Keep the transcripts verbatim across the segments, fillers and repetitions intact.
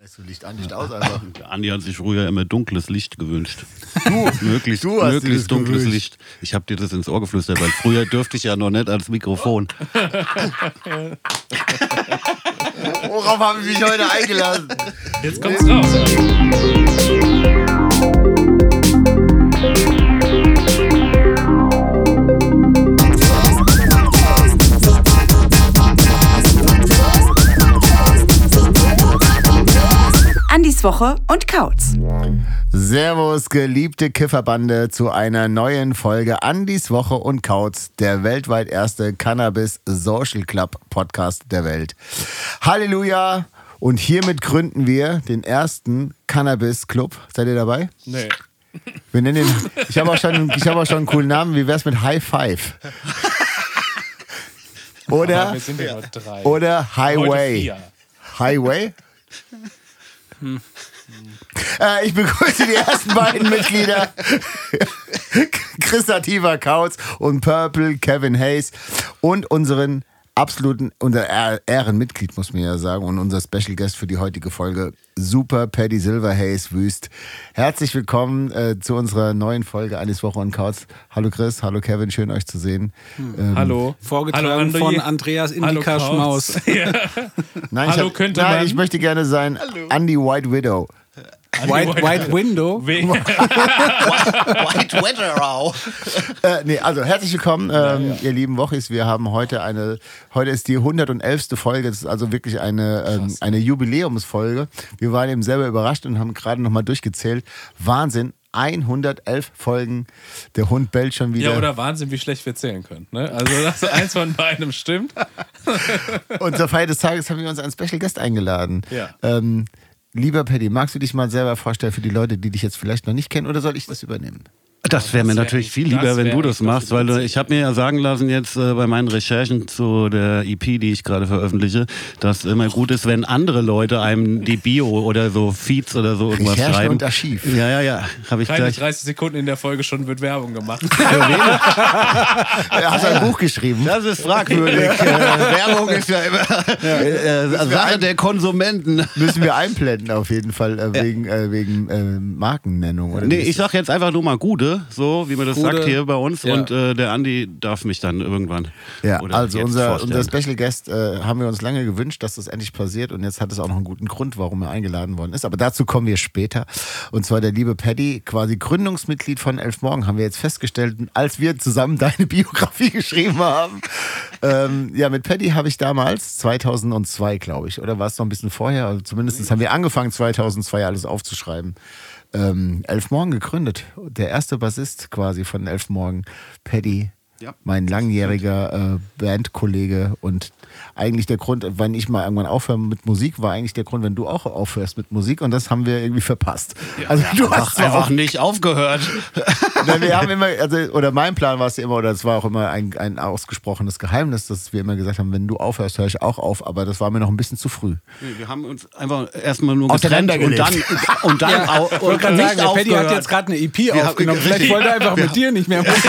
So Licht an, Licht aus einfach. Andi hat sich früher immer dunkles Licht gewünscht. Du, möglichst du hast möglichst dunkles gewünscht. Licht. Ich habe dir das ins Ohr geflüstert, weil früher dürfte ich ja noch nicht als Mikrofon. Worauf haben Sie mich heute eingelassen? Jetzt kommt's raus. Andis Woche und Kauz. Servus, geliebte Kifferbande, zu einer neuen Folge Andis Woche und Kauz, der weltweit erste Cannabis-Social Club-Podcast der Welt. Halleluja! Und hiermit gründen wir den ersten Cannabis-Club. Seid ihr dabei? Nee. Wir nennen ihn, ich habe auch, schon, ich hab auch schon einen coolen Namen. Wie wär's mit High Five? Oder, Wir sind ja nur drei. oder Highway. Heute vier. Highway? Hm. Äh, ich begrüße die ersten beiden Mitglieder. Christa Tiva Kauz und Purple Kevin Hayes und unseren absoluten, unser Ehrenmitglied, muss man ja sagen, und unser Special Guest für die heutige Folge, Super Paddy Silver Hayes Wüst. Herzlich willkommen äh, zu unserer neuen Folge Andis Woche und Kauz. Hallo Chris, hallo Kevin, schön euch zu sehen. Hm. Ähm, Hallo. Vorgetragen Hallo, André. von Andreas Indika Schmaus. Ja. Nein, Hallo, ich, hab, könnte nein man? ich möchte gerne sein Andy White Widow. White, White Window. We- White Weather. Äh, nee, also herzlich willkommen, ähm, Ja, ja. ihr lieben Wochis. Wir haben heute eine, heute ist die hundertelfte Folge. Das ist also wirklich eine, ähm, eine Jubiläumsfolge. Wir waren eben selber überrascht und haben gerade nochmal durchgezählt. Wahnsinn, hundertelf Folgen. Der Hund bellt schon wieder. Ja, oder Wahnsinn, wie schlecht wir zählen können. Ne? Also, dass eins von beidem stimmt. Und zur Feier des Tages haben wir uns einen Special Guest eingeladen. Ja. Ähm, lieber Paddy, magst du dich mal selber vorstellen für die Leute, die dich jetzt vielleicht noch nicht kennen, oder soll ich das übernehmen? Das wäre mir Das wär natürlich echt- viel lieber, das wenn wär du das echt machst, weil äh, ich habe mir ja sagen lassen jetzt äh, bei meinen Recherchen zu der E P, die ich gerade veröffentliche, dass immer gut ist, wenn andere Leute einem die Bio oder so Feeds oder so irgendwas Recherchen schreiben. und Archiv. Ja, ja, ja. Habe ich Keine gleich. dreißig Sekunden in der Folge schon wird Werbung gemacht. Er hat ein Buch geschrieben. Das ist fragwürdig. äh, Werbung ist ja immer äh, äh, Sache der Konsumenten. Müssen wir einblenden auf jeden Fall, äh, wegen, äh, wegen äh, Markennennung. Oder Nee, wie ist ich sag jetzt einfach nur mal Gude, so wie man das Gude. sagt hier bei uns. Ja. Und äh, der Andi darf mich dann irgendwann. Ja, oder also jetzt unser, vorstellen. unser Special Guest äh, haben wir uns lange gewünscht, dass das endlich passiert, und jetzt hat es auch noch einen guten Grund, warum er eingeladen worden ist. Aber dazu kommen wir später. Und zwar der liebe Paddy, quasi Gründungsmitglied von Elf Morgen, haben wir jetzt festgestellt, als wir zusammen deine Biografie geschrieben haben. ähm, ja, mit Paddy habe ich damals, zweitausendzwei glaube ich, oder war es noch ein bisschen vorher? Also zumindest haben wir angefangen, zweitausendzwei alles aufzuschreiben. Ähm, Elf Morgen gegründet. Der erste Bassist quasi von Elf Morgen, Paddy. Ja. Mein langjähriger äh, Bandkollege, und eigentlich der Grund, wenn ich mal irgendwann aufhöre mit Musik, war eigentlich der Grund, wenn du auch aufhörst mit Musik, und das haben wir irgendwie verpasst. also du hast zwar Einfach auch, nicht aufgehört. Nein, wir haben immer, also, oder mein Plan war es ja immer, oder es war auch immer ein, ein ausgesprochenes Geheimnis, dass wir immer gesagt haben, wenn du aufhörst, höre ich auch auf, aber das war mir noch ein bisschen zu früh. Nee, wir haben uns einfach erstmal nur getrennt und dann, Auseinandergelebt. und dann Ja, au- ich und wollte gerade nicht sagen, der Paddy hat aufgehört. jetzt gerade eine E P haben- aufgenommen. Vielleicht richtig. wollte er einfach Wir mit dir nicht mehr Musik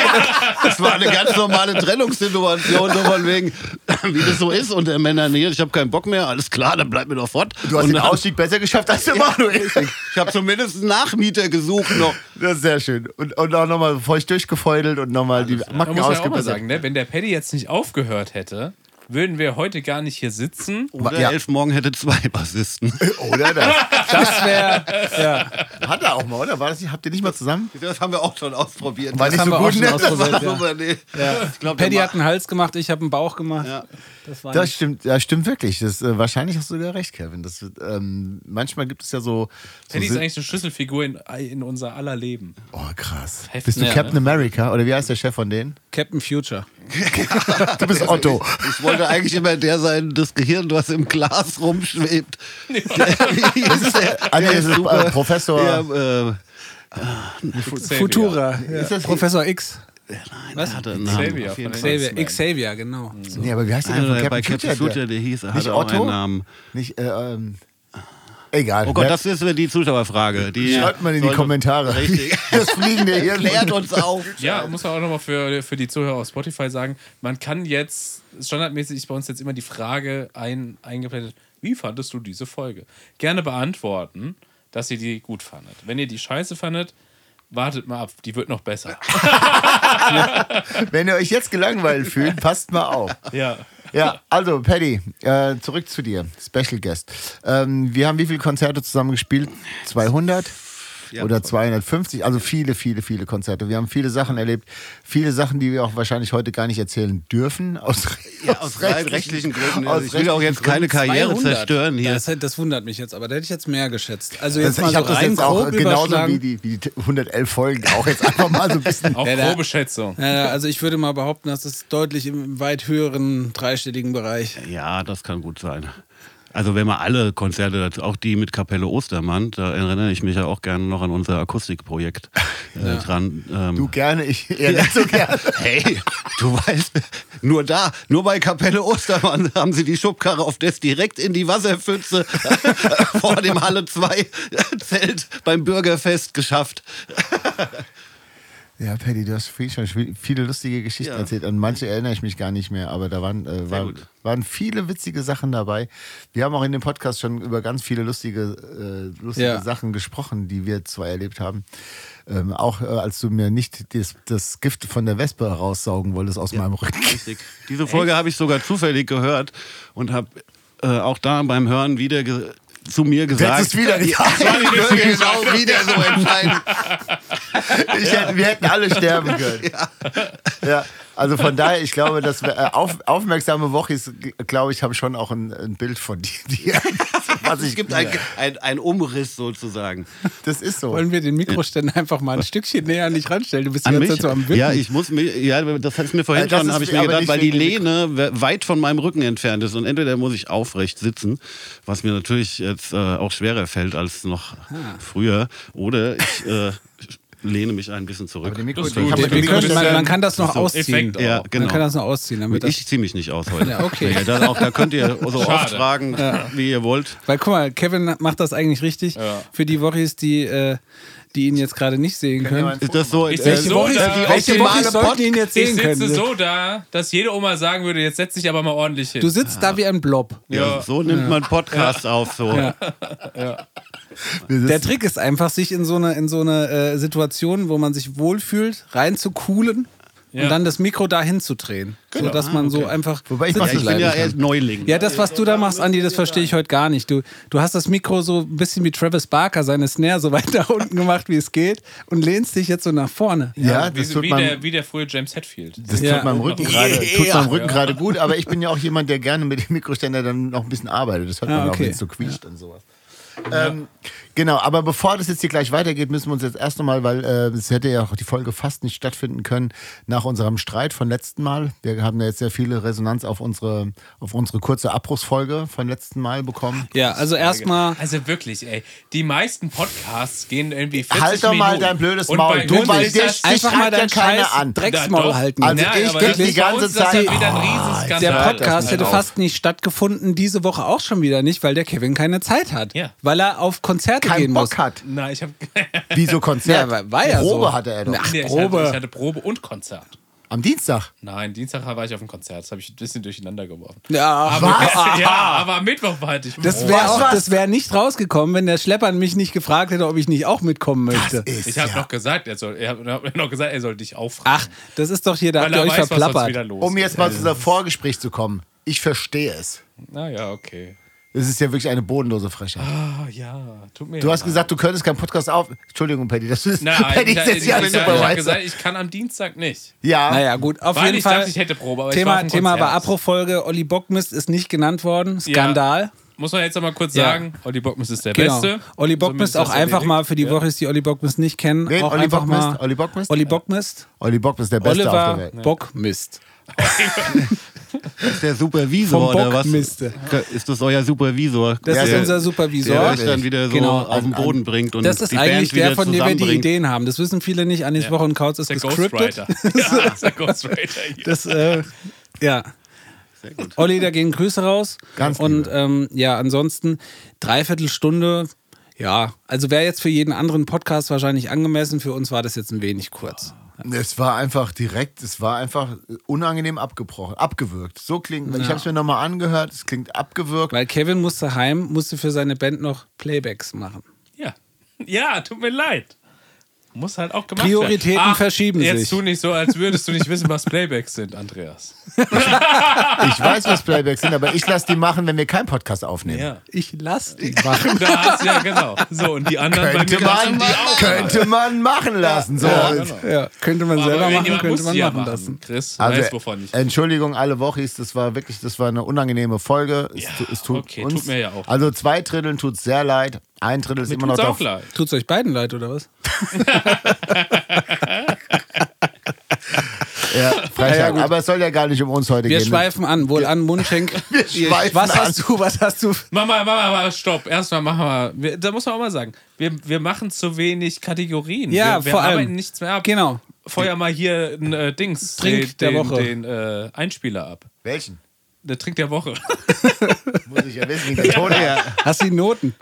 Das war eine ganz normale Trennungssituation, so von wegen, wie das so ist unter Männern hier. Ich habe keinen Bock mehr, alles klar, dann bleib mir doch fort. Du hast und den dann- Ausstieg besser geschafft als der Manuel. Ich habe zumindest einen Nachmieter gesucht noch. Das ist sehr schön. Und, und auch nochmal feucht durchgefeudelt und nochmal die Man Macken muss ja auch mal ausgebessert. sagen, ne? Wenn der Paddy jetzt nicht aufgehört hätte, würden wir heute gar nicht hier sitzen. Oder Ja. Elf Morgen hätte zwei Bassisten. Oder das? Das wäre, ja, Hat er auch mal, oder? War das nicht, habt ihr nicht mal zusammen? Das haben wir auch schon ausprobiert. War nicht haben so wir auch gut, schon ne? ausprobiert. Das war ja. super, nee. Ich glaub, Paddy der hat einen Hals gemacht, ich habe einen Bauch gemacht. Ja. Das war Das nicht- stimmt, ja, stimmt wirklich. Das, äh, wahrscheinlich hast du sogar recht, Kevin. Das, wird, ähm, manchmal gibt es ja so. so Paddy ist Sinn- eigentlich eine Schlüsselfigur in, in unser aller Leben. oh, krass. Heftig, Bist du ja, Captain ne? America? Oder wie heißt der Chef von denen? Captain Future. Du bist Otto. Ich wollte eigentlich immer der sein, das Gehirn, was im Glas rumschwebt. Der, wie hieß der? Ah, nee, Der das ist super. äh, Professor. Ja, äh, Xavier. Futura. Ist das- Professor X. Was? Er hatte einen Namen. Xavier auf jeden von Fall. den- Xavier, Xavier, genau. So. Nee, aber wie heißt der denn Einer, von der bei Captain Captain Future? Future, der hieß, er Nicht hatte auch Otto? einen Namen. Nicht, äh, ähm, egal. Oh Gott, Wer- das ist wieder die Zuschauerfrage. Die Schreibt mal in die sollte- Kommentare. Richtig. Das fliegende Hirn. Klärt uns auf. Ja, muss man auch nochmal für, für die Zuhörer auf Spotify sagen, man kann jetzt, standardmäßig ist bei uns jetzt immer die Frage ein, eingeblendet, Wie fandest du diese Folge? Gerne beantworten, dass ihr die gut fandet. Wenn ihr die scheiße fandet, wartet mal ab, die wird noch besser. Wenn ihr euch jetzt gelangweilt fühlt, passt mal auf. Ja. Ja, also Paddy, äh, zurück zu dir, Special Guest. Ähm, wir haben wie viele Konzerte zusammen gespielt? zweihundert? Ja. Oder zweihundertfünfzig, also viele, viele, viele Konzerte. Wir haben viele Sachen erlebt, viele Sachen, die wir auch wahrscheinlich heute gar nicht erzählen dürfen. Aus, Ja, aus rein rechtlichen Gründen. aus Also ich will auch jetzt keine Karriere zweihundert. zerstören hier. Das, das wundert mich jetzt, aber da hätte ich jetzt mehr geschätzt. Also Das, jetzt mal ich so habe das rein jetzt auch grob genauso wie überschlagen. die, wie die hundertelf Folgen auch jetzt einfach mal so ein bisschen. Auch Ja, da- grobe Schätzung. Ja, also ich würde mal behaupten, dass es deutlich im weit höheren dreistelligen Bereich. Ja, das kann gut sein. Also wenn man alle Konzerte dazu, auch die mit Kapelle Ostermann, da erinnere ich mich ja auch gerne noch an unser Akustikprojekt äh, dran. Ähm, Du gerne, ich eher nicht so gerne. Hey, du weißt, nur da, nur bei Kapelle Ostermann haben sie die Schubkarre auf das direkt in die Wasserpfütze vor dem Halle zwei Zelt beim Bürgerfest geschafft. Ja, Paddy, du hast viel, schon viele lustige Geschichten Ja. erzählt. An manche erinnere ich mich gar nicht mehr, aber da waren, äh, war, gut. waren viele witzige Sachen dabei. Wir haben auch in dem Podcast schon über ganz viele lustige, äh, lustige Ja. Sachen gesprochen, die wir zwei erlebt haben. Ähm, auch äh, als du mir nicht das, das Gift von der Wespe raussaugen wolltest aus meinem Rücken. Richtig. Diese Folge habe ich sogar zufällig gehört und habe äh, auch da beim Hören wieder ge zu mir gesagt, hättest es wieder getan. ich würde genau wieder so entscheiden. Ich hätte, wir hätten alle sterben können. Ja. Ja, also von daher, ich glaube, dass wir, äh, auf, aufmerksame Wochis, glaube ich, haben schon auch ein, ein Bild von dir. Was ich, Es gibt einen ein, ein Umriss sozusagen. das ist so. Wollen wir den Mikroständer einfach mal ein Stückchen näher an dich ranstellen? Du bist die An ganze mich? Zeit so am Wippen. Ja, ich muss mir, ja, das hat es mir vorhin Äh, das schon, ist habe ich wie- mir aber gedacht, nicht weil die wegen Lehne we- weit von meinem Rücken entfernt ist und entweder muss ich aufrecht sitzen, was mir natürlich jetzt äh, auch schwerer fällt als noch früher, oder ich äh, lehne mich ein bisschen zurück. Aber die Mikro- Das ist die gut. kann man- Wir die Wir können, Mikro- man, man kann das noch so ausziehen. Effekt Ja, auch. genau. Man kann das noch ausziehen. Damit das, Ich ziehe mich nicht aus heute. Ja, okay. Ja, das auch, da könnt ihr so oft Schade. fragen, wie ihr wollt. weil guck mal, Kevin macht das eigentlich richtig. Ja. Für die Wochis, die, äh, die ihn jetzt gerade nicht sehen können. jemand- Ist das so? Ich äh, sitze Welche so Wochis, da. die welche optimale Wochis sollten ihn jetzt Ich sehen sitze können? so da, dass jede Oma sagen würde, jetzt setz dich aber mal ordentlich hin. Du sitzt da wie ein Blob. ja, so nimmt man Podcast auf. So. Der Trick ist einfach, sich in so eine, in so eine äh, Situation, wo man sich wohlfühlt, reinzukuhlen Ja. und dann das Mikro da hinzudrehen. So dass man so einfach Wobei ich sitzen mach Ja, ich bin bleiben ja kann. erst Neuling. Ja, das, was du da machst, Andi, das verstehe ich heute gar nicht. Du, du hast das Mikro so ein bisschen wie Travis Barker, seine Snare so weit nach unten gemacht, wie es geht und lehnst dich jetzt so nach vorne. Ja, das wie, tut wie, man, der, wie der frühe James Hetfield. das Ja. tut meinem Rücken gerade tut meinem Rücken gerade gut, aber ich bin ja auch jemand, der gerne mit dem Mikroständer dann noch ein bisschen arbeitet. Das hört man Ah, auch, okay. wenn es so quietscht und sowas. Ähm, genau, aber bevor das jetzt hier gleich weitergeht, müssen wir uns jetzt erst nochmal, weil äh, es hätte ja auch die Folge fast nicht stattfinden können, nach unserem Streit von letzten Mal. Wir haben ja jetzt sehr viele Resonanz auf unsere, auf unsere kurze Abbruchsfolge von letzten Mal bekommen. Ja, also erstmal. Also wirklich, ey. Die meisten Podcasts gehen irgendwie vierzig Halt doch mal Minuten. dein blödes Und Maul. bei Du, uns weil ist dich- das- dich Einfach mal schreibt ja dein keiner scheiß an. Drecksmaul Ja, doch. halten. Also Ja, ich aber krieg das die ist bei ganze uns, das ist Zeit- ja wieder ein Oh, Riesenskandal. Der Halt Podcast das hätte auf. fast nicht stattgefunden, diese Woche auch schon wieder nicht, weil der Kevin keine Zeit hat. Ja. Weil er auf Konzerte Keinen gehen muss. Bock hat. Nein, ich habe Wieso Konzert? Ja, war- war ja Probe so. hatte er doch. Ach, ich Probe. hatte, ich hatte Probe und Konzert. Am Dienstag. Nein, Dienstag war ich auf dem Konzert. Das habe ich ein bisschen durcheinander geworfen. Ja, Aber, Was? ja, aber am Mittwoch war halt ich. das Oh. wäre Was, auch, was? das wäre nicht rausgekommen, wenn der Schleppern mich nicht gefragt hätte, ob ich nicht auch mitkommen möchte. Ist Ich habe ja. noch gesagt, er soll, er hat noch gesagt, er soll dich aufragen. Ach, das ist doch hier, da weil habt ihr er euch weiß, was sonst verplappert. wieder los Um ist. jetzt mal zu unserem Vorgespräch zu kommen. Ich verstehe es. Naja, okay. Es ist ja wirklich eine bodenlose Frechheit. Ah, ja, tut mir Du hast leid. gesagt, du könntest keinen Podcast auf. Entschuldigung, Paddy, das ist. Nein, Paddy ich, ist ich, jetzt ich, ja ich, ich, ich super habe gesagt, ich kann am Dienstag nicht. Ja. Naja, gut, auf Weil jeden ich Fall. dachte, ich hätte Probe, aber ich war Thema, auf dem Thema war Konzert. Abbruchfolge. Olli Bockmist ist nicht genannt worden. Skandal. Muss man jetzt noch mal kurz Ja. sagen, Olli Bockmist ist der Genau. Beste. Olli Bockmist Somit ist auch das einfach erledigt. mal für die Ja. Woche, die Olli Bockmist nicht kennen. Wen? Auch Olli einfach Bockmist? mal Olli Bockmist? Olli Bockmist. Olli Bock ist der Beste auf der Oliver Welt. Bockmist. Ist der Supervisor Vom oder was? Bockmiste. Ist das euer Supervisor? Das ist der, unser Supervisor. Der euch dann wieder so Genau. auf den Boden bringt und Das ist die eigentlich Band wieder der, von dem wir die zusammenbringt. Ideen haben. Das wissen viele nicht. Anis Woche und Kauz ist Der gescriptet. Ghostwriter. Ja, das ist der Ghostwriter hier. Das, äh, ja. Sehr gut. Olli, da gehen Grüße raus. Ganz Und liebe. ähm, ja, ansonsten dreiviertel Stunde. Ja, also wäre jetzt für jeden anderen Podcast wahrscheinlich angemessen. Für uns war das jetzt ein wenig kurz. Es war einfach direkt, es war einfach unangenehm abgebrochen, abgewürgt. So klingt, Ja. ich habe es mir nochmal angehört, es klingt abgewürgt. Weil Kevin musste heim, musste für seine Band noch Playbacks machen. Ja. Ja, tut mir leid. Muss halt auch gemacht Prioritäten werden. Ach, verschieben jetzt sich. tu nicht so, als würdest du nicht wissen, was Playbacks sind, Andreas. Ich weiß, was Playbacks sind, aber ich lasse die machen, wenn wir keinen Podcast aufnehmen. Ja. Ich lass die machen. Da hast ja, genau. So, und die anderen Könnte, bei mir lassen man, die auch. könnte man machen lassen. So. Ja, genau. Ja, könnte man Aber selber machen, irgendjemand könnte muss man die ja machen lassen. Chris, Also, weiß wovon ich. Entschuldigung, alle Wochis, das war wirklich, das war eine unangenehme Folge. Es, Ja, tu- es tut okay, uns, tut mir ja auch. Also zwei Dritteln tut es sehr leid, ein Drittel ist Mir immer noch tut's auch da. leid. Tut's euch beiden leid, oder was? Ja, Frechheit. Ja, ja, gut. Aber es soll ja gar nicht um uns heute Wir gehen. schweifen an, wohl an Mundschenk. Wir schweifen was an. hast du, was hast du? Mach mal, mach mal, mach mal, stopp. Erstmal machen wir, wir, da muss man auch mal sagen, wir, wir machen zu wenig Kategorien. Ja, wir, wir vor allem. arbeiten nichts mehr ab. Genau. Feuer mal hier ein äh, Dings, Trink den, der Woche. den, den äh, Einspieler ab. Welchen? Der Trink der Woche. Muss ich ja wissen, wie der Ton her. Hast du die Noten?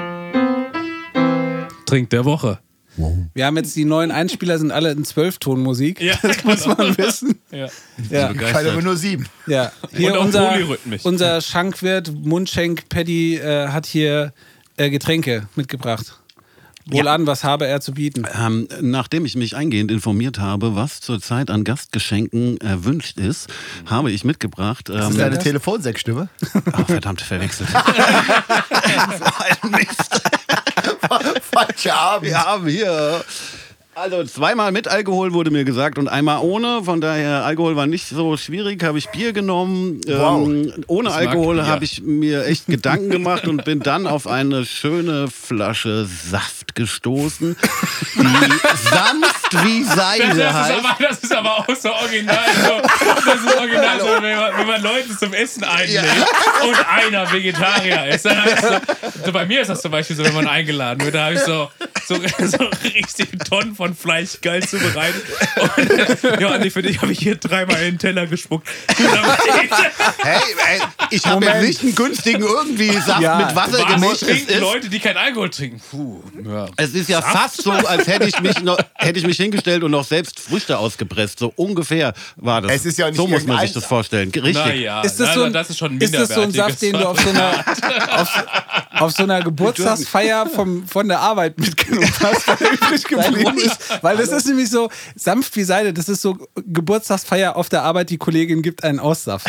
Trink der Woche. Wir haben jetzt die neuen Einspieler, sind alle in Zwölftonmusik. Ja, Das muss man wissen. Ja. Ja, Ich kann aber nur sieben. ja. Hier Und auch unser, polyrhythmisch. unser Schankwirt Mundschenk Paddy äh, hat hier äh, Getränke mitgebracht. Wohlan, was habe er zu bieten? Ähm, nachdem ich mich eingehend informiert habe, was zurzeit an Gastgeschenken erwünscht ist, habe ich mitgebracht. Das ist Ähm, deine Telefonseckstimme. oh, verdammt, verwechselt. Falscher Abend. Wir haben hier. Also zweimal mit Alkohol wurde mir gesagt und einmal ohne. Von daher, Alkohol war nicht so schwierig, habe ich Bier genommen. Wow. Ähm, ohne mag Alkohol Bier. habe ich mir echt Gedanken gemacht und bin dann auf eine schöne Flasche Saft gestoßen, die sanft wie Das, Seide das, ist heißt. aber, das ist aber auch so original. So, das ist original, so, wenn, man, wenn man Leute zum Essen einlädt und einer Vegetarier ist. Dann hab ich so, so, bei mir ist das zum Beispiel so, wenn man eingeladen wird, da habe ich so, so, so richtige Tonnen von Fleisch geil zubereitet. Und, ja, Andi, für dich habe ich hier dreimal in den Teller gespuckt. Hey, ey, ich habe jetzt nicht einen günstigen irgendwie Saft Ja, mit Wasser Was gemischt. Es trinken ist, Leute, die kein Alkohol trinken? Puh, ja. es ist ja fast so, als hätte ich, mich noch, hätte ich mich hingestellt und noch selbst Früchte ausgepresst. So ungefähr war das. Es ist ja nicht so muss man sich irgendein- das vorstellen. Richtig. Naja, Ist das, also so ein, das ist schon ein ist das so ein Saft, den du auf so einer, auf, auf so einer Geburtstagsfeier vom, von der Arbeit mitgenommen hast, weil übrig geblieben ist? Weil das ist nämlich so sanft wie Seide, das ist so Geburtstagsfeier auf der Arbeit, die Kollegin gibt einen Aussaft.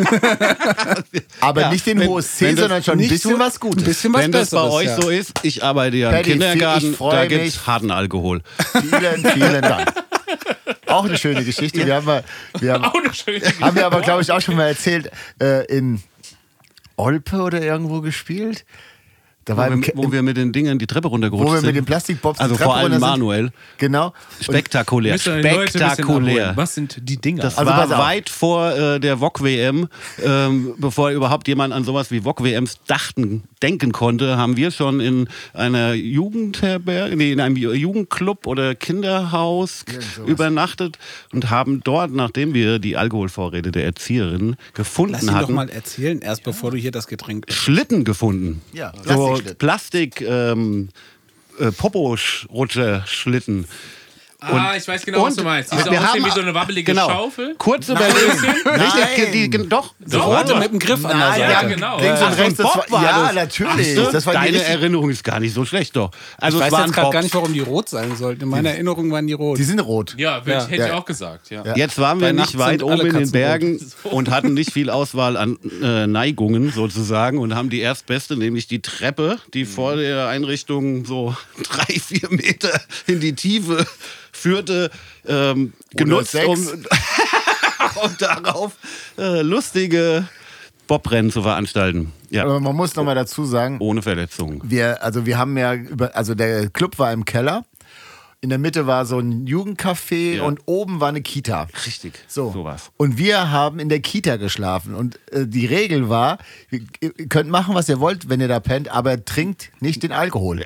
Aber Ja, nicht den wenn- hohes C, wenn das sondern schon ein Nicht bisschen so- was Gutes. Ein bisschen was Wenn das Besseres, bei euch ja. so ist, ich arbeite ja im Paddy, Kindergarten, ich freu da mich. gibt es harten Alkohol. Vielen, vielen Dank. Auch eine schöne Geschichte. Wir haben, mal, wir haben, Auch eine schöne haben wir aber, glaube ich, auch schon mal erzählt, äh, in Olpe oder irgendwo gespielt. Da war Wo im, wir, Ke- wo wir mit den Dingen die Treppe runtergerutscht wo wir sind. mit den Plastikbobs die Also Treppe vor allem runter sind. Manuel. Genau. Und Spektakulär. Müsst ihr die Leute ein bisschen Spektakulär. abholen. Was sind die Dinger? Das Also pass war auf. weit vor äh, der V O G-W M, ähm, bevor überhaupt jemand an sowas wie V O G-W Ms dachten, denken konnte, haben wir schon in einer Jugendherberge, nee, in einem Jugendclub oder Kinderhaus übernachtet und haben dort, nachdem wir die Alkoholvorräte der Erzieherin gefunden Lass ihn doch hatten, mal erzählen, erst bevor du hier das Getränk... Schlitten gefunden. Ja, so Plastikschlitten. Plastik, ähm, äh, Popo-Rutscher-Schlitten. ah, ich weiß genau, was du meinst. Die so wir aussehen haben- wie so eine wabbelige genau, Schaufel. Kurz überlegen. Richtig, Nein. die, die, doch. So rote mit dem Griff an der Nein, Seite. ja, genau. Links Ach, und so ein rechts. Das Bob war, war ja, das. natürlich. Siehst du? Das war die Deine richtig- Erinnerung ist gar nicht so schlecht, doch. Also Ich es weiß waren jetzt gerade Bobs. gar nicht, warum die rot sein sollten. In meiner Erinnerung waren die rot. Die sind rot. Ja, würd- Ja. hätte ich Ja. auch gesagt. Ja. Ja. Jetzt waren wir Bei nicht Nacht weit sind oben alle in den Katzen Bergen und hatten nicht viel Auswahl an äh, Neigungen sozusagen und haben die erstbeste, nämlich die Treppe, die vor der Einrichtung so drei, vier Meter in die Tiefe führte, ähm, genutzt, sechs. um, um darauf äh, lustige Bobrennen zu veranstalten. Ja, Aber man muss noch mal dazu sagen, ohne Verletzungen. wir, also wir haben ja über, also der Club war im Keller. In der Mitte war so ein Jugendcafé Ja. und oben war eine Kita. Richtig, So. sowas. Und wir haben in der Kita geschlafen. Und äh, die Regel war, ihr, ihr könnt machen, was ihr wollt, wenn ihr da pennt, aber trinkt nicht den Alkohol.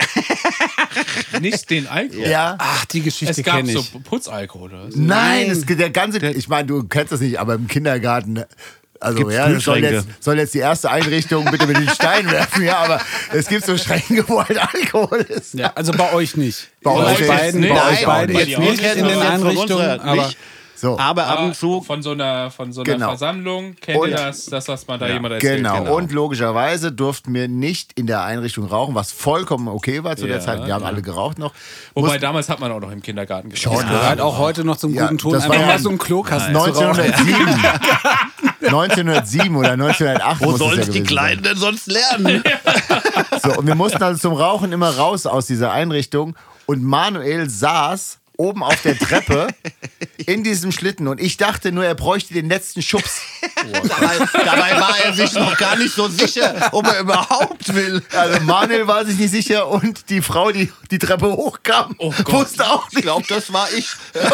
Nicht den Alkohol. Ja. Ach, die Geschichte Es gab kenne so ich. Putzalkohol oder was? Nein, es, der ganze, ich meine, du kennst das nicht, aber im Kindergarten Also Gibt's ja, das soll Kühlschränke? jetzt, soll jetzt die erste Einrichtung bitte mit den Steinen werfen, ja, aber es gibt so Schränke, wo halt Alkohol ist. Ja, also bei euch nicht. Bei bei euch euch beiden, nicht. bei Nein, euch beiden bei jetzt dir nicht auch in nicht. den Das jetzt von uns Einrichtungen, nicht. aber So. Aber ab und zu. Von so einer, von so einer Genau. Versammlung kennt Und- ihr das, das, was man da jemand erzählt. Genau. Und logischerweise durften wir nicht in der Einrichtung rauchen, was vollkommen okay war zu der Ja, Zeit. Wir haben alle geraucht noch. Wobei Mussten- damals hat man auch noch im Kindergarten geraucht. Schon, gehört auch heute noch zum Ja, guten Ton, das einfach war mal ja so einen Klokasten zu rauchen. neunzehnhundertsieben. neunzehnhundertsieben oder neunzehnhundertacht. Wo muss es ja sollen die gewesen Kleinen denn sonst lernen? sein. So, und wir mussten also zum Rauchen immer raus aus dieser Einrichtung. Und Manuel saß oben auf der Treppe in diesem Schlitten. Und ich dachte nur, er bräuchte den letzten Schubs. dabei, dabei war er sich noch gar nicht so sicher, ob er überhaupt will. Also Manuel war sich nicht sicher und die Frau, die die Treppe hochkam, Oh Gott. wusste auch Ich nicht. glaube, das war ich.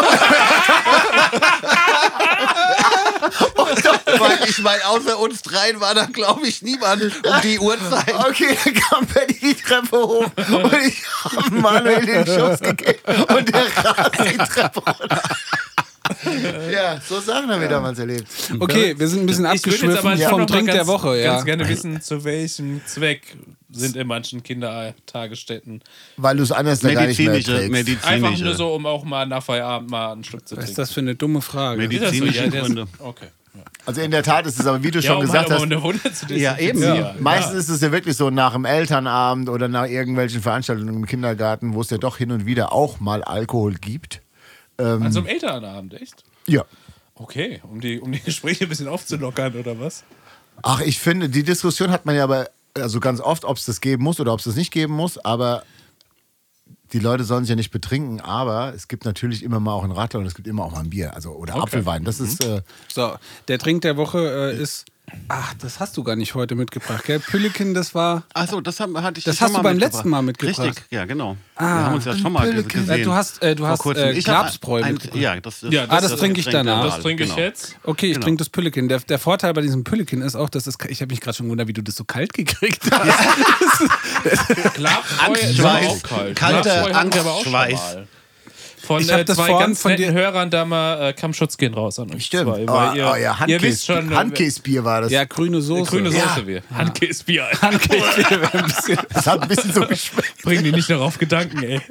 Weil ich meine, außer uns dreien war da, glaube ich, niemand um die Uhrzeit. Okay, dann kam Betty die Treppe hoch und ich habe Manuel den Schubs gegeben und der rast die Treppe runter. Ja, so Sachen haben wir damals erlebt. Okay, wir sind ein bisschen Ich würde jetzt aber abgeschwiffen schon vom noch mal Drink ganz, der Woche. Ja. ganz gerne wissen, zu welchem Zweck sind in manchen Kindertagesstätten. Weil du es anders da gar nicht mehr Medizinische, trägst. Einfach medizinische, nur so, um auch mal nach Feierabend mal einen Schluck zu Was ist trinken. das für eine dumme Frage? Ist das so? medizinische Ja, der ist- Gründe. Okay. Ja, Also in der Tat ist es aber, wie du ja schon um gesagt halt, hast, um eine Wunde zu Ja, eben. desinfizieren. meistens ist es ja wirklich so nach dem Elternabend oder nach irgendwelchen Veranstaltungen im Kindergarten, wo es ja doch hin und wieder auch mal Alkohol gibt. An so einem Elternabend, echt? Ja. Okay, um die, um die Gespräche ein bisschen aufzulockern oder was? Ach, ich finde, die Diskussion hat man ja aber also ganz oft, ob es das geben muss oder ob es das nicht geben muss, aber die Leute sollen sich ja nicht betrinken, aber es gibt natürlich immer mal auch ein Radler und es gibt immer auch mal ein Bier, also oder Okay. Apfelwein. Das ist äh, So, der Drink der Woche äh, ist. Ach, das hast du gar nicht heute mitgebracht, gell? Pülliken, das war. Achso, das haben, hatte ich Das schon hast mal du beim mitgebracht. letzten Mal mitgebracht. Richtig, ja, genau. Ah, wir haben uns ja schon mal ge- Pülliken. gesehen. Äh, du hast, äh, du Vor hast kurzem. äh, Ich hab Klapsbräu ein- mitgebracht. Ja, das, das, Ja, Ah, das das trinke ich Getränk der danach. Das Wahl, trinke ich genau. jetzt. Okay, ich Genau. trinke das Pülliken. Der, der Vorteil bei diesem Pülliken ist auch, dass es. Ich habe mich gerade schon gewundert, wie du das so kalt gekriegt hast. Klapsbräu ist Angstschweiß. auch kalt. Kalter Klapsbräu hatten wir aber auch schon Angstschweiß. mal. Von Ich hab äh, das zwei vorhin ganz von netten dir- Hörern da mal äh, Kammschutz gehen raus an euch stimmt. zwei. Oh, Weil ihr, oh, ja, ihr wisst Handkäse, schon, äh, Handkäsebier war das. Ja, grüne Soße. grüne Ja. Soße wir. Handkäsebier. Handkäse wäre ein bisschen. Das hat ein bisschen so geschmeckt. Bringen die nicht noch auf Gedanken, ey.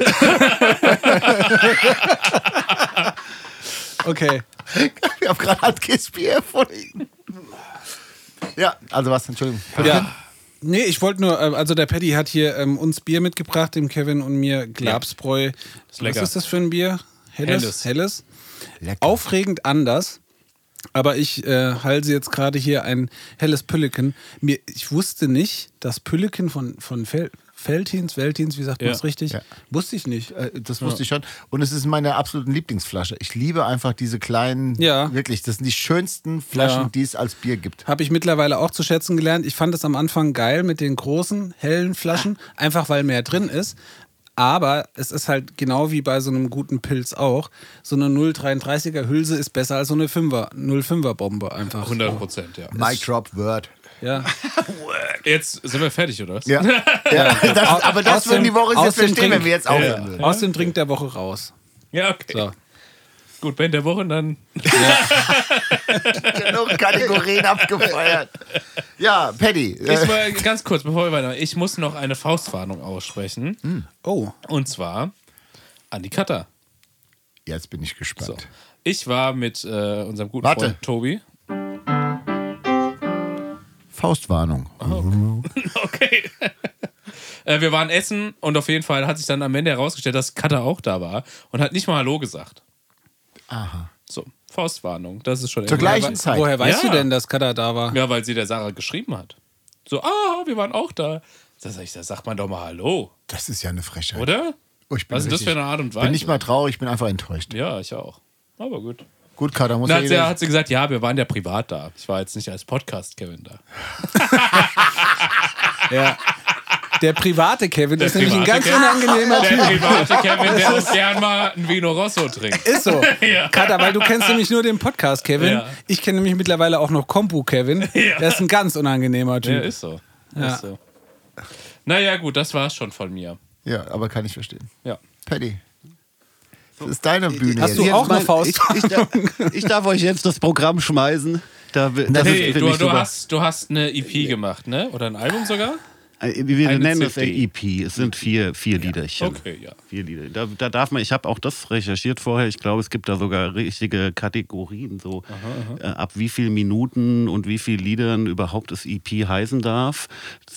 Okay. Wir haben gerade Handkäsebier erfunden. Ja, also was, Entschuldigung. Ja. Nee, ich wollte nur, äh, also der Paddy hat hier ähm, uns Bier mitgebracht, dem Kevin und mir Glabsbräu. Was lecker. ist das für ein Bier? Helles. Helles. Helles. Lecker. Aufregend anders. Aber ich äh, halse jetzt gerade hier ein helles Pülliken. Mir, ich wusste nicht, dass Pülliken von, von Fel Veltins, Veltins, wie sagt man Ja. das richtig? Ja. Wusste ich nicht. Äh, Das wusste ich schon. Und es ist meine absolute Lieblingsflasche. Ich liebe einfach diese kleinen, Ja. wirklich, das sind die schönsten Flaschen, Ja. die es als Bier gibt. Habe ich mittlerweile auch zu schätzen gelernt. Ich fand es am Anfang geil mit den großen, hellen Flaschen, einfach weil mehr drin ist. Aber es ist halt genau wie bei so einem guten Pilz auch. So eine null Komma dreiunddreißiger Hülse ist besser als so eine fünfer, null Komma fünfer Bombe einfach. hundert Prozent, ja. Mic Drop Word. Ja. Jetzt sind wir fertig, oder was? Ja. ja. Das, aber das Aus würden dem- die Woche aus jetzt dem verstehen, Trink- wenn wir jetzt aufhören würden. Aus dem Drink der Woche raus. Ja, okay. So. Gut, Band der Woche, dann Genug Kategorien abgefeuert. Ja, Paddy. Ich Äh, mal ganz kurz, bevor wir weitermachen. Ich muss noch eine Faustwarnung aussprechen. Oh. Und zwar an die Cutter. jetzt bin ich gespannt. So. Ich war mit äh, unserem guten Warte. Freund Tobi. Faustwarnung. Okay. äh, wir waren essen und auf jeden Fall hat sich dann am Ende herausgestellt, dass Cutter auch da war und hat nicht mal Hallo gesagt. Aha. So, Faustwarnung. Das ist schon Zur irgendwie- gleichen Zeit. Woher weißt Ja. du denn, dass Kada da war? Ja, weil sie der Sarah geschrieben hat. So, ah, wir waren auch da. Da sag ich, da sagt man doch mal Hallo, Das ist ja eine Frechheit. oder? Oh, ich bin Was ist das richtig- für eine Art und Ich Weise? bin nicht mal traurig, ich bin einfach enttäuscht. Ja, ich auch. Aber gut. Gut, Kader, muss Dann ja hat sie, jeder- hat sie gesagt, ja, wir waren ja privat da. Ich war jetzt nicht als Podcast-Kevin da. Ja. Der private Kevin ist nämlich ein private ganz Kevin. unangenehmer Der Typ. private Kevin, der auch gern mal ein Vino Rosso trinkt. Ist so. Ja. Kada, weil du kennst nämlich nur den Podcast Kevin. Ja. Ich kenne nämlich mittlerweile auch noch Kompu Kevin. Ja. Der ist ein ganz unangenehmer Typ. Ja, ist so. Ja. Ist so. Naja, gut, das war's schon von mir. Ja, aber kann ich verstehen. Ja. Paddy. Das ist deine Bühne Hast jetzt. du Jetzt auch eine mein- Faust? Ich, ich, darf, ich darf euch jetzt das Programm schmeißen. Da, das Hey, ist, du, ich, du, super. hast, du hast eine E P gemacht, ne? Oder ein Album sogar? Wie wir Eine nennen es C D. E P. Es sind vier, vier Liederchen. Okay, ja. Vier Lieder. Da, da darf man, ich habe auch das recherchiert vorher. Ich glaube, es gibt da sogar richtige Kategorien, so aha, aha. Äh, ab wie vielen Minuten und wie vielen Liedern überhaupt das E P heißen darf.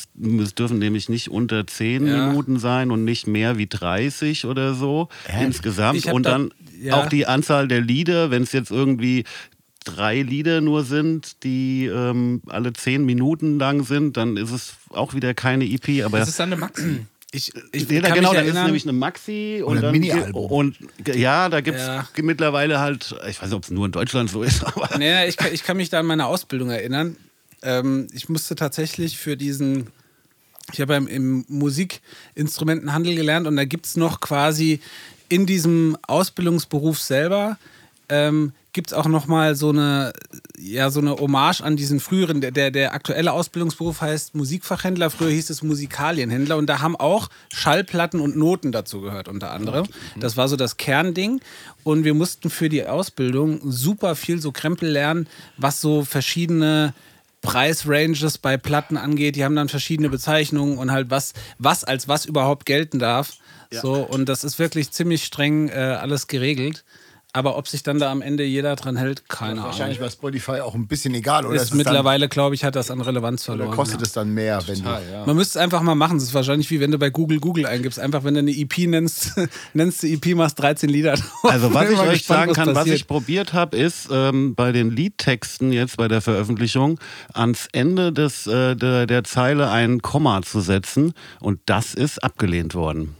Es dürfen nämlich nicht unter zehn Ja. Minuten sein und nicht mehr wie dreißig oder so Äh? insgesamt. Ich hab Und da- dann ja. auch die Anzahl der Lieder, wenn es jetzt irgendwie drei Lieder nur sind, die ähm, alle zehn Minuten lang sind, dann ist es auch wieder keine E P. Aber Das ist dann eine Maxi. Ich, ich ja, da, kann genau, mich da ist erinnern, nämlich eine Maxi und Oder ein dann Mini-Album. und ja, da gibt es Ja. mittlerweile halt, ich weiß nicht, ob es nur in Deutschland so ist, aber Nee, ich, kann- ich kann mich da an meine Ausbildung erinnern. Ähm, ich musste tatsächlich für diesen, ich habe ja im, im Musikinstrumentenhandel gelernt und da gibt es noch quasi in diesem Ausbildungsberuf selber, ähm, gibt es auch nochmal so eine, ja, so eine Hommage an diesen früheren, der, der, der aktuelle Ausbildungsberuf heißt Musikfachhändler, früher hieß es Musikalienhändler und da haben auch Schallplatten und Noten dazu gehört unter anderem. Das war so das Kernding und wir mussten für die Ausbildung super viel so Krempel lernen, was so verschiedene Preisranges bei Platten angeht. Die haben dann verschiedene Bezeichnungen und halt was, was als was überhaupt gelten darf. So, und das ist wirklich ziemlich streng äh, alles geregelt. Aber ob sich dann da am Ende jeder dran hält, keine Wahrscheinlich Ahnung. bei Spotify auch ein bisschen egal. Oder Ist ist es mittlerweile, glaube ich, hat das an Relevanz dann, oder verloren. kostet ja. es dann mehr, wenn Total, du... ja. Man müsste es einfach mal machen. Es ist wahrscheinlich wie wenn du bei Google Google eingibst. Einfach, wenn du eine E P nennst, nennst du E P, machst dreizehn Lieder drauf. also was Bin ich mal euch gespannt, sagen kann, was passiert. ich probiert habe, ist ähm, bei den Liedtexten jetzt bei der Veröffentlichung ans Ende des, äh, der, der Zeile ein Komma zu setzen und das ist abgelehnt worden.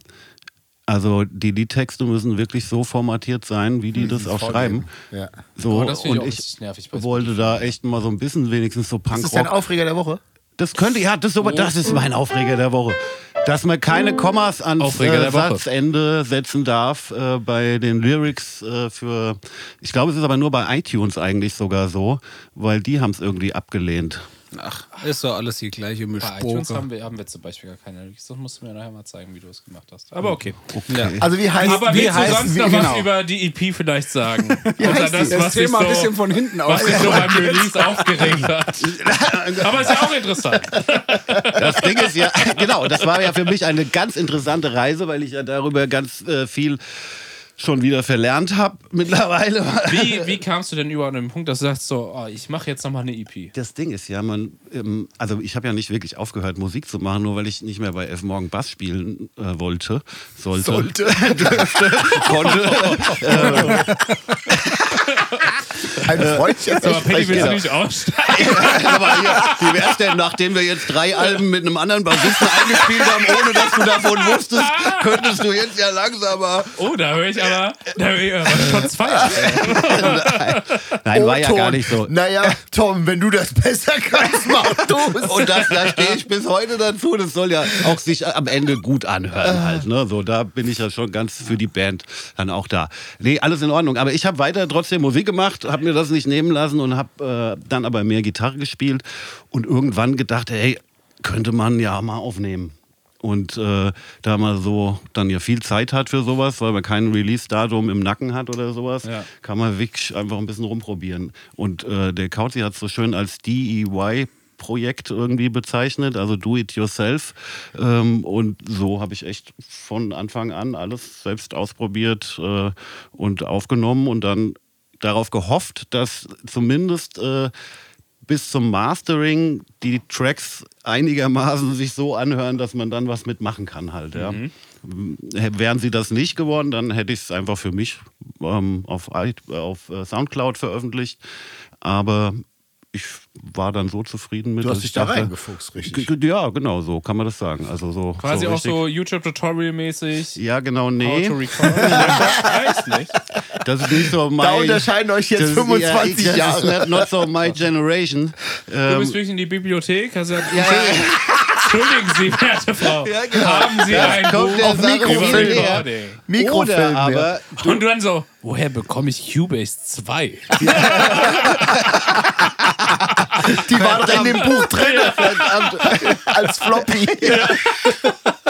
Also die Liedtexte müssen wirklich so formatiert sein, wie die das auch schreiben. Ja. So, Oh, das finde ich und auch ich richtig nervig bei wollte da echt mal so ein bisschen wenigstens so Das ist dein Punkrock. Aufreger der Woche? Das könnte, ja, das, so, das ist mein Aufreger der Woche. Dass man keine Kommas ans Aufreger äh, der Woche. Satzende setzen darf äh, bei den Lyrics äh, für, ich glaube, es ist aber nur bei iTunes eigentlich sogar so, weil die haben es irgendwie abgelehnt. Ach, ist doch alles die gleiche Bei iTunes Mischpoke. haben wir, haben wir zum Beispiel gar keine. Das musst du mir nachher mal zeigen, wie du es gemacht hast. Aber okay. Ja. Also wie heißt... Aber wie willst du heißt- sonst wie- noch genau. was über die E P vielleicht sagen? Wie Oder heißt das, die? was Erzähl dich mal so, ein bisschen von hinten aus. was dich so beim Release aufgeregt hat. Aber ist ja auch interessant. Das Ding ist ja, genau, das war ja für mich eine ganz interessante Reise, weil ich ja darüber ganz äh, viel schon wieder verlernt habe mittlerweile. Wie, wie kamst du denn überhaupt an den Punkt, dass du sagst, so, oh, ich mache jetzt nochmal eine E P? Das Ding ist ja, man, ähm, also ich habe ja nicht wirklich aufgehört, Musik zu machen, nur weil ich nicht mehr bei Elf Morgen Bass spielen äh, wollte, sollte, Sollte. dürfte, konnte. äh, Ein Freundchen. Aber Paddy, willst du nicht aussteigen? aber hier, wie wär's denn, nachdem wir jetzt drei Alben mit einem anderen Bassisten eingespielt haben, ohne dass du davon wusstest, könntest du jetzt ja langsamer. Oh, da höre ich aber, da höre ich aber Shots feiern. Nein, Nein war ja O-Ton. gar nicht so. Naja, Tom, wenn du das besser kannst, mach du es. Und das, da stehe ich bis heute dazu. Das soll ja auch sich am Ende gut anhören halt. Ne? So, da bin ich ja schon ganz für die Band dann auch da. Nee, alles in Ordnung. Aber ich habe weiter trotzdem Musik gemacht, habe mir das nicht nehmen lassen und habe äh, dann aber mehr Gitarre gespielt und irgendwann gedacht, hey, könnte man ja mal aufnehmen. Und äh, da man so dann ja viel Zeit hat für sowas, weil man kein Release-Datum im Nacken hat oder sowas, Ja. kann man wirklich einfach ein bisschen rumprobieren. Und äh, der Kauzi hat es so schön als D I Y Projekt irgendwie bezeichnet, also Do It Yourself. Ähm, und so habe ich echt von Anfang an alles selbst ausprobiert äh, und aufgenommen und dann darauf gehofft, dass zumindest äh, bis zum Mastering die Tracks einigermaßen sich so anhören, dass man dann was mitmachen kann halt. Ja. Mhm. Wären sie das nicht geworden, dann hätte ich es einfach für mich ähm, auf, I- auf äh, Soundcloud veröffentlicht. Aber ich war dann so zufrieden mit. Du hast dass dich ich da dachte, reingefuchst, richtig. G- Ja, genau, so kann man das sagen. Also so, Quasi so auch richtig. so YouTube-Tutorial-mäßig. Ja, genau, nee. How to record. Weiß nicht. Das ist nicht so mein... Da unterscheiden euch jetzt das ist- fünfundzwanzig ja, Jahre. Das ist not, not so my generation. Du Ähm, bist wirklich in die Bibliothek. Hast gesagt, ja, Entschuldigen Sie, werte Frau. Ja, genau. Haben Sie Ja, ein kommt Buch der auf Sache Mikrofilm? viel näher. Recording? Mikrofilm. Oder aber... Und dann so, woher bekomme ich Cubase zwei? Die war doch in dem Buch drin. Als Floppy.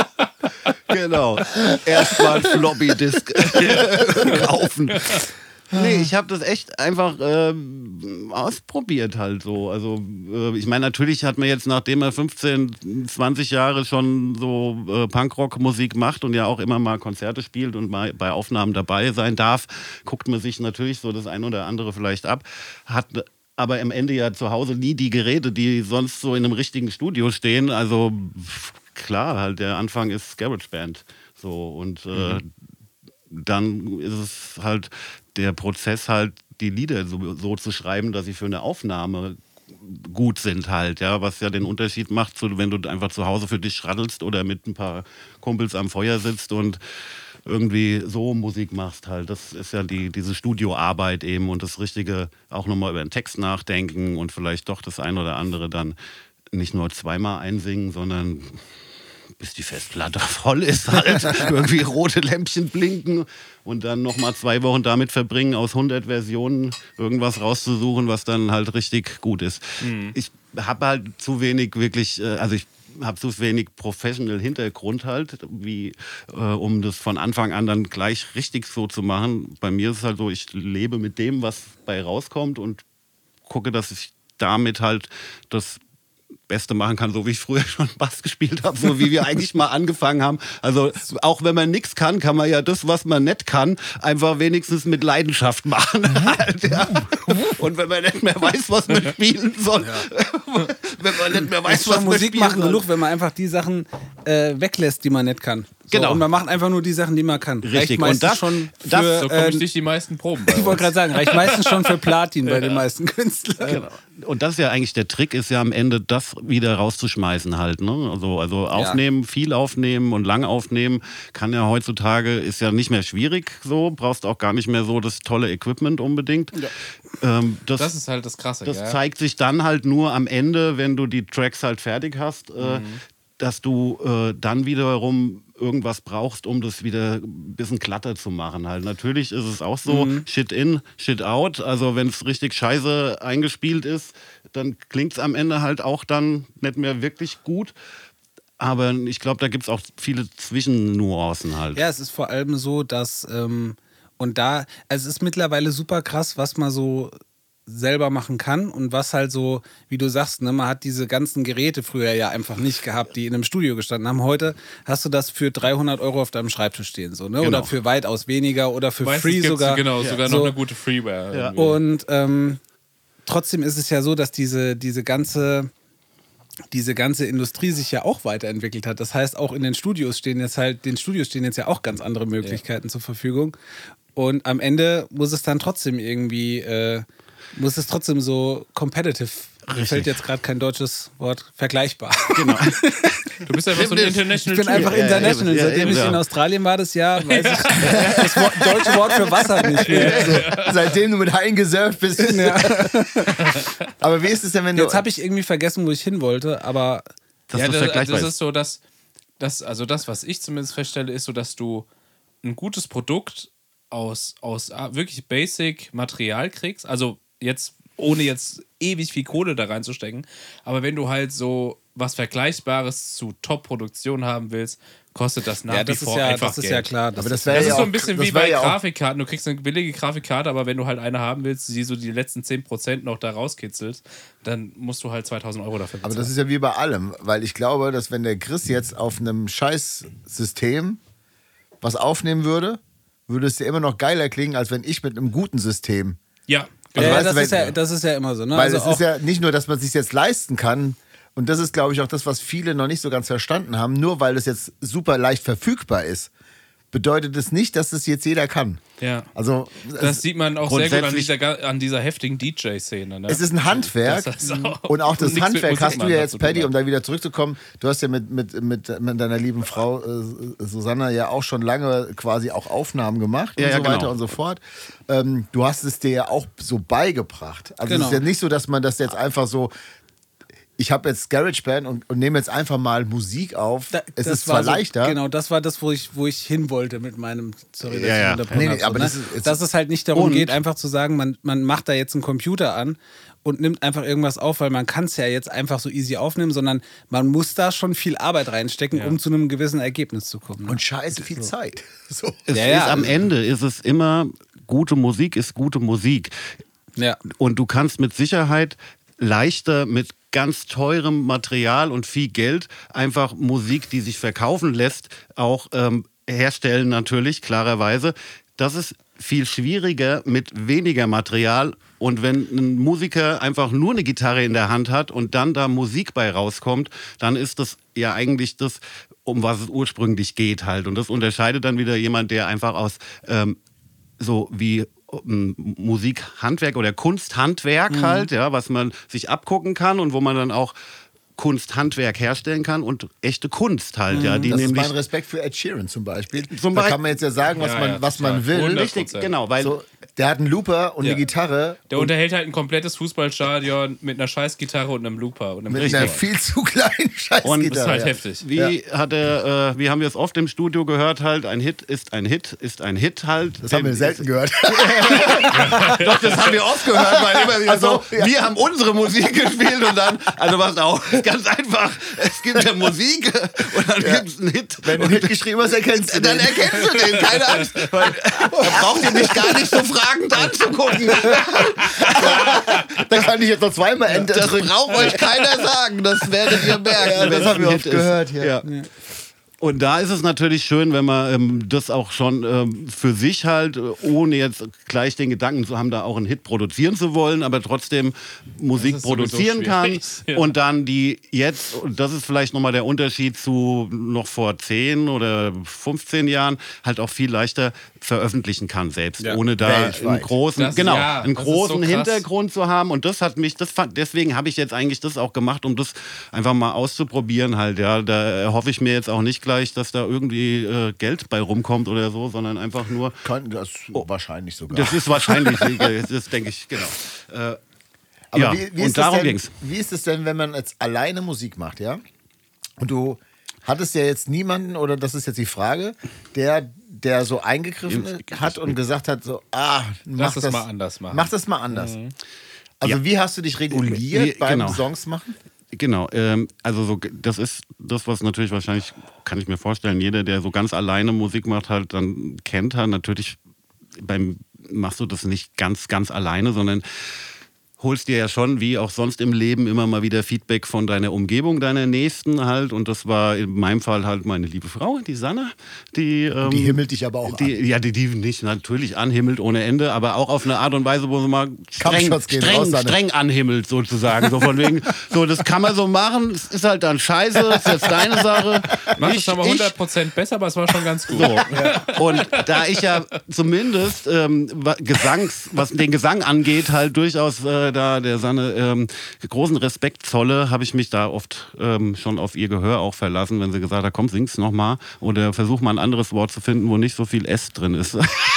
Genau. Erstmal Floppy-Disk kaufen. Nee, ich habe das echt einfach äh, ausprobiert halt so. Also äh, ich meine, natürlich hat man jetzt, nachdem er fünfzehn, zwanzig Jahre schon so äh, Punkrock-Musik macht und ja auch immer mal Konzerte spielt und mal bei Aufnahmen dabei sein darf, guckt man sich natürlich so das ein oder andere vielleicht ab. Hat aber am Ende ja zu Hause nie die Geräte, die sonst so in einem richtigen Studio stehen. Also klar, halt der Anfang ist GarageBand. So und äh, mhm. dann ist es halt der Prozess, halt die Lieder so, so zu schreiben, dass sie für eine Aufnahme gut sind halt, ja, was ja den Unterschied macht, so, wenn du einfach zu Hause für dich schraddelst oder mit ein paar Kumpels am Feuer sitzt und irgendwie so Musik machst halt. Das ist ja die, diese Studioarbeit eben und das Richtige auch nochmal über den Text nachdenken und vielleicht doch das ein oder andere dann nicht nur zweimal einsingen, sondern bis die Festplatte voll ist halt, irgendwie rote Lämpchen blinken und dann nochmal zwei Wochen damit verbringen, aus hundert Versionen irgendwas rauszusuchen, was dann halt richtig gut ist. Mhm. Ich habe halt zu wenig wirklich, also ich habe zu wenig professional Hintergrund halt, wie, äh, um das von Anfang an dann gleich richtig so zu machen. Bei mir ist es halt so, ich lebe mit dem, was bei rauskommt und gucke, dass ich damit halt das Beste machen kann, so wie ich früher schon Bass gespielt habe, so wie wir eigentlich mal angefangen haben. Also auch wenn man nichts kann, kann man ja das, was man nicht kann, einfach wenigstens mit Leidenschaft machen. Halt, ja. Und wenn man nicht mehr weiß, was man spielen soll, ja. wenn man nicht mehr weiß, was man Musik spielen machen soll. genug, wenn man einfach die Sachen äh, weglässt, die man nicht kann. So, genau. Und man macht einfach nur die Sachen, die man kann. Richtig. Reicht Und das, schon für, das so komme ich äh, durch die meisten Proben. ich wollte gerade sagen, reicht meistens schon für Platin bei den meisten Künstlern. Genau. Und das ist ja eigentlich der Trick, ist ja am Ende das wieder rauszuschmeißen halt. Ne? Also, also aufnehmen, ja. viel aufnehmen und lang aufnehmen kann ja heutzutage, ist ja nicht mehr schwierig so, brauchst auch gar nicht mehr so das tolle Equipment unbedingt. Ja. Ähm, das, das ist halt das Krasse. Das ja. zeigt sich dann halt nur am Ende, wenn du die Tracks halt fertig hast, äh, mhm. dass du äh, dann wiederum irgendwas brauchst, um das wieder ein bisschen glatter zu machen. Halt. Natürlich ist es auch so, mhm. Shit in, Shit out. Also wenn es richtig scheiße eingespielt ist, dann klingt es am Ende halt auch dann nicht mehr wirklich gut. Aber ich glaube, da gibt es auch viele Zwischennuancen halt. Ja, es ist vor allem so, dass ähm, und da, also es ist mittlerweile super krass, was man so selber machen kann und was halt so, wie du sagst, ne, man hat diese ganzen Geräte früher ja einfach nicht gehabt, die in einem Studio gestanden haben. Heute hast du das für dreihundert Euro auf deinem Schreibtisch stehen, so, ne? Genau. Oder für weitaus weniger oder für Meistens free sogar. Genau, sogar so. noch eine gute Freeware. Ja. Und ähm, trotzdem ist es ja so, dass diese, diese ganze diese ganze Industrie sich ja auch weiterentwickelt hat. Das heißt, auch in den Studios stehen jetzt halt, den Studios stehen jetzt ja auch ganz andere Möglichkeiten ja. zur Verfügung. Und am Ende muss es dann trotzdem irgendwie äh, muss es trotzdem so competitive, mir fällt jetzt gerade kein deutsches Wort, vergleichbar. Genau. Du bist einfach so ein International. Ich bin einfach ja, international. Ja, Seitdem ja, ich ja. in Australien war, das Jahr, weiß ich das Wort, deutsche Wort für Wasser nicht mehr. So. Seitdem du mit Haien gesurft bist. Ja. Aber wie ist es denn, wenn du... Jetzt habe ich irgendwie vergessen, wo ich hin wollte, aber... Das, ja, das, das, das ist so, dass, dass, also das, was ich zumindest feststelle, ist so, dass du ein gutes Produkt aus, aus wirklich basic Material kriegst, also jetzt ohne jetzt ewig viel Kohle da reinzustecken, aber wenn du halt so was Vergleichbares zu Top-Produktion haben willst, kostet das nach ja, das wie vor ist ja, einfach das ist Geld. ja klar. Das, aber das, das ja ist so auch, ein bisschen wie bei bei ja Grafikkarten. Du kriegst eine billige Grafikkarte, aber wenn du halt eine haben willst, die so die letzten zehn Prozent noch da rauskitzelst, dann musst du halt zweitausend Euro dafür bezahlen. Aber das ist ja wie bei allem, weil ich glaube, dass wenn der Chris jetzt auf einem Scheiß-System was aufnehmen würde, würde es dir immer noch geiler klingen, als wenn ich mit einem guten System. Ja, Also ja, weißt das, du, wenn, ist ja, das ist ja immer so. Ne? Weil also es ist ja nicht nur, dass man es sich jetzt leisten kann, und das ist, glaube ich, auch das, was viele noch nicht so ganz verstanden haben, nur weil es jetzt super leicht verfügbar ist, bedeutet es nicht, dass es jetzt jeder kann. Ja. Also, das sieht man auch sehr gut an dieser, an dieser heftigen D J-Szene. Ne? Es ist ein Handwerk. Das heißt auch, und auch das und Handwerk hast du ja jetzt, Paddy, tun, um da wieder zurückzukommen, du hast ja mit, mit, mit, mit deiner lieben Frau äh, Susanna ja auch schon lange quasi auch Aufnahmen gemacht und ja, ja, so weiter genau. und so fort. Ähm, du hast es dir ja auch so beigebracht. Also genau. es ist ja nicht so, dass man das jetzt einfach so... Ich habe jetzt GarageBand und, und nehme jetzt einfach mal Musik auf. Da, es das ist zwar war so, leichter. Genau, das war das, wo ich, wo ich hin wollte mit meinem. Sorry, dass Ja, ich ja. unterbrochen Nee, nee, habe, aber ne? das ist jetzt- dass es halt nicht darum Und- geht, einfach zu sagen, man, man macht da jetzt einen Computer an und nimmt einfach irgendwas auf, weil man kann es ja jetzt einfach so easy aufnehmen, sondern man muss da schon viel Arbeit reinstecken, Ja. um zu einem gewissen Ergebnis zu kommen. Ne? Und scheiße viel Zeit. So. Es Ja, ja. ist am Ende ist es immer gute Musik ist gute Musik. Ja. Und du kannst mit Sicherheit leichter mit ganz teurem Material und viel Geld einfach Musik, die sich verkaufen lässt, auch ähm, herstellen natürlich, klarerweise. Das ist viel schwieriger mit weniger Material. Und wenn ein Musiker einfach nur eine Gitarre in der Hand hat und dann da Musik bei rauskommt, dann ist das ja eigentlich das, um was es ursprünglich geht halt. Und das unterscheidet dann wieder jemand, der einfach aus ähm, so wie Musikhandwerk oder Kunsthandwerk mhm. halt, ja, was man sich abgucken kann und wo man dann auch Kunsthandwerk herstellen kann und echte Kunst halt, mhm. ja, die das nämlich ist mein Respekt für Ed Sheeran zum Beispiel. Zum da Beispiel, kann man jetzt ja sagen, was ja, man, ja, was man will. hundert Richtig, Prozent. genau, weil So, der hat einen Looper und Ja. eine Gitarre. Der unterhält halt ein komplettes Fußballstadion mit einer Scheißgitarre und einem Looper. Und einem Mit einer Keyboard. viel zu kleinen Scheißgitarre. Das ist halt ja. heftig. wie Ja. hat er, äh, wie haben wir es oft im Studio gehört halt, ein Hit ist ein Hit, ist ein Hit halt. Das haben wir selten gehört. Doch, das haben wir oft gehört, weil immer wieder Also, so, ja. wir haben unsere Musik gespielt und dann, also was auch, ganz einfach, es gibt ja Musik und dann Ja. gibt es einen Hit. Wenn du einen Hit geschrieben hast, erkennst du Dann den. erkennst du den, keine Angst. Weil, da braucht ihr mich gar nicht so fragend anzugucken. Da kann ich jetzt noch zweimal Enter Das drücken. braucht euch keiner sagen, das werdet ihr merken. Ja, das wenn es haben wir ein oft Hit ist. gehört hier. Ja. Und da ist es natürlich schön, wenn man ähm, das auch schon ähm, für sich halt, äh, ohne jetzt gleich den Gedanken zu haben, da auch einen Hit produzieren zu wollen, aber trotzdem Musik ist sowieso produzieren kann schwierig, ja. und dann die jetzt, und das ist vielleicht nochmal der Unterschied zu noch vor zehn oder fünfzehn Jahren, halt auch viel leichter veröffentlichen kann selbst, Ja. ohne da Weltweit. einen großen, Das- genau, ja, einen das ist so großen krass. Hintergrund zu haben. Und das hat mich, das fand, deswegen habe ich jetzt eigentlich das auch gemacht, um das einfach mal auszuprobieren halt. Ja, da hoffe ich mir jetzt auch nicht gleich, dass da irgendwie äh, Geld bei rumkommt oder so, sondern einfach nur. Kann das wahrscheinlich sogar. Das ist wahrscheinlich, das denke ich, genau. Äh, Aber ja, wie, wie ist und darum das denn, ging's. Wie ist es denn, wenn man jetzt alleine Musik macht, ja? Und du hattest ja jetzt niemanden, oder das ist jetzt die Frage, der, der so eingegriffen hat und gesagt hat, so, ah, mach es das mal anders machen. Mach das mal anders. Mhm. Also Ja. wie hast du dich reguliert Wie- beim genau. Songs machen? Genau, ähm, also so, das ist das, was natürlich wahrscheinlich, kann ich mir vorstellen, jeder, der so ganz alleine Musik macht, halt dann kennt halt natürlich, beim machst du das nicht ganz, ganz alleine, sondern holst dir ja schon, wie auch sonst im Leben, immer mal wieder Feedback von deiner Umgebung, deiner Nächsten halt. Und das war in meinem Fall halt meine liebe Frau, die Sanne. Die, ähm, Die himmelt dich aber auch die, an. Ja, die, die nicht natürlich anhimmelt ohne Ende, aber auch auf eine Art und Weise, wo sie mal streng, Kampfshots gehen streng, raus, Sanne. streng anhimmelt sozusagen. So von wegen, so das kann man so machen, es ist halt dann scheiße, ist jetzt deine Sache. Macht Ich- es aber ich- hundert Prozent besser, aber es war schon ganz gut. so. Und da ich ja zumindest ähm, wa- Gesangs, was den Gesang angeht, halt durchaus äh, da der Sanne ähm, großen Respekt zolle, habe ich mich da oft ähm, schon auf ihr Gehör auch verlassen, wenn sie gesagt hat, komm, sing's nochmal oder versuch mal ein anderes Wort zu finden, wo nicht so viel S drin ist.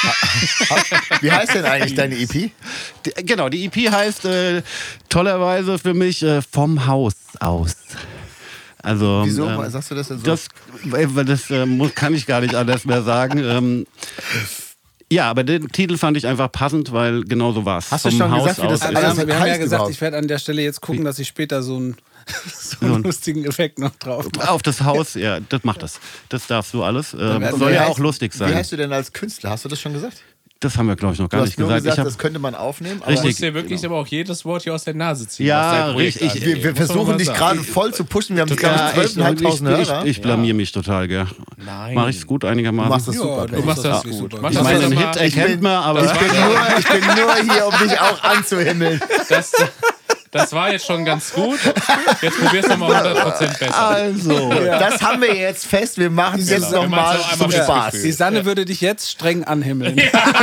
Wie heißt denn eigentlich deine E P? Die, genau, die E P heißt äh, tollerweise für mich äh, Vom Haus aus. Also, Wieso ähm, sagst du das denn so? Das, weil das äh, muss, kann ich gar nicht anders mehr sagen. Ähm, ja, aber den Titel fand ich einfach passend, weil genau so war es. Hast du schon gesagt, wie das Wir alles haben, wir haben ja heißt gesagt, überhaupt? ich werde an der Stelle jetzt gucken, dass ich später so einen, so einen lustigen Effekt noch drauf mache. Auf das Haus, ja, das macht das. Das darfst du alles. Ähm, Und soll wie ja heißt- auch lustig Wie sein. heißt du denn als Künstler? Hast du das schon gesagt? Das haben wir, glaube ich, noch Du gar hast nicht nur gesagt. gesagt, ich hab, das könnte man aufnehmen. Aber Du Richtig. musst dir wirklich aber auch jedes Wort hier aus der Nase ziehen. Ja, was dein Projekt richtig. angeht. wir, wir Muss man versuchen mal dich sagen. gerade voll zu pushen. Wir haben ja, gerade ich, zwölftausendfünfhundert ich, Hörer. ich, ich blamier mich total, gell? Nein. Mach ich's gut einigermaßen? Du machst das Ja, super. du Penny. Du machst das Ja, gut. super. Mach Ich das meine, doch den mal- Hit erkennt man, aber Ich bin, nur, ich bin nur hier, um dich auch anzuhimmeln. Das, das war jetzt schon ganz gut. Jetzt probier's nochmal hundert Prozent besser. also. Das haben wir jetzt fest. Wir machen es jetzt Wir nochmal machen's auch zum einmal fürs Spaß. Gefühl. Die Sanne würde dich jetzt streng anhimmeln.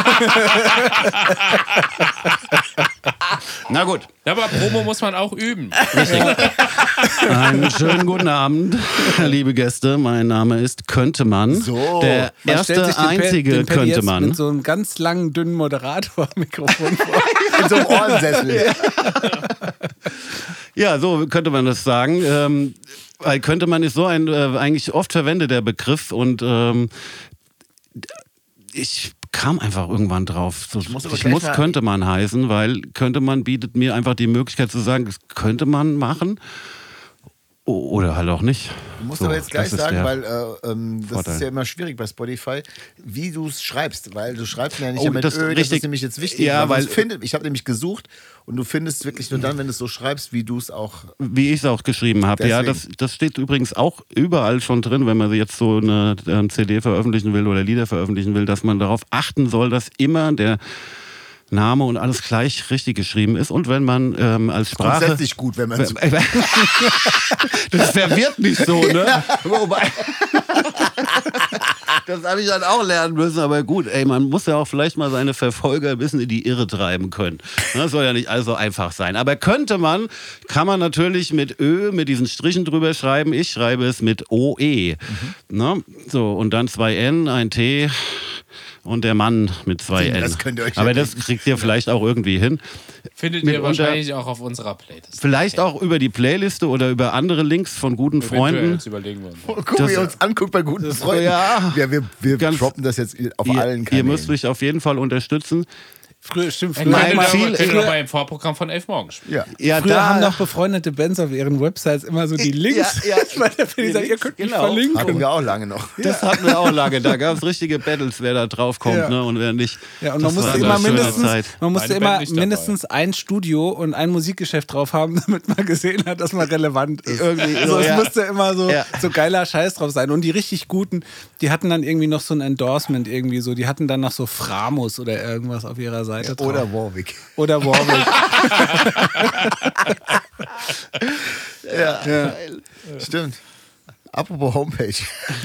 Na gut. Ja, aber Promo muss man auch üben. Einen schönen guten Abend, liebe Gäste. Mein Name ist Könnte man. So. Der Man stellt erste, sich den Pe- einzige den Paddy Könnte jetzt man. mit so einem ganz langen, dünnen Moderator-Mikrofon vor. In so einem Ohrensessel. Ja, so könnte man das sagen. Ähm, weil könnte man ist so ein äh, eigentlich oft verwendeter Begriff und ähm, ich kam einfach irgendwann drauf. So, ich muss muss, aber gleich mal- könnte man heißen, weil könnte man bietet mir einfach die Möglichkeit zu sagen, das könnte man machen. Oder halt auch nicht. Du musst So, aber jetzt gleich das ist sagen, der weil äh, ähm, das Vorteil. ist ja immer schwierig bei Spotify, wie du es schreibst, weil du schreibst mir ja nicht Oh, ja mit das Ö, das richtig- ist nämlich jetzt wichtig. Ja, weil, weil- du's findet, ich habe nämlich gesucht und du findest wirklich nur dann, wenn du es so schreibst, wie du es auch... Wie ich es auch geschrieben habe. Ja, das, Deswegen. das steht übrigens auch überall schon drin, wenn man jetzt so eine, eine C D veröffentlichen will oder Lieder veröffentlichen will, dass man darauf achten soll, dass immer der Name und alles gleich richtig geschrieben ist. Und wenn man ähm, als Sprache... Grundsätzlich gut, wenn man es... Das verwirrt mich so, ne? Wobei... Das habe ich dann auch lernen müssen, aber gut, ey, man muss ja auch vielleicht mal seine Verfolger ein bisschen in die Irre treiben können. Das soll ja nicht also einfach sein. Aber könnte man, kann man natürlich mit Ö, mit diesen Strichen drüber schreiben. Ich schreibe es mit O E. Mhm. Ne? So, und dann zwei N, ein T und der Mann mit zwei N. Das könnt ihr euch aber ja das kriegt ihr vielleicht auch irgendwie hin. Findet Mit ihr unter- wahrscheinlich auch auf unserer Playlist. Vielleicht auch über die Playliste oder über andere Links von guten Eventuell, Freunden. Jetzt überlegen wir uns. Guck, Das- wie ihr uns anguckt bei guten Freunden. ja. ja, wir wir Ganz- droppen das jetzt auf Ihr, allen ihr Kanälen. müsst mich auf jeden Fall unterstützen. Früher, stimmt, früher, Mein Nein, haben, Ziel- Ziel früher, ist noch beim Vorprogramm von elf Morgen spielen. ja. Ja, früher haben doch befreundete Bands auf ihren Websites immer so die Links. Ja, ja. Weil der Penny sagt, ihr könnt mich Genau. verlinken. Hatten wir auch lange noch. Das hatten wir auch lange. Da gab es richtige Battles, wer da drauf kommt, Ja. ne, und wer nicht. Ja, und Das man war musste eine immer schöne mindestens, Zeit. man musste Meine immer Band nicht dabei. mindestens ein Studio und ein Musikgeschäft drauf haben, damit man gesehen hat, dass man relevant ist. Irgendwie also so, es ja. musste immer so, Ja. so geiler Scheiß drauf sein. Und die richtig guten, die hatten dann irgendwie noch so ein Endorsement irgendwie so. Die hatten dann noch so Framus oder irgendwas auf ihrer Seite drauf. Oder Warwick. Oder Warwick. Ja. ja. Stimmt. Apropos Homepage.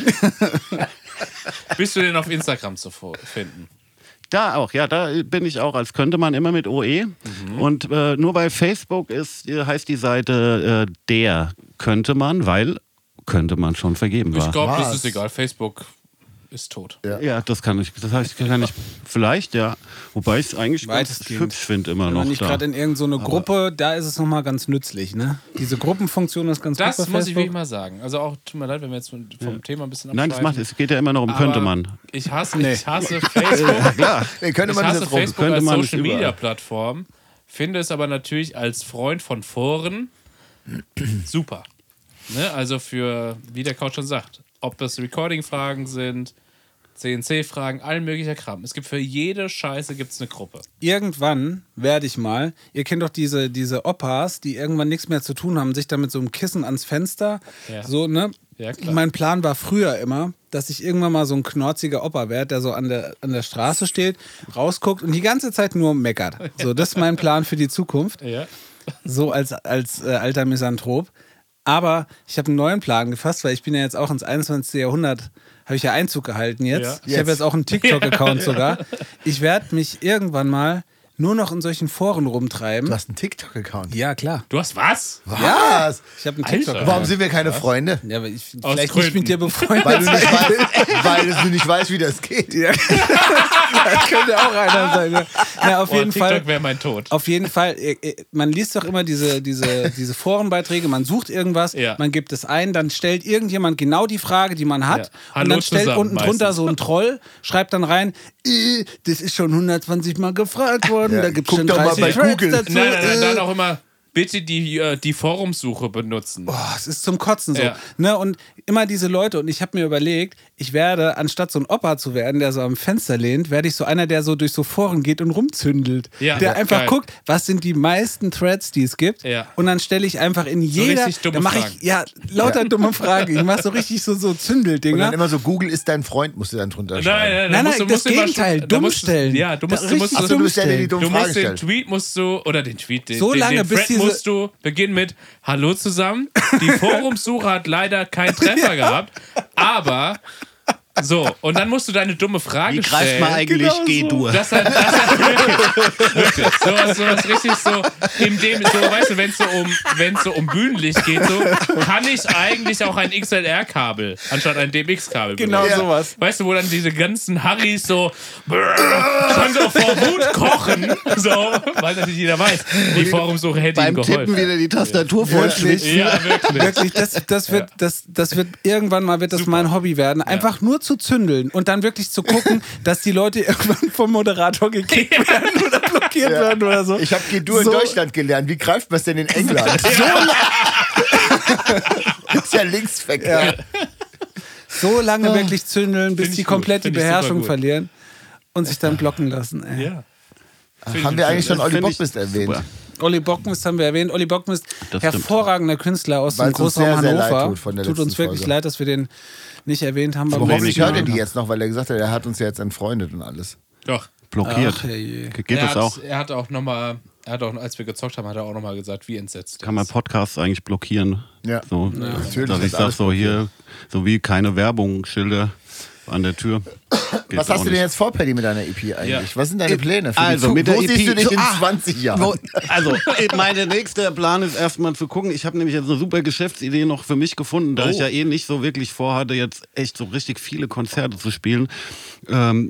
Bist du denn auf Instagram zu finden? Da auch, ja, da bin ich auch, als könnte man immer mit O E. Mhm. Und äh, nur bei Facebook ist, äh, heißt die Seite äh, der könnte man, weil könnte man schon vergeben war. Ich glaube, das Was? ist egal. Facebook ist tot. Ja. Ja, das kann ich. Das heißt, kann ich vielleicht, ja. Wobei ich es eigentlich ganz Weitestgehend. hübsch finde immer Wenn noch man nicht da. gerade in irgendeine Gruppe, da ist es nochmal ganz nützlich, ne? Diese Gruppenfunktion ist ganz Das gut bei muss ich Facebook. wirklich mal sagen. Also auch, tut mir leid, wenn wir jetzt vom vom Thema ein bisschen Nein, das macht, abschweifen. es geht ja immer noch um könnte Aber man. Ich hasse, ich hasse Facebook. Klar. Nee, könnte Ich man das hasse jetzt rum. Facebook Könnte als man es Social überall. Media Plattform, finde es aber natürlich als Freund von Foren super. Ne? Also für, wie der Couch schon sagt, ob das Recording-Fragen sind, C N C-Fragen, all möglicher Kram. Es gibt für jede Scheiße gibt's eine Gruppe. Irgendwann werde ich mal, ihr kennt doch diese, diese Opas, die irgendwann nichts mehr zu tun haben, sich da mit so einem Kissen ans Fenster, Ja. so, ne? Ja, klar. Mein Plan war früher immer, dass ich irgendwann mal so ein knorziger Opa werde, der so an der, an der Straße steht, rausguckt und die ganze Zeit nur meckert. So, das ist mein Plan für die Zukunft. Ja. So als, als äh, alter Misanthrop. Aber ich habe einen neuen Plan gefasst, weil ich bin ja jetzt auch ins einundzwanzigste Jahrhundert, habe ich ja Einzug gehalten jetzt. Ja. Ich habe jetzt auch einen TikTok-Account sogar. Ich werde mich irgendwann mal nur noch in solchen Foren rumtreiben. Du hast einen TikTok-Account. Ja, klar. Du hast was? Was? Ich habe einen Alter. TikTok-Account. Warum sind wir keine Freunde? Ja, aber ich Aus vielleicht Gründen. nicht mit dir befreundet Weil du sein. nicht weißt, weil du nicht weißt, wie das geht. Ja. Das könnte auch einer sein. Ne? Na, auf Oh, jeden TikTok Fall. wäre mein Tod. Auf jeden Fall, äh, äh, man liest doch immer diese, diese, diese Forenbeiträge, man sucht irgendwas, Ja. man gibt es ein, dann stellt irgendjemand genau die Frage, die man hat. Ja. Hallo Und dann stellt zusammen unten drunter meistens. so ein Troll, schreibt dann rein, äh, das ist schon hundertzwanzig Mal gefragt worden, Ja, da gibt es guck schon doch mal dreißig bei Threads Google. dazu. Nein, nein, nein, äh. dann auch immer bitte die, äh, die Forumsuche benutzen. Boah, es ist zum Kotzen so. Ja. Ne? Und immer diese Leute, und ich habe mir überlegt, ich werde, anstatt so ein Opa zu werden, der so am Fenster lehnt, werde ich so einer, der so durch so Foren geht und rumzündelt. Ja, der einfach geil. guckt, was sind die meisten Threads, die es gibt. Ja. Und dann stelle ich einfach in jeder. richtig dumme dann mache Fragen. ich ja lauter dumme Fragen. Ich mache so richtig so, so Und Zündeldinger. dann immer so, Google ist dein Freund, musst du dann drunter Nein, schreiben. nein, Nein, da nein, musst du- das musst du immer Gegenteil, schon- da dumm musst du- stellen. Ja, du musst, Da du musst, richtig Achso, du bist der, der die dumm dummen du Fragen musst den stellt. Tweet musst du, oder den Tweet, den, So den, lange, den bis Thread diese- musst du beginnen mit Hallo zusammen, die Forumsuche hat leider keinen Treffer gehabt, aber so, und dann musst du deine dumme Frage Wie greift stellen. man eigentlich Genau so. G-Dur? Das hat, das hat wirklich, wirklich sowas, sowas richtig so, in dem, so, weißt du, wenn es so um, wenn es so um Bühnenlicht geht, so, kann ich eigentlich auch ein X L R-Kabel anstatt ein D M X-Kabel Genau benutzen? sowas. Weißt du, wo dann diese ganzen Harrys so schon so vor Wut kochen, so, weil natürlich jeder weiß, die Forumsuche hätte ihm Beim Tippen geholfen. wieder die Tastatur vollschwitzen. Ja, wirklich. Wirklich, das, das, wird, das, das wird irgendwann mal wird das mein Hobby werden, einfach nur zu zündeln und dann wirklich zu gucken, dass die Leute irgendwann vom Moderator gekickt werden oder blockiert werden oder so. Ich habe G-Dur So- in Deutschland gelernt. Wie greift man es denn in England? Ist ja Linksverkehr. Ja. So lange wirklich zündeln, bis die komplett die Beherrschung verlieren und sich dann blocken lassen. Ey. Ja. Haben wir eigentlich schon Olli Bockmist erwähnt? Super. Olli Bockmist haben wir erwähnt. Olli Bockmist, hervorragender Künstler aus dem Weil's uns Großraum sehr, sehr Hannover. leid tut von der Tut uns letzten wirklich Folge. leid, dass wir den nicht erwähnt haben. Aber beim hoffentlich letzten hört er Mal. die jetzt noch, weil er gesagt hat, er hat uns ja jetzt entfreundet und alles. Doch. Blockiert. Ach, herrje. Geht er das hat, auch? Er hat auch nochmal, er hat auch, als wir gezockt haben, hat er auch nochmal gesagt, wie entsetzt er Kann man ist. Podcasts eigentlich blockieren? Ja. So, Natürlich dass ich ist sag alles so hier, so wie keine Werbung, Schilder an der Tür. Geht Was auch hast du denn nicht. jetzt vor, Paddy, mit deiner E P eigentlich? Ja. Was sind deine Pläne für Also, die mit Zukunft? der Wo E P siehst du dich in Ah, zwanzig Jahren? Wo, also, meine nächste Plan ist erstmal zu gucken. Ich habe nämlich jetzt eine super Geschäftsidee noch für mich gefunden, da Oh. ich ja eh nicht so wirklich vorhatte, jetzt echt so richtig viele Konzerte zu spielen. Ähm,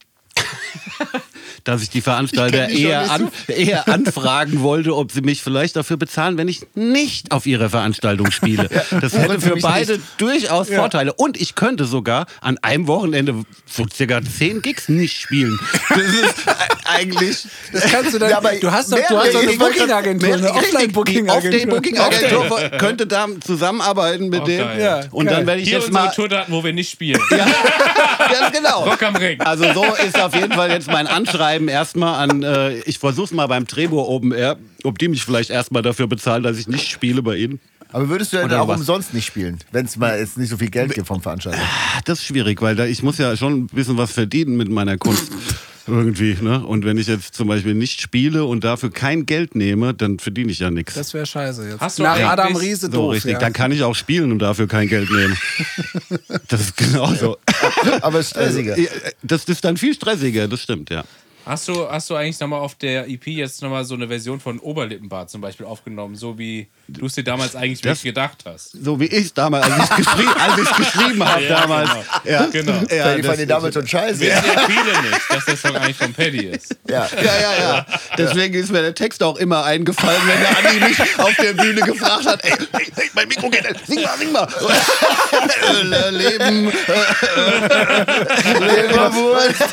dass ich die Veranstalter Ich kenn die eher, schon an, eher anfragen wollte, ob sie mich vielleicht dafür bezahlen, wenn ich nicht auf ihrer Veranstaltung spiele. Das hätte für für mich beide nicht. durchaus Vorteile. Und ich könnte sogar an einem Wochenende so circa zehn Gigs nicht spielen. Das ist eigentlich... Das kannst du dann. Ja, aber du hast doch, mehr- du hast doch eine ich wollte grad- Booking-Agentur, eine Richtig, die Offline-Booking-Agentur. Off-Day-Booking-Agentur könnte da zusammenarbeiten mit Oh, dem. geil. Ja, Und geil. dann werde ich Hier jetzt unsere mal... Tourdaten, wo wir nicht spielen. Ganz genau. Rock am Ring. Also so ist auf jeden Fall jetzt mein Anschreiben erstmal an, äh, ich versuch's mal beim Trebur Open Air, ob die mich vielleicht erstmal dafür bezahlen, dass ich nicht spiele bei ihnen. Aber würdest du denn Oder auch was? umsonst nicht spielen, wenn es mal jetzt nicht so viel Geld gibt vom Veranstalter? Ah, das ist schwierig, weil da, ich muss ja schon ein bisschen was verdienen mit meiner Kunst. Irgendwie, ne? Und wenn ich jetzt zum Beispiel nicht spiele und dafür kein Geld nehme, dann verdiene ich ja nichts. Das wäre scheiße jetzt. Hast du Nach eigentlich- Adam Riese So doof. richtig, ja. dann kann ich auch spielen und dafür kein Geld nehmen. Das ist genauso. Aber es ist stressiger. Ja, Das ist dann viel stressiger, das stimmt, ja. Hast du, hast du eigentlich nochmal auf der E P jetzt nochmal so eine Version von Oberlippenbart zum Beispiel aufgenommen, so wie du es dir damals eigentlich Das- wirklich gedacht hast? So wie ich es damals, als ich es geschrie als ich's geschrieben habe Ja, damals. genau. Ja, Genau. Ja, Paddy das- fand den damals schon scheiße. Wissen ja viele nicht, dass der Song eigentlich von Paddy ist. Ja. Ja, ja, ja. Deswegen ist mir der Text auch immer eingefallen, wenn der Andi mich auf der Bühne gefragt hat, ey, ey, ey mein Mikro geht, sing mal, sing mal. Äh, Leben, Leberwurst.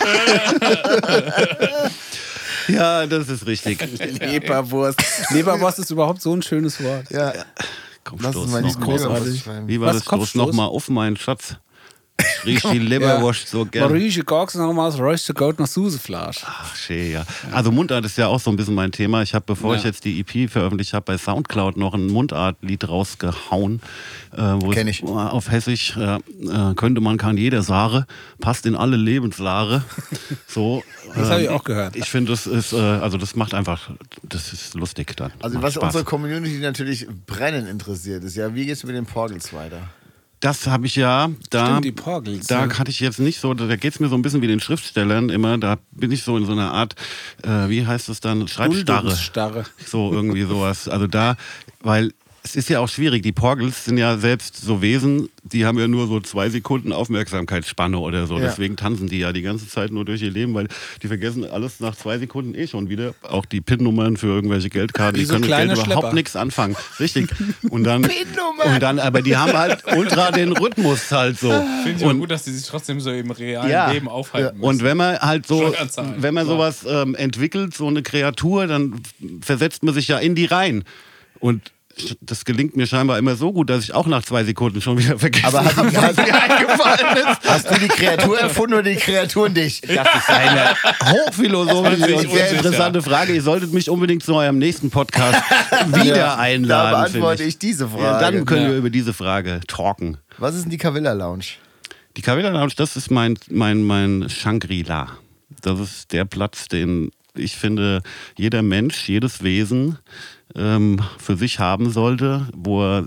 ja, das ist richtig. Leberwurst. Leberwurst ist überhaupt so ein schönes Wort. Ja. Komm, Lass uns stoß mal noch die mal. großartig schreiben. Wie war Was, das? Stoß Kopfstoß? noch mal auf meinen Schatz. Ich riech die Leberwurst so gern. Marie Gorgs nochmal das Röste Gold nach Suseflasch. Ach, schön, ja. Also Mundart ist ja auch so ein bisschen mein Thema. Ich habe, bevor ich jetzt die E P veröffentlicht habe, bei Soundcloud noch ein Mundartlied rausgehauen. Äh, wo Kenn es ich. auf Hessisch äh, äh, könnte man, kann jeder Sare, passt in alle Lebenslage. So, Das ähm, habe ich auch gehört. Ich finde, das ist, äh, also das macht einfach, das ist lustig dann. Also Macht was Spaß. unsere Community natürlich brennend interessiert ist, ja, wie geht's mit den Porgels weiter? Das habe ich ja, da, Stimmt, die Porgels, da ja. hatte ich jetzt nicht so, da geht es mir so ein bisschen wie den Schriftstellern immer, da bin ich so in so einer Art, äh, wie heißt es dann, Schreibstarre. Duldungsstarre. So irgendwie sowas. Also da, weil es ist ja auch schwierig, die Porgels sind ja selbst so Wesen, die haben ja nur so zwei Sekunden Aufmerksamkeitsspanne oder so. Ja. Deswegen tanzen die ja die ganze Zeit nur durch ihr Leben, weil die vergessen alles nach zwei Sekunden eh schon wieder. Auch die P I N-Nummern für irgendwelche Geldkarten, Wie die so können mit kleine Geld überhaupt Schlepper. nichts anfangen. Richtig. Und dann, und dann, aber die haben halt ultra den Rhythmus halt so. Finde ich aber Und gut, dass die sich trotzdem so im realen Ja. Leben aufhalten müssen. und wenn man halt so, Schlaganzahlen. wenn man Klar. sowas ähm, entwickelt, so eine Kreatur, dann versetzt man sich ja in die Reihen. Und das gelingt mir scheinbar immer so gut, dass ich auch nach zwei Sekunden schon wieder vergessen Aber hat, habe, was mir eingefallen ist. hast du die Kreatur erfunden oder die Kreaturen dich? Das ist eine hochphilosophische Das ist und sehr unsicher. interessante Frage. Ihr solltet mich unbedingt zu eurem nächsten Podcast wieder Da einladen. beantworte finde ich diese Frage. Ja, dann können Ja. wir über diese Frage talken. Was ist denn die Cavilla Lounge? Die Cavilla Lounge, das ist mein, mein, mein Shangri-La. Das ist der Platz, den ich finde, jeder Mensch, jedes Wesen ähm, für sich haben sollte, wo er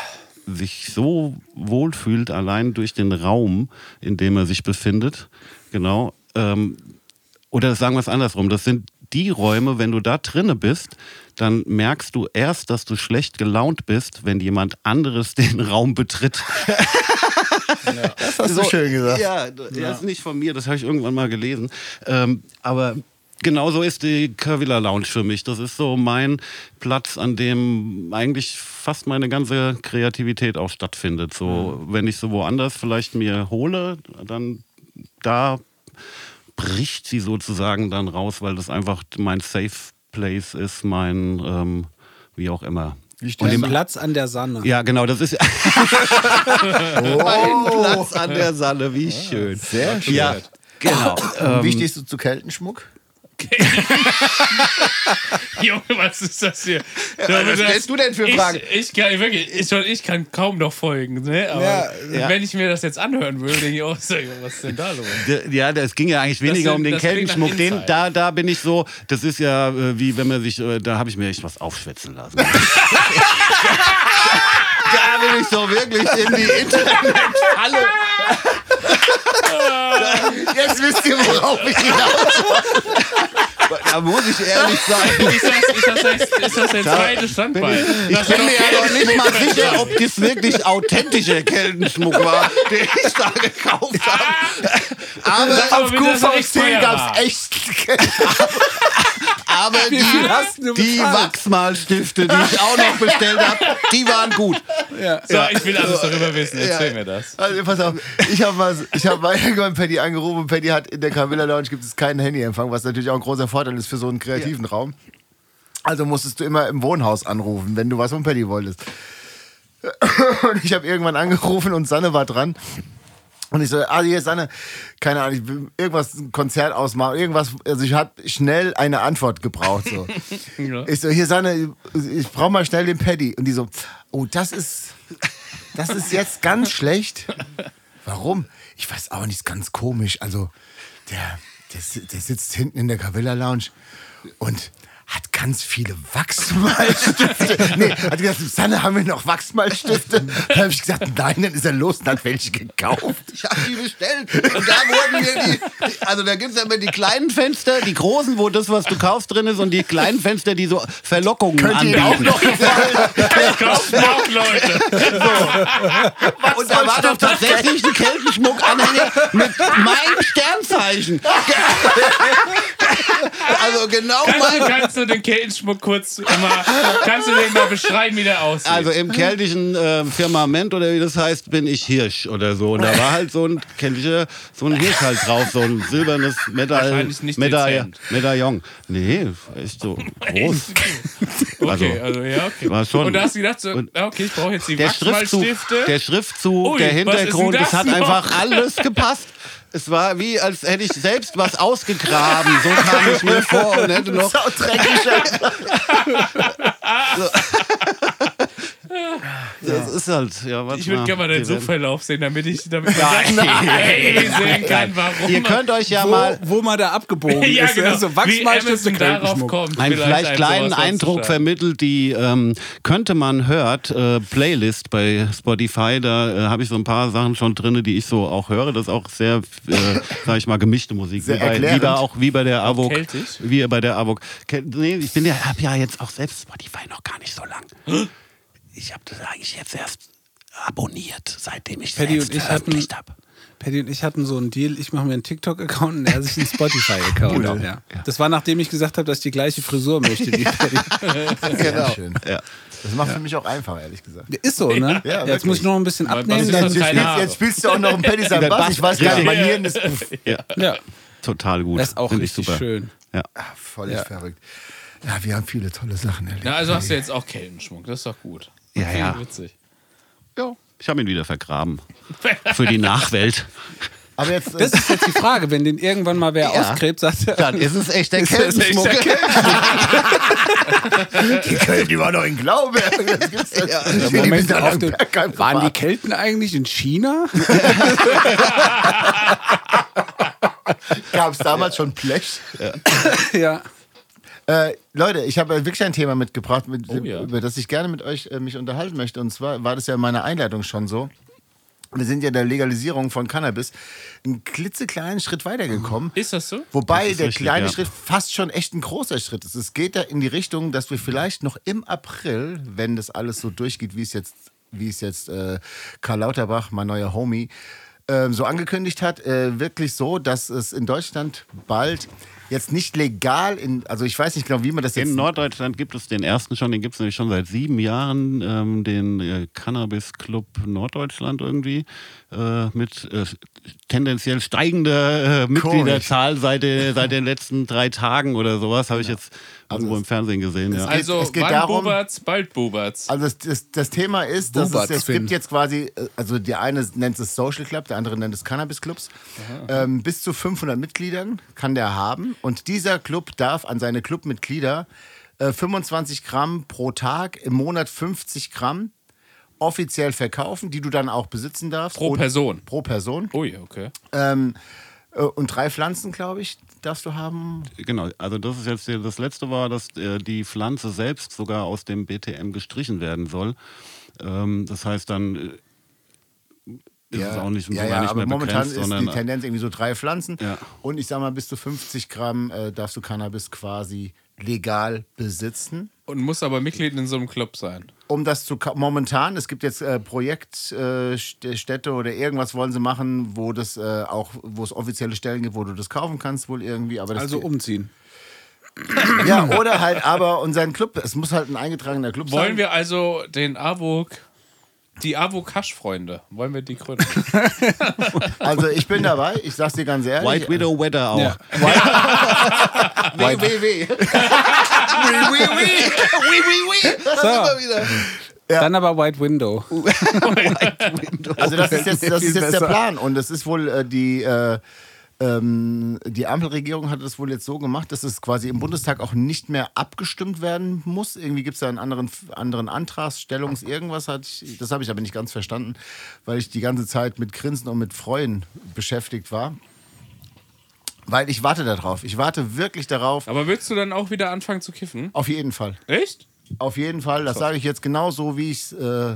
sich so wohlfühlt, allein durch den Raum, in dem er sich befindet. Genau. Ähm, oder sagen wir es andersrum, das sind die Räume, wenn du da drinne bist, dann merkst du erst, dass du schlecht gelaunt bist, wenn jemand anderes den Raum betritt. Das hast du schön gesagt. Ja, das ist nicht von mir, das habe ich irgendwann mal gelesen. Ähm, aber genauso ist die Cavilla Lounge für mich. Das ist so mein Platz, an dem eigentlich fast meine ganze Kreativität auch stattfindet. So, wenn ich so woanders vielleicht mir hole, dann da bricht sie sozusagen dann raus, weil das einfach mein Safe Place ist, mein ähm, wie auch immer. Und den Platz an der Sanne. Ja, genau, das ist mein Platz an der Sanne, wie schön. Sehr schön. Ja, genau. Ähm, Wie stehst du zu Keltenschmuck? Junge, was ist das hier? Ja, was stellst du denn für Fragen? Ich, ich, kann, wirklich, ich, ich kann kaum noch folgen. Ne? Aber Ja, ja. wenn ich mir das jetzt anhören würde, denke ich auch, so, was ist denn da los? Ja, das ging ja eigentlich weniger sind- um den das klingt nach Keltenschmuck. Den, Inside. da, da bin ich so, das ist ja äh, wie wenn man sich, äh, da habe ich mir echt was aufschwätzen lassen. Da bin ich so wirklich in die Internetfalle. Jetzt wisst ihr, worauf ich hinaus. Da muss ich ehrlich sein. Ist das, ist das, ist, ist das der zweite Standbein? Ich Das bin ist mir doch- ja noch nicht mal sicher, ob das wirklich authentischer Keltenschmuck war, den ich da gekauft habe. Aber Sag mal Auf bitte, dass er nicht Q V C teuer gab war. es echt. Aber viel hast du die, die bezahlt? Wachsmalstifte, die ich auch noch bestellt habe, die waren gut. Ja. So, ich will alles darüber wissen. Erzähl Ja. mir das. Also pass auf, ich habe mal, ich habe mal irgendwann Paddy angerufen und Paddy hat in der Camilla Lounge gibt es keinen Handyempfang, was natürlich auch ein großer Vorteil ist für so einen kreativen Raum. Also musstest du immer im Wohnhaus anrufen, wenn du was von Paddy wolltest. Und ich habe irgendwann angerufen und Sanne war dran. Und ich so, ah, hier, Sanne, keine Ahnung, ich will irgendwas, ein Konzert ausmachen, irgendwas, also ich habe schnell eine Antwort gebraucht, so. Ja. Ich so, hier, Sanne, ich brauche mal schnell den Paddy. Und die so, oh, das ist, das ist jetzt ganz schlecht. Warum? Ich weiß auch nicht, ist ganz komisch. Also, der, der, si- der sitzt hinten in der Cavilla Lounge und hat ganz viele Wachsmalstifte. Nee, hat gesagt, Sanne, haben wir noch Wachsmalstifte? Dann habe ich gesagt, nein, dann ist er los und hat welche gekauft. Ich habe die bestellt. Und da wurden mir die, die also da gibt es ja immer die kleinen Fenster, die großen, wo das, was du kaufst, drin ist, und die kleinen Fenster, die so Verlockungen Könnt ihr anbieten. auch noch gefallen? Das kaufen auch Leute. Und da war doch tatsächlich ein Keltenschmuck-Anhänger mit meinem Sternzeichen. Also genau Kannst du, mein... kannst du den Keltenschmuck kurz mal, kannst du den mal beschreiben, wie der aussieht? Also im keltischen äh, Firmament oder wie das heißt, bin ich Hirsch oder so. Und da war halt so ein keltischer, so ein Hirsch halt drauf, so ein silbernes Medall, Wahrscheinlich nicht Meda dezent. Medaillon. Nee, echt so groß. okay, also, also ja, okay. war schon- Und da hast du gedacht, so, und- ja, okay, ich brauche jetzt die Der Schriftzug, Wachsmalstifte. der Schriftzug, Ui, der was ist denn Hintergrund, das das hat noch? einfach alles gepasst. Es war wie, als hätte ich selbst was ausgegraben. So kam ich mir vor und hätte noch... Sau dreckig. Das ist halt, ja, warte Ich würde mal. gerne mal den Die werden- Suchverlauf sehen, damit ich damit man Nein. sehen kann, warum. Ihr könnt euch ja Wo, mal wo man da abgebogen ja, ist. genau. So Wie Wachsmalstifte, Amazon darauf Keltenschmuck. kommt. einen vielleicht einem kleinen sowas Eindruck auszuschreiben. vermittelt, die ähm, könnte man hört, äh, Playlist bei Spotify, da äh, habe ich so ein paar Sachen schon drin, die ich so auch höre. Das ist auch sehr, äh, sag ich mal, gemischte Musik. Sehr wie, bei, wie, erklärend. bei, auch wie bei der Avok. keltisch? Wie bei der Avok. Kel nee, ich bin ja, hab ja jetzt auch selbst Spotify noch gar nicht so lang. Ich habe das eigentlich jetzt erst abonniert, seitdem ich Paddy selbst und ich veröffentlicht hatten- habe. Paddy und ich hatten so einen Deal, ich mache mir einen TikTok-Account und er sich einen Spotify-Account. Genau. ja. Das war, nachdem ich gesagt habe, dass ich die gleiche Frisur möchte wie Paddy. Sehr schön. Ja. Das macht für mich auch einfach, ehrlich gesagt. Ist so, ne? Ja, jetzt wirklich. muss ich noch ein bisschen Was abnehmen. ist Dann das? Jetzt Keine spielst, Haare. jetzt spielst du auch noch einen Paddy sein Der Bass. Bass, Ich weiß gar nicht, richtig. Manieren ist Ja. ja, Total gut. das ist auch Finde ich richtig super. schön. Ja. völlig Ja. verrückt. Ja, wir haben viele tolle Sachen erlebt. Ja, also hast du jetzt auch Keltenschmuck, das ist doch gut. Ja, Finde ja. ich Witzig. Ja. Ich habe ihn wieder vergraben. Für die Nachwelt. Aber jetzt, Das ist jetzt die Frage, wenn den irgendwann mal wer Ja. ausgräbt, sagt er, Dann ist es echt der Ist es echt Keltenschmuck. der die Köln, die war doch in Glaube. Das gibt's doch. Ja, Die Moment, sind dann auf am den, Berg waren die gefahren. Kelten eigentlich in China? Gab es damals schon Blech? ja. Äh, Leute, ich habe wirklich ein Thema mitgebracht, mit, Oh ja. über das ich gerne mit euch äh, mich unterhalten möchte. Und zwar war das ja in meiner Einleitung schon so. Wir sind ja der Legalisierung von Cannabis einen klitzekleinen Schritt weitergekommen. Ist das so? Wobei Das ist der richtig, kleine ja. Schritt fast schon echt ein großer Schritt ist. Es geht da in die Richtung, dass wir vielleicht noch im April, wenn das alles so durchgeht, wie es jetzt, wie es jetzt äh, Karl Lauterbach, mein neuer Homie, äh, so angekündigt hat, äh, wirklich so, dass es in Deutschland bald jetzt nicht legal, in, also ich weiß nicht genau, wie man das jetzt... In Norddeutschland gibt es den ersten schon, den gibt es nämlich schon seit sieben Jahren, ähm, den äh, Cannabis Club Norddeutschland irgendwie, äh, mit äh, tendenziell steigender äh, Mitgliederzahl seit, äh, seit den letzten drei Tagen oder sowas, habe ich jetzt Also irgendwo es- im Fernsehen gesehen. Ja. geht- Also, es geht wann darum- Buberts, bald Buberts. Also das, das, das Thema ist, dass es, Buberts es finden. gibt jetzt quasi, äh, also der eine nennt es Social Club, der andere nennt es Cannabis Clubs. Ähm, bis zu fünfhundert Mitgliedern kann der haben und dieser Club darf an seine Clubmitglieder äh, fünfundzwanzig Gramm pro Tag, im Monat fünfzig Gramm offiziell verkaufen, die du dann auch besitzen darfst. Pro Und- Person. Pro Person. Ui, okay. Ähm, äh, und drei Pflanzen, glaube ich, darfst du haben. Genau, also das ist jetzt hier- das letzte war, dass äh, die Pflanze selbst sogar aus dem B T M gestrichen werden soll. Ähm, das heißt dann äh, ist es auch nicht, ja, sogar ja, nicht aber mehr momentan begrenzt, ist sondern die Tendenz irgendwie so drei Pflanzen. Ja. Und ich sag mal, bis zu fünfzig Gramm äh, darfst du Cannabis quasi legal besitzen. Und muss aber Mitglied in so einem Club sein. Um das zu ka- momentan, es gibt jetzt äh, Projektstädte äh, St- Städte oder irgendwas wollen sie machen, wo das äh, auch, wo es offizielle Stellen gibt, wo du das kaufen kannst, wohl irgendwie. Aber das Also umziehen. ja, oder halt aber unseren Club. Es muss halt ein eingetragener Club sein. Wollen wir also den Avok, die Avok-Hasch-Freunde, wollen wir die gründen? Also ich bin dabei. Ich sag's dir ganz ehrlich. White Widow Weather auch. Ja. Weh, weh, weh. So. Dann aber White Window. Also das ist jetzt, das Viel ist jetzt der besser. Plan und das ist wohl äh, die äh, ähm, die Ampelregierung hat es wohl jetzt so gemacht, dass es quasi im Bundestag auch nicht mehr abgestimmt werden muss. Irgendwie gibt es da einen anderen, anderen Antragsstellungs irgendwas. Hat ich, das habe ich aber nicht ganz verstanden, weil ich die ganze Zeit mit Grinsen und mit Freuen beschäftigt war. Weil ich warte darauf. Ich warte wirklich darauf. Aber willst du dann auch wieder anfangen zu kiffen? Auf jeden Fall. Echt? Auf jeden Fall. Das sage ich jetzt genau so, wie ich es... Äh,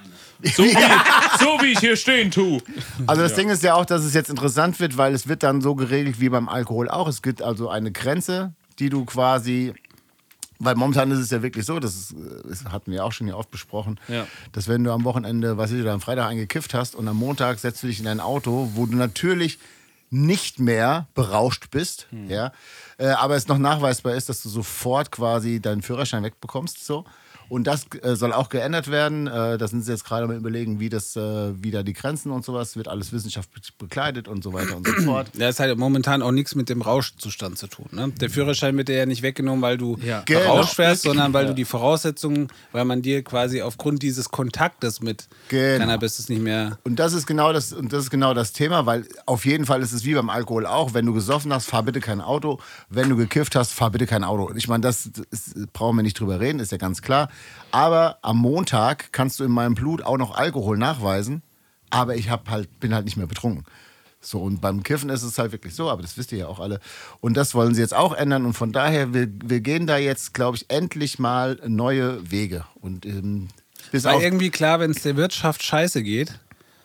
So wie, so wie ich hier stehen tue. Also das Ding ist ja auch, dass es jetzt interessant wird, weil es wird dann so geregelt wie beim Alkohol auch. Es gibt also eine Grenze, die du quasi, weil momentan ist es ja wirklich so, das, ist, das hatten wir auch schon hier oft besprochen, Ja. dass wenn du am Wochenende, was weiß ich, oder am Freitag eingekifft hast und am Montag setzt du dich in dein Auto, wo du natürlich nicht mehr berauscht bist, Hm. ja, äh, aber es noch nachweisbar ist, dass du sofort quasi deinen Führerschein wegbekommst, so. Und das äh, soll auch geändert werden. Äh, da sind sie jetzt gerade mal überlegen, wie das, äh, wie da die Grenzen und sowas, wird alles wissenschaftlich bekleidet und so weiter und so fort. Da ist halt momentan auch nichts mit dem Rauschzustand zu tun. Ne? Der Führerschein wird dir ja nicht weggenommen, weil du Ja. berauscht Genau. wärst, sondern weil du die Voraussetzungen, weil man dir quasi aufgrund dieses Kontaktes mit Genau. Cannabis es nicht mehr. Und das ist genau das, und das ist genau das Thema, weil auf jeden Fall ist es wie beim Alkohol auch, wenn du gesoffen hast, fahr bitte kein Auto. Wenn du gekifft hast, fahr bitte kein Auto. Ich meine, das ist, brauchen wir nicht drüber reden, ist ja ganz klar. Aber am Montag kannst du in meinem Blut auch noch Alkohol nachweisen, aber ich hab halt, bin halt nicht mehr betrunken. So, und beim Kiffen ist es halt wirklich so, aber das wisst ihr ja auch alle. Und das wollen sie jetzt auch ändern. Und von daher, wir, wir gehen da jetzt, glaube ich, endlich mal neue Wege. Und ähm, bis Weil auf irgendwie klar, wenn es der Wirtschaft scheiße geht,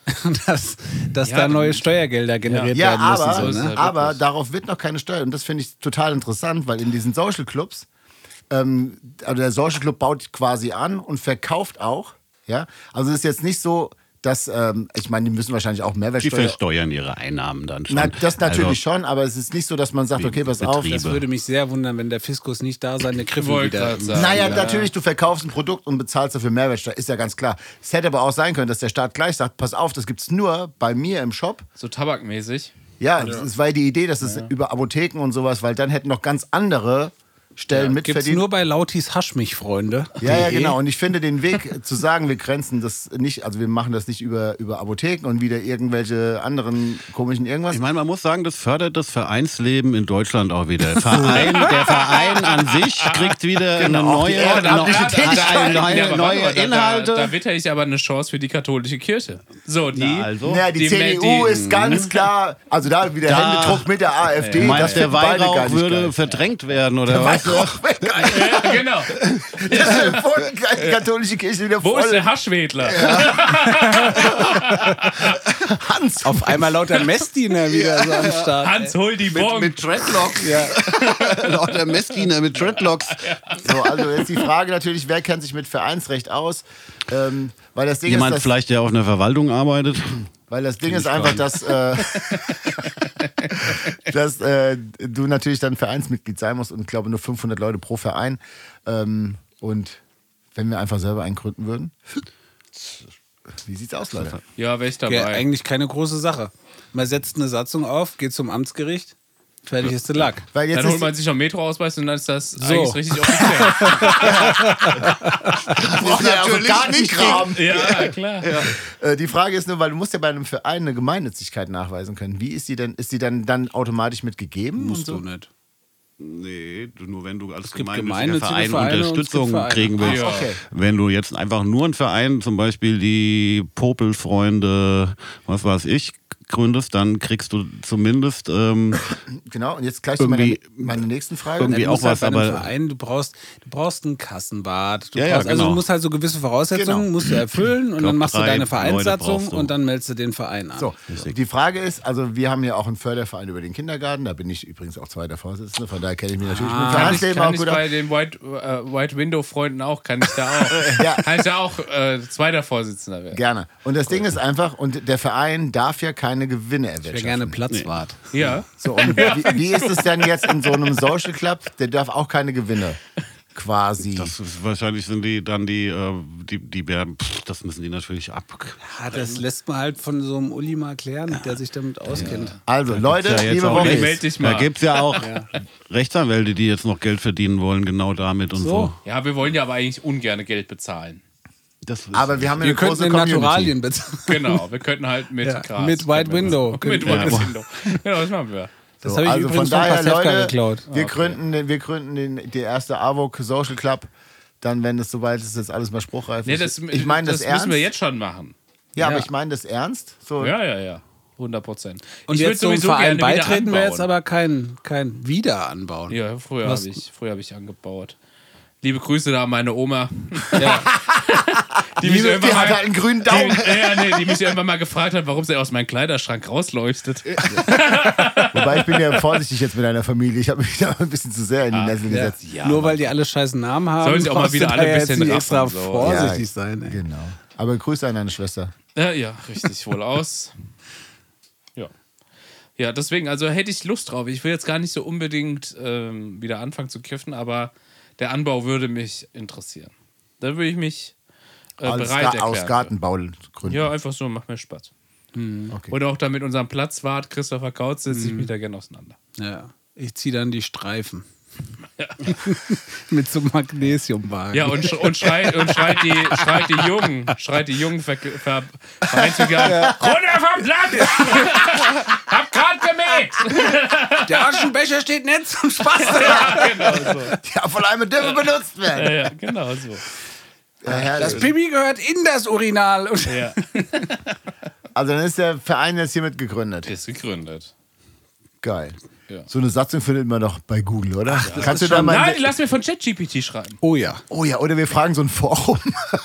dass, dass Ja, da neue Steuergelder generiert Ja, werden aber, müssen. so ist So, es ne? halt aber wirklich. darauf wird noch keine Steuer. Und das finde ich total interessant, weil in diesen Social Clubs, ähm, also der Social Club baut quasi an und verkauft auch. Ja? Also es ist jetzt nicht so, dass, ähm, ich meine, die müssen wahrscheinlich auch Die Mehrwertsteuer. versteuern ihre Einnahmen dann schon. Na, das natürlich Also, schon, aber es ist nicht so, dass man sagt, Wie okay, pass auf. Betriebe. Das würde mich sehr wundern, wenn der Fiskus nicht da seine Griffe Wollte wieder. grad sagen. Naja, Ja. natürlich, du verkaufst ein Produkt und bezahlst dafür Mehrwertsteuer, ist ja ganz klar. Es hätte aber auch sein können, dass der Staat gleich sagt, pass auf, das gibt's nur bei mir im Shop. So tabakmäßig. Ja, es war die Idee, dass es über Apotheken und sowas, weil dann hätten noch ganz andere Stellen Gibt es mitverdient. nur bei Lautis Haschmich, Freunde. Ja, ja, genau. Und ich finde den Weg zu sagen, wir grenzen das nicht, also wir machen das nicht über, über Apotheken und wieder irgendwelche anderen komischen irgendwas. Ich meine, man muss sagen, das fördert das Vereinsleben in Deutschland auch wieder. Verein, der Verein an sich kriegt wieder eine Genau, auch die neue, ehrenamtliche neue, Tätigkeit. neue, Ja, aber neue warte mal, Inhalte. Da, da, da witter ich aber eine Chance für die katholische Kirche. So, die. Na, also. ja, die, die- C D U die- ist ganz klar, also da wieder Da- Händedruck mit der AfD. Du das meinst, der finden beide gar Weihrauch nicht würde geil. verdrängt werden, oder was? Weihrauch weg, geil. Ja, genau. Das ist voll geil, die katholische Kirche wieder Wo voll. ist der Haschwedler? Hans. Auf einmal lauter Messdiener wieder so am Start. Hans, hol die Mit, Bon. mit Dreadlocks. Lauter Messdiener mit Dreadlocks. So, also jetzt die Frage natürlich, wer kennt sich mit Vereinsrecht aus? Ähm, weil das Ding Jemand ist, dass, vielleicht, der auf einer Verwaltung arbeitet. weil das Ding ist einfach, dass, äh, dass äh, du natürlich dann Vereinsmitglied sein musst und ich glaube nur fünfhundert Leute pro Verein. Ähm, und wenn wir einfach selber einen gründen würden, wie sieht's aus, Leute? Ja, wäre ich dabei. Ja, eigentlich keine große Sache. Man setzt eine Satzung auf, geht zum Amtsgericht, fertig ist der Lack. Weil jetzt Dann holt ist, man sich noch einen Metro-Ausweis und dann ist das eigentlich richtig offiziell. braucht ja also gar nicht graben. Ja, klar. Äh, die Frage ist nur, weil du musst ja bei einem Verein eine Gemeinnützigkeit nachweisen können. Wie ist die denn? Ist die dann, dann automatisch mitgegeben? Musst und so? du nicht. Nee, du- nur wenn du als gibt gemeinnütziger gemeinnützige Verein Vereine und es Unterstützung gibt Vereine. kriegen willst. Ah, okay. Wenn du jetzt einfach nur einen Verein, zum Beispiel die Popelfreunde, was weiß ich, gründest, dann kriegst du zumindest ähm, Genau, und jetzt gleich zu meiner, Irgendwie- meiner nächsten Frage. irgendwie Du auch musst halt was, bei einem aber Verein, du brauchst, du brauchst einen Kassenbad. Du Ja, ja, brauchst, Also genau. du musst halt so gewisse Voraussetzungen Genau. musst du erfüllen und glaub, dann machst du drei deine Leute Vereinssatzung brauchst du. und dann meldest du den Verein an. So, die Frage ist, also wir haben ja auch einen Förderverein über den Kindergarten, da bin ich übrigens auch zweiter Vorsitzende, von daher kenne ich mich natürlich mit Kann ich, Vereinsleben kann auch ich gut aus. bei den White, äh, White Window Freunden auch, kann ich da auch, Ja. kann ich da auch äh, zweiter Vorsitzender werden. Gerne. Und das Ding ist einfach, und der Verein darf ja keine Gewinne Ich wäre erwirtschaften. gerne Platzwart. Ja. So, und wie, wie ist es denn jetzt in so einem Social Club? Der darf auch keine Gewinne quasi. das ist, wahrscheinlich sind die dann die, äh, die, die werden, pff, das müssen die natürlich ab. Ja, das lässt man halt von so einem Uli mal klären, der sich damit auskennt. Also, Leute, Ja, jetzt liebe auch Uli, Woche. meld dich mal. Da gibt es ja auch Rechtsanwälte, die jetzt noch Geld verdienen wollen, genau damit und so. So. Ja, wir wollen ja aber eigentlich ungern Geld bezahlen. Das ist Aber wir haben ja Wir eine könnten große in Community. Naturalien bezahlen. Genau, wir könnten halt mit Ja, Gras. mit White können wir Window. das- Mit Ja. White Window. Genau, das machen wir. Das So, habe ich also übrigens von von daher, Pasewka Leute, geklaut. wir gründen, den, wir gründen den, die erste A W O K Social Club. Dann, wenn es soweit ist, ist alles mal spruchreif. Nee, das, ich meine das, das ernst. müssen wir jetzt schon machen. Ja, aber Ja. ich meine das ernst. So. Ja, ja, ja. hundert Prozent. Und ich würd jetzt so einem sowieso Verein gerne wieder beitreten wäre jetzt anbauen. aber kein, kein Wiederanbauen. Ja, früher Was- habe ich, früher hab ich angebaut. Liebe Grüße da an meine Oma. Ja. Die mich Die, irgendwann die hat mal- halt einen grünen Daumen. Die, ja, nee, die mich irgendwann mal gefragt hat, warum sie aus meinem Kleiderschrank rausleuchtet. Wobei ich bin ja vorsichtig jetzt mit deiner Familie. Ich habe mich da ein bisschen zu sehr in die Nessel Ja. gesetzt. Nur weil die alle scheiß Namen haben, Sollen sie auch mal brauchst wieder du alle da ein jetzt bisschen nicht extra raffen, so. vorsichtig Ja, sein. Ey. Genau. Aber Grüße an deine Schwester. Ja, ja, richtig, wohl aus. Ja. Ja, deswegen, also hätte ich Lust drauf. Ich will jetzt gar nicht so unbedingt ähm, wieder anfangen zu kiffen, aber der Anbau würde mich interessieren. Da würde ich mich äh, Als bereit Ga erklären. aus Gartenbaugründen. Ja, einfach so, macht mir Spaß. Okay. Und auch da mit unserem Platzwart Christopher Kautz setze ich mich da gerne auseinander. Ja. Ich ziehe dann die Streifen. Mit so einem Magnesiumwagen. Ja, und, sch und, schreit, und schreit, die, schreit die Jungen, schreit die Jungen Ver Ver Vereinsmitglieder, runter vom Platz! Hab grad gemäht! Der Aschenbecher steht nicht zum Spaß. Ja, genau so. Ja, von einem dürfen benutzt werden. Ja, ja, genau so. Ja, herrlich. Das Pipi gehört in das Urinal. Und Ja. Also dann ist der Verein jetzt hiermit gegründet. Ist gegründet. Geil. Ja. So eine Satzung findet man doch bei Google, oder? Kannst du da mal... Nein, lass mir von ChatGPT schreiben. Oh ja. Oh ja, oder wir fragen so ein Forum.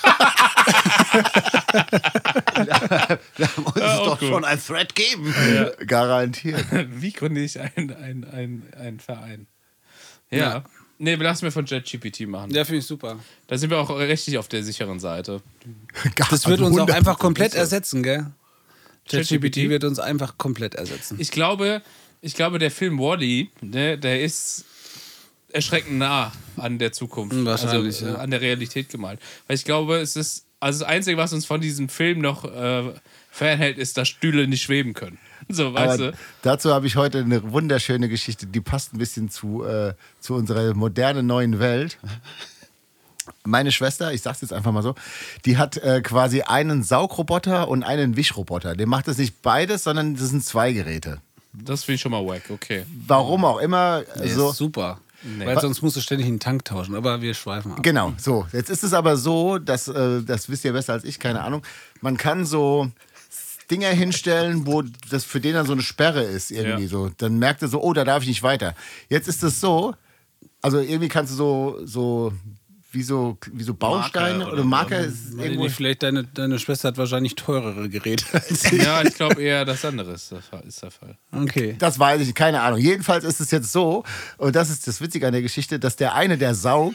Da muss es auch doch gut. schon ein Thread geben. Garantiert. Wie gründe ich einen ein, ein, ein Verein? Ja. Ja. Nee, lass mir von ChatGPT machen. Ja, finde ich super. Da sind wir auch richtig auf der sicheren Seite. Das wird Also uns auch hundert einfach Prozent komplett so. ersetzen, gell? ChatGPT? ChatGPT wird uns einfach komplett ersetzen. Ich glaube, ich glaube, der Film Wall-E, ne, der ist erschreckend nah an der Zukunft. Wahrscheinlich, also, äh, ja. an der Realität gemalt. Weil ich glaube, es ist, also das Einzige, was uns von diesem Film noch äh, fernhält, ist, dass Stühle nicht schweben können. So, weißt Aber du? dazu habe ich heute eine wunderschöne Geschichte, die passt ein bisschen zu, äh, zu unserer modernen neuen Welt. Meine Schwester, ich sag's jetzt einfach mal so, die hat äh, quasi einen Saugroboter und einen Wischroboter. Der macht das nicht beides, sondern das sind zwei Geräte. Das finde ich schon mal wack, okay. Warum auch immer. Nee, so. ist super. Weil sonst musst du ständig einen Tank tauschen. Aber wir schweifen ab. Genau, so. Jetzt ist es aber so, dass, äh, das wisst ihr besser als ich, keine Ahnung, man kann so Dinger hinstellen, wo das für den dann so eine Sperre ist, irgendwie Ja. so. Dann merkt er so, oh, da darf ich nicht weiter. Jetzt ist es so, also irgendwie kannst du so, so wie so, wie so Bausteine Marker oder, oder Marker so. ist Weiß ich irgendwo. nicht, vielleicht deine, deine Schwester hat wahrscheinlich teurere Geräte als ich. Ja, ich glaube eher, das andere ist der Fall. Ist der Fall. Okay. Das weiß ich, keine Ahnung. Jedenfalls ist es jetzt so, und das ist das Witzige an der Geschichte, dass der eine, der saugt,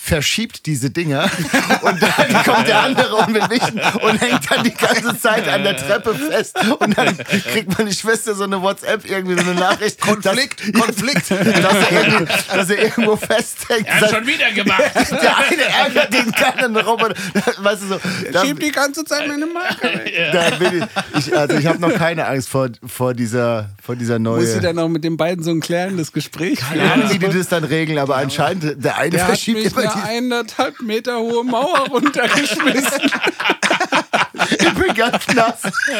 verschiebt diese Dinger und dann kommt der andere und will wischen und hängt dann die ganze Zeit an der Treppe fest und dann kriegt meine Schwester so eine WhatsApp, irgendwie so eine Nachricht. Konflikt, dass, Konflikt. Dass er, irgendwie, dass er irgendwo festhängt. Er hat schon wieder gemacht. Der eine ärgert den keinen Roboter. Weißt du so. Da, Schieb die ganze Zeit meine Marke weg. da bin ich, ich, also ich habe noch keine Angst vor, vor dieser, vor dieser neuen. Muss sie dann auch mit den beiden so ein klärendes Gespräch führen? Ja, wie die das dann regeln, aber anscheinend der eine Der hat verschiebt mich immer eine die. eineinhalb Meter hohe Mauer runtergeschmissen. Ich bin ganz nass.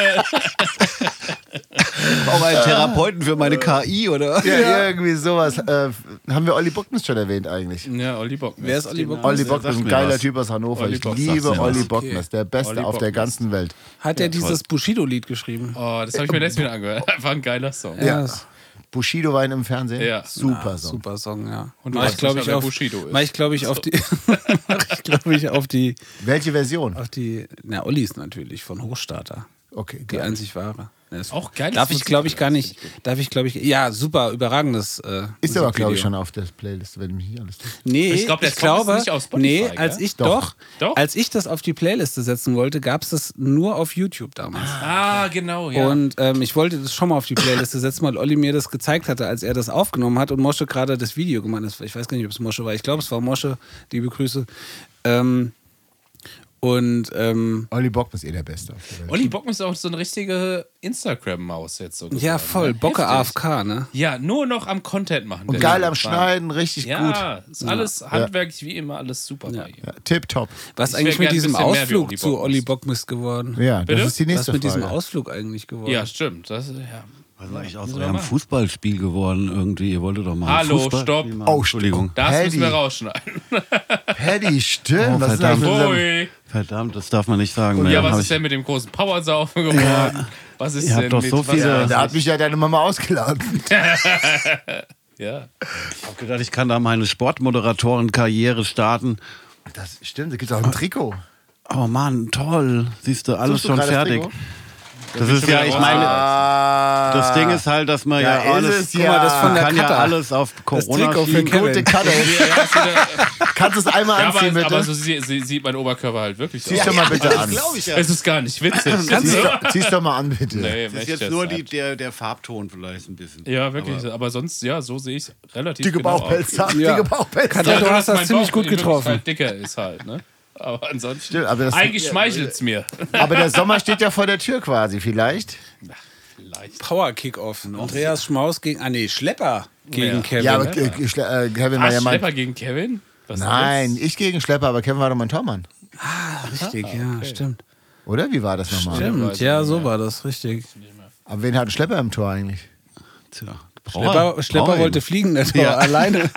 Auch einen Therapeuten für meine K I, oder? Ja, irgendwie sowas. Äh, haben wir Olli Bocknes schon erwähnt eigentlich? Ja, Olli Bocknes. Wer ist Olli Bocknes? Olli sagt Bocknes, ein mir geiler was. Typ aus Hannover. Olli Ich Bock, liebe sagt's mir Olli was. Bocknes, der Beste Olli auf der Bocknes. ganzen Welt. Hat er dieses Bushido-Lied geschrieben? Oh, das habe ich mir letztes wieder angehört. Einfach ein geiler Song. Ja. das- Bushido war im Fernsehen. Ja. Super Ah, Song. super Song, ja. Und du mach weißt ich, glaube nicht ich, mal, wer auf, Bushido ist. mach ich, glaube ich, auf die, mach ich, glaube ich, auf die, Welche Version? auf die, na, Ollis natürlich, von Hochstarter. Okay, Die geil. einzig wahre. Ja, ist- Auch geil. Darf ich, glaube ich, gar nicht, darf ich, glaube ich, ja, super, überragendes äh, Ist aber, glaube ich, Musikvideo. schon auf der Playlist, wenn ich mich nicht alles täusche. Nee, Ich ich, glaub, der Song ist glaube, nicht auf Spotify, nee, gell? als ich Doch. doch, Doch? als ich das auf die Playliste setzen wollte, gab es das nur auf YouTube damals. Ah, genau, ja. Und ähm, ich wollte das schon mal auf die Playliste setzen, weil Olli mir das gezeigt hatte, als er das aufgenommen hat und Mosche gerade das Video gemacht hat. Ich weiß gar nicht, ob es Mosche war. Ich glaube, es war Mosche. Liebe Grüße. Ähm, und ähm, Olli Bocknes ist eh der Beste auf der Welt. Olli Bocknes ist auch so eine richtige Instagram-Maus jetzt so. ja, voll. Bocke A F K, ne? Ja, nur noch am Content machen. Und der geil Junge. am Schneiden, richtig Ja, gut. ist alles handwerklich wie immer, alles super bei ihm. Ja, tipptopp. Was Ich eigentlich wär mit gern diesem ein bisschen mehr wie Ausflug Olli zu Bocknes. Olli Bockmist geworden? Ja, Bitte? das ist die Was nächste mit diesem Frage. Ausflug eigentlich geworden? Ja, stimmt. Das, ja. Was ist eigentlich aus Müssen wir eurem machen. Fußballspiel geworden irgendwie? Ihr wolltet doch mal ein Hallo, Fußball stopp. machen. Oh, Entschuldigung. Das Paddy. müssen wir rausschneiden. Paddy, stimmt. Oh, Was ist verdammt. eigentlich mit unserem- Ui. Verdammt, das darf man nicht sagen mehr. Ja, was Hab ist ich- denn mit dem großen Powersaufen geworden? Was ist Ihr habt denn doch mit so was- viele- Da hat mich ja deine Mama ausgeladen. Ja. Ich hab gedacht, ich kann da meine Sportmoderatoren-Karriere starten. Das stimmt, da gibt es auch ein Trikot. Oh Mann, toll. Siehst du, alles Suchst du schon gerade das fertig. Trikot? Das ist ja, ich meine, Ah, das Ding ist halt, dass man da ja ist alles, es Guck mal, das von der kann ja Cutter. alles auf Corona Trikot für schieben. Kevin. gute Cutter. Kannst du es einmal Ja, anziehen, aber, bitte? aber so sie, sie, sieht mein Oberkörper halt wirklich Zieh's aus. doch mal bitte an. glaube ich ja. Es ist gar nicht witzig. Zieh's doch, zieh's doch mal an, bitte. Nee, Das ist echt jetzt nur die, halt. der, der Farbton vielleicht ein bisschen. Ja, wirklich. Aber, sonst, ja, so sehe ich relativ Dicke genau Bauchpelz, aus. Ja. dicke Bauchpelz. Katja, Ja, du nur, hast dass das mein ziemlich Bauch gut in getroffen. Wirklichkeit dicker ist halt, ne? Aber ansonsten, Stimmt, aber das- eigentlich schmeichelt es mir. Aber der Sommer steht ja vor der Tür quasi, vielleicht. Vielleicht. Power Kickoff. Andreas Schmaus gegen, ah nee, Schlepper gegen Ja. Kevin. Ja, aber äh, Schle- äh, Kevin war Ah, ja mein... Schlepper gegen Kevin? Was Nein, ich gegen Schlepper, aber Kevin war doch mein Tormann. Richtig, ja, stimmt. Oder? Wie war das nochmal? Stimmt, ja, so war das, richtig. Aber wen hat ein Schlepper im Tor eigentlich? Tja, Schlepper, Schlepper wollte fliegen, der Tor Ja. alleine.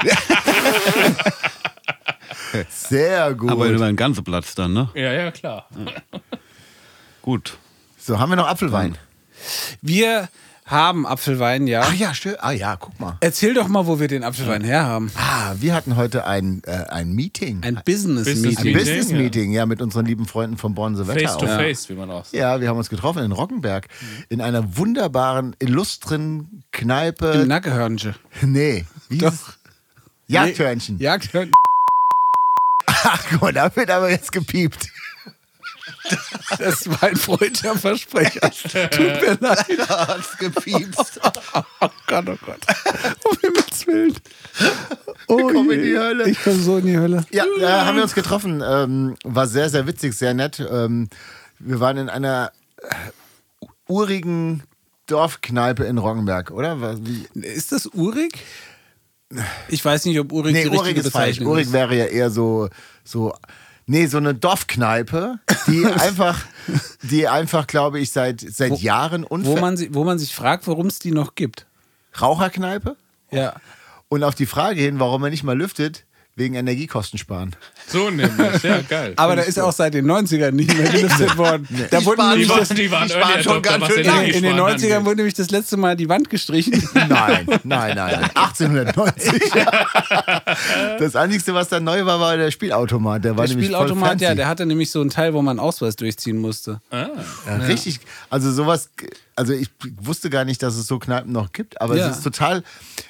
Sehr gut. aber über den ganzen Platz dann, ne? Ja, ja, klar. Gut. So, haben wir noch Apfelwein? Wir haben Apfelwein, ja. Ach ja, stimmt. Ah ja, guck mal. Erzähl doch mal, wo wir den Apfelwein herhaben. Ah, wir hatten heute ein, äh, ein Meeting. Ein Business-Meeting. Ein Meeting, Business-Meeting, ja, mit unseren lieben Freunden vom Born the Wetter. Face to auch. face, wie man auch sagt. Ja, wir haben uns getroffen in Roggenberg. In einer wunderbaren, illustren Kneipe. Im Nackehörnchen. Nee, wie Doch. hieß es? Jagdhörnchen. Jagdhörnchen. Ach Gott, da wird aber jetzt gepiept. Das war ein freudiger Versprecher. Tut mir leid. Da hat's gepiepst. Oh Gott, oh Gott. Um Himmels Willen. Oh, Wir kommen in je. die Hölle. Ich komme so in die Hölle. Ja, da haben wir uns getroffen. Ähm, war sehr, sehr witzig, sehr nett. Ähm, wir waren in einer äh, urigen Dorfkneipe in Roggenberg, oder? Was- Wie? Ist das urig? Ich weiß nicht, ob urig Nee, die urig richtige ist falsch. Bezeichnung Urig ist. wäre ja eher so, so, nee, so eine Dorfkneipe, die einfach, die einfach, glaube ich, seit, seit Wo- Jahren Wo unver... man, si- wo man sich fragt, warum es die noch gibt. Raucherkneipe? Ja. Und auf die Frage hin, warum er nicht mal lüftet, wegen Energiekosten sparen. So nämlich, ja, geil. Aber da ist auch seit den neunzigern nicht mehr gelüftet worden. Da wurde sparen- nämlich die, das, waren, die waren die sparen Early schon Adopter, ganz was schön Energie in den sparen neunzigern angeht. wurde nämlich das letzte Mal die Wand gestrichen. Nein, nein, nein. achtzehnhundertneunzig. Das Einzige, was da neu war, war der Spielautomat. Der war Der nämlich voll Spielautomat, fancy. ja, der hatte nämlich so einen Teil, wo man einen Ausweis durchziehen musste. Ja, richtig. Also sowas, also ich wusste gar nicht, dass es so Kneipen noch gibt, aber Ja. es ist total,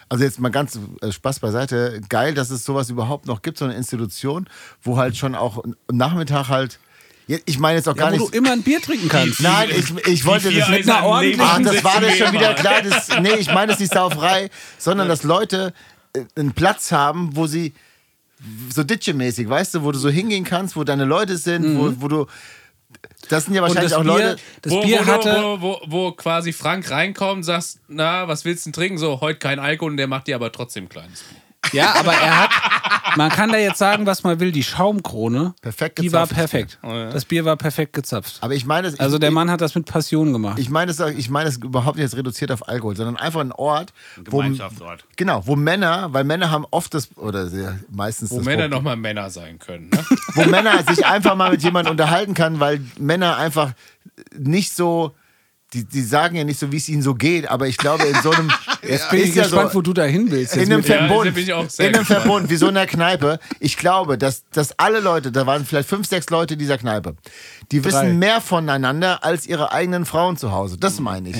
Also jetzt mal ganz äh, Spaß beiseite. Geil, dass es sowas überhaupt noch gibt, so eine Institution, wo halt schon auch am Nachmittag halt. Ich meine jetzt auch gar ja, wo nicht. du immer ein Bier trinken kannst. Nein, ich, ich wollte das mit einer ordentlichen Ach, das war das schon wieder Sitzen klar. Das, nee, ich meine es nicht Sauferei, sondern dass Leute äh, einen Platz haben, wo sie so Ditsche-mäßig, weißt du, wo du so hingehen kannst, wo deine Leute sind, Mhm. wo, wo du. Das sind ja Und wahrscheinlich das auch Bier, Leute. das wo, Bier wo, hatte... wo, wo, wo quasi Frank reinkommt, sagst, na, was willst du denn trinken? So, heute kein Alkohol und der macht dir aber trotzdem ein kleines Bier. Ja, aber er hat, man kann da jetzt sagen, was man will, die Schaumkrone, Perfekt die war gezapft. perfekt. ja. Das Bier war perfekt gezapft. Aber ich meine, ich, Also der ich, Mann hat das mit Passion gemacht. Ich meine es ich meine es überhaupt nicht jetzt reduziert auf Alkohol, sondern einfach ein Ort, wo, Gemeinschaftsort. genau, wo Männer, weil Männer haben oft das, oder sehr, meistens Wo das Männer Problem, nochmal Männer sein können. Ne? wo Männer sich einfach mal mit jemandem unterhalten kann, weil Männer einfach nicht so, die, die sagen ja nicht so, wie es ihnen so geht, aber ich glaube in so einem, Jetzt bin ich ist ja gespannt, so, wo du da hin willst. Jetzt in einem mit- Ja, Verbund, da bin ich auch sehr in einem gespannt. Verbund, wie so einer Kneipe. Ich glaube, dass, dass alle Leute, da waren vielleicht fünf, sechs Leute in dieser Kneipe, die Drei. wissen mehr voneinander als ihre eigenen Frauen zu Hause. Das meine ich.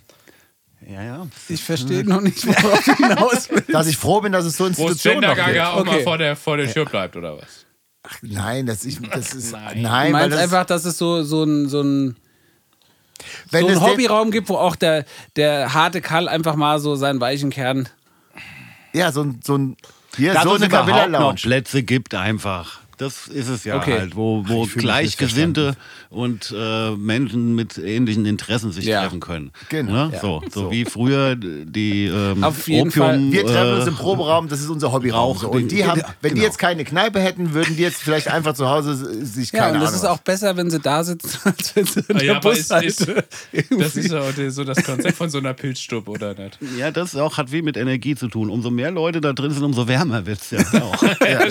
Ja, ja. Ich verstehe noch nicht, worauf du hinaus willst. Dass ich froh bin, dass es so Wo es Institutionen Gender noch gibt. Gaga auch mal Okay. vor der, vor der Tür bleibt, oder was? Nein, das, ich, das ist. Nein, Nein. nein Du weil meinst das, einfach, dass es so, so ein, so ein, wenn so es einen den- Hobbyraum gibt, wo auch der, der harte Kerl einfach mal so seinen weichen Kern... Ja, so ein. So ein hier, Dass so es eine überhaupt noch Cabilla-Lounge. Plätze gibt einfach. Das ist es ja Okay. halt, wo, wo Ich fühl mich Gleichgesinnte und äh, Menschen mit ähnlichen Interessen sich Ja. treffen können. Genau. Ne? So, so wie früher die ähm, Auf jeden Opium, Fall. Wir treffen uns äh, im Proberaum, das ist unser Hobbyraum. So. Und die Rauch- haben, wenn die genau. jetzt keine Kneipe hätten, würden die jetzt vielleicht einfach zu Hause sich Ja, keine und das Ahnung ist auch besser, wenn sie da sitzen, als wenn sie in der Ja, aber ist, ist, Bushalte das ist auch die- so das Konzept von so einer Pilzstube, oder nicht? Ja, das auch hat viel mit Energie zu tun. Umso mehr Leute da drin sind, umso wärmer wird es ja auch.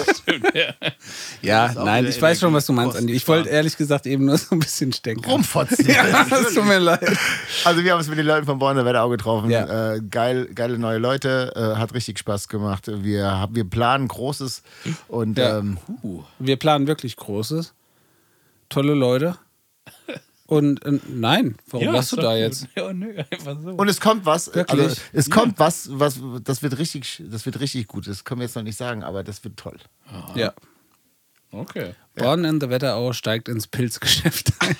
Ja, ist auch nein, wieder ich weiß schon, was du Energie- meinst, Andi. Ich wollte ehrlich gesagt eben nur so ein bisschen stecken. rumfotzen. Ja, das tut mir leid. Also wir haben uns mit den Leuten von Born der Wetterau getroffen. Ja. Äh, geil, geile neue Leute, äh, hat richtig Spaß gemacht. Wir, hab- wir planen Großes und Ja. ähm, Wir planen wirklich Großes. Tolle Leute. Und äh, nein, warum Ja, warst du ist da doch jetzt? gut. Ja, nö, einfach so. und es kommt was. Wirklich? Also, es kommt was, was, das wird richtig, das wird richtig gut. Das können wir jetzt noch nicht sagen, aber das wird toll. Ja. Okay. Born in the Wetterau steigt ins Pilzgeschäft ein.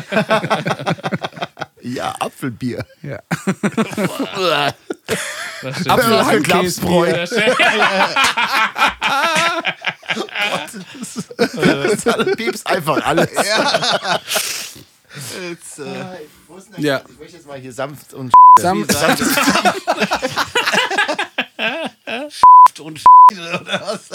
Ja, Apfelbier. Ja. Das stimmt. Apfelhandkäsebräu. Das stimmt. Das ist alles Pieps einfach alles. Jetzt, äh, wo ist denn der Ja. Sch- Ich möchte jetzt mal hier sanft und Sam Und oder was?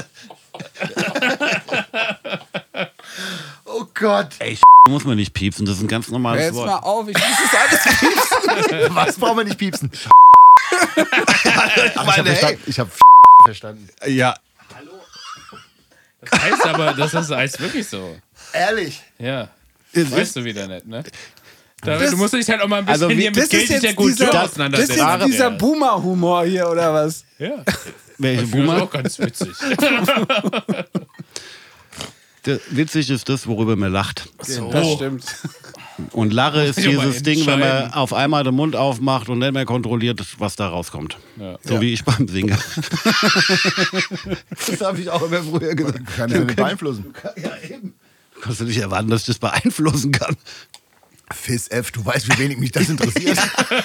oh Gott. Ey, muss man nicht piepsen, das ist ein ganz normales jetzt mal Wort. auf, ich muss das alles piepsen. Was brauchen wir nicht piepsen? Ich Ich habe meine, hey, verstanden. Ich hab verstanden. ja, Das heißt aber, das ist, heißt wirklich so. Ehrlich. Ja. es Weißt ist, du wieder nicht, ne? Da, Das- du musst dich halt auch mal ein bisschen Also wie- hier Das mit Geld ist der jetzt Kultur dieser, das ist auseinandersetzen. jetzt dieser Ja. Boomer-Humor hier, oder was? Ja. welche Ich finde das Boomer? auch ganz witzig. Der- Witzig ist das, worüber man lacht. So. Das stimmt. Und Lache ist Muss ich mal dieses Ding, wenn man entscheiden. auf einmal den Mund aufmacht und nicht mehr kontrolliert, was da rauskommt. Ja. So wie ich beim Singen. Das habe ich auch immer früher gesagt. Kann ich nicht beeinflussen. Ja, eben. Kannst du nicht erwarten, dass ich das beeinflussen kann? Fizz F, du weißt, wie wenig mich das interessiert.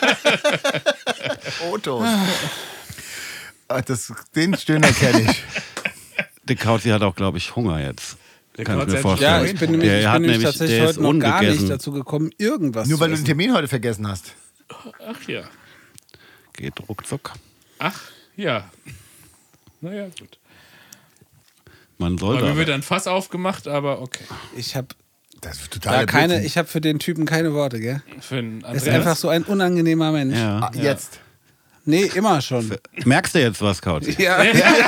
Otto. Ah, das, den Stöhner kenne ich. Der Kauzi hat auch, glaube ich, Hunger jetzt. Der Kann ich Kauzi mir hat vorstellen. Ja, ich bin nämlich, Der ich hat bin nämlich nämlich- tatsächlich der ist heute noch gar nicht ungegessen. dazu gekommen, irgendwas Nur zu weil du den essen. Termin heute vergessen hast. Ach ja. Geht ruckzuck. Ach ja. Naja, gut. Man Aber sollte. mir aber- wird ein Fass aufgemacht, aber okay. Ich habe Das ist da total keine, ich habe für den Typen keine Worte, gell? Für einen Er ist Andreas. einfach so ein unangenehmer Mensch. Ja. ah, Jetzt. Nee, immer schon. Merkst du jetzt was, Kauzi? Ja.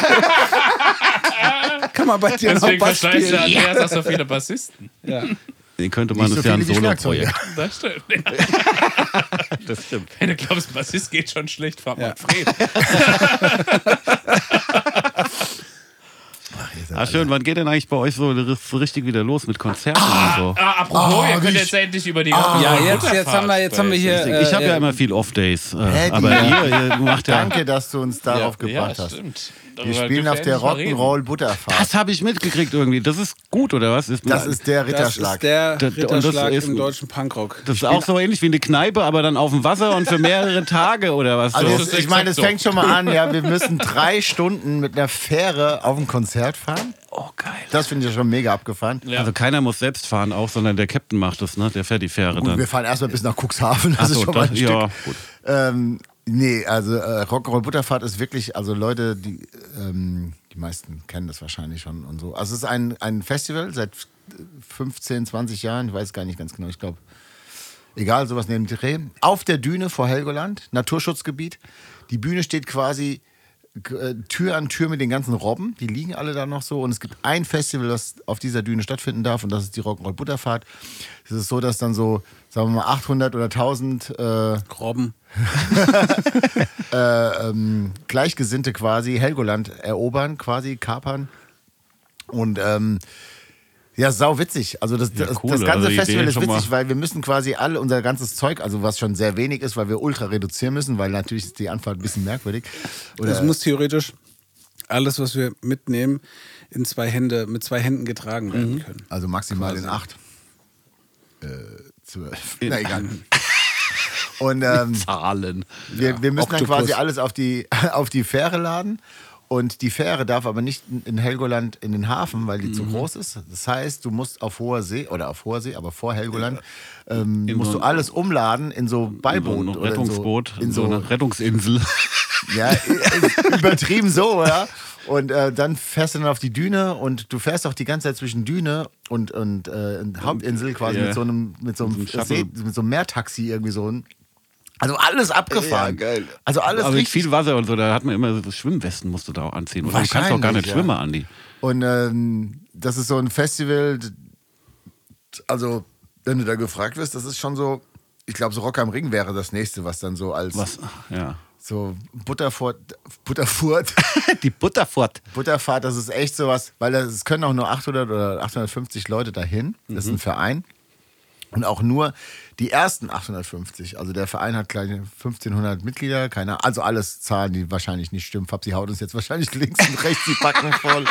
Kann man bei dir noch Deswegen Bass verschleißt der spielen? Andreas auch so viele Bassisten. Ja. Den könnte man, Nicht das so ist ja ein viele wie Solo-Projekt. Das stimmt. Das stimmt. Wenn du glaubst, Bassist geht schon schlecht, frag mal Ja. Fred. Ah, schön, wann geht denn eigentlich bei euch so, so richtig wieder los mit Konzerten und so? Ah, apropos, Oh, ihr könnt wie jetzt ich- endlich über die Ah, ja, jetzt, jetzt, haben wir, jetzt haben wir hier. Äh, Ich habe ja äh, immer viel Off-Days, äh, Hä, aber die- ihr, ihr macht ja... Danke, dass du uns darauf Ja, gebracht ja, hast. stimmt. Wir Darüber spielen dürfen auf wir der endlich mal reden. Rock'n'Roll Butterfahrt. Das habe ich mitgekriegt irgendwie. Das ist gut, oder was? Ist Das ist der Das Ritterschlag. ist der Das- und das Ritterschlag ist- im deutschen Punkrock. Das ist auch so ähnlich wie eine Kneipe, aber dann auf dem Wasser und für mehrere Tage oder was? Also So. jetzt, ich meine, es exakt fängt schon mal an, ja, wir müssen drei Stunden mit einer Fähre auf ein Konzert fahren. Oh, geil. Das finde ich ja schon mega abgefahren. Ja. Also keiner muss selbst fahren auch, sondern der Captain macht das, ne? Der fährt die Fähre Gut, dann. wir fahren erstmal bis nach Cuxhaven. Das Ach so, ist schon mal ein das- Stück. ja, gut. Ähm, nee, also äh, Rock'n'Roll Butterfahrt ist wirklich, also Leute, die, ähm, die meisten kennen das wahrscheinlich schon und so. Also es ist ein, ein Festival seit fünfzehn, zwanzig Jahren, ich weiß gar nicht ganz genau, ich glaube, egal, sowas neben Dreh. Auf der Düne vor Helgoland, Naturschutzgebiet. Die Bühne steht quasi äh, Tür an Tür mit den ganzen Robben, die liegen alle da noch so und es gibt ein Festival, das auf dieser Düne stattfinden darf und das ist die Rock'n'Roll Butterfahrt. Es ist so, dass dann so, sagen wir mal, achthundert oder tausend äh, Robben. äh, ähm, Gleichgesinnte quasi Helgoland erobern, quasi kapern. Und ähm, ja, sau witzig. Also das, Ja, das, cool. das ganze Also die Festival Idee ist schon mal- witzig, weil wir müssen quasi alle unser ganzes Zeug, also was schon sehr wenig ist, weil wir ultra reduzieren müssen, weil natürlich ist die Anfahrt ein bisschen merkwürdig. Oder Es muss theoretisch alles, was wir mitnehmen, in zwei Hände, mit zwei Händen getragen werden können. also maximal in acht. Äh, zwölf. Na egal. Und ähm, Zahlen. wir, wir müssen dann Oktopus. quasi alles auf die, auf die Fähre laden. Und die Fähre darf aber nicht in Helgoland in den Hafen, weil die zu groß ist. Das heißt, du musst auf hoher See, oder auf hoher See, aber vor Helgoland, ähm, In musst so du ein- alles umladen in so Beiboot. So ein oder in Rettungsboot, so, in so, eine Rettungsinsel. ja, übertrieben so, ja. Und äh, dann fährst du dann auf die Düne und du fährst auch die ganze Zeit zwischen Düne und, und äh, Hauptinsel quasi Ja. mit so einem, mit so einem, Mit so einem See, Shuttle. mit so einem Meertaxi irgendwie so. Also alles abgefahren. Ja, geil. Also alles Aber mit richtig. viel Wasser und so, da hat man immer so Schwimmwesten, musst du da auch anziehen. Oder du kannst auch gar Wahrscheinlich, nicht ja. schwimmen, Andi. Und ähm, das ist so ein Festival, also wenn du da gefragt wirst, das ist schon so, ich glaube so Rock am Ring wäre das nächste, was dann so als Was? Ja. so Butterfurt, Butterfurt, Die Butterfurt. Butterfahrt, das ist echt sowas, weil das- es können auch nur achthundert oder achthundertfünfzig Leute dahin, das ist ein Verein. Und auch nur die ersten achthundertfünfzig. Also der Verein hat kleine fünfzehnhundert Mitglieder, keine, also alles Zahlen, die wahrscheinlich nicht stimmen. Fabsi haut uns jetzt wahrscheinlich links und rechts die Backen voll.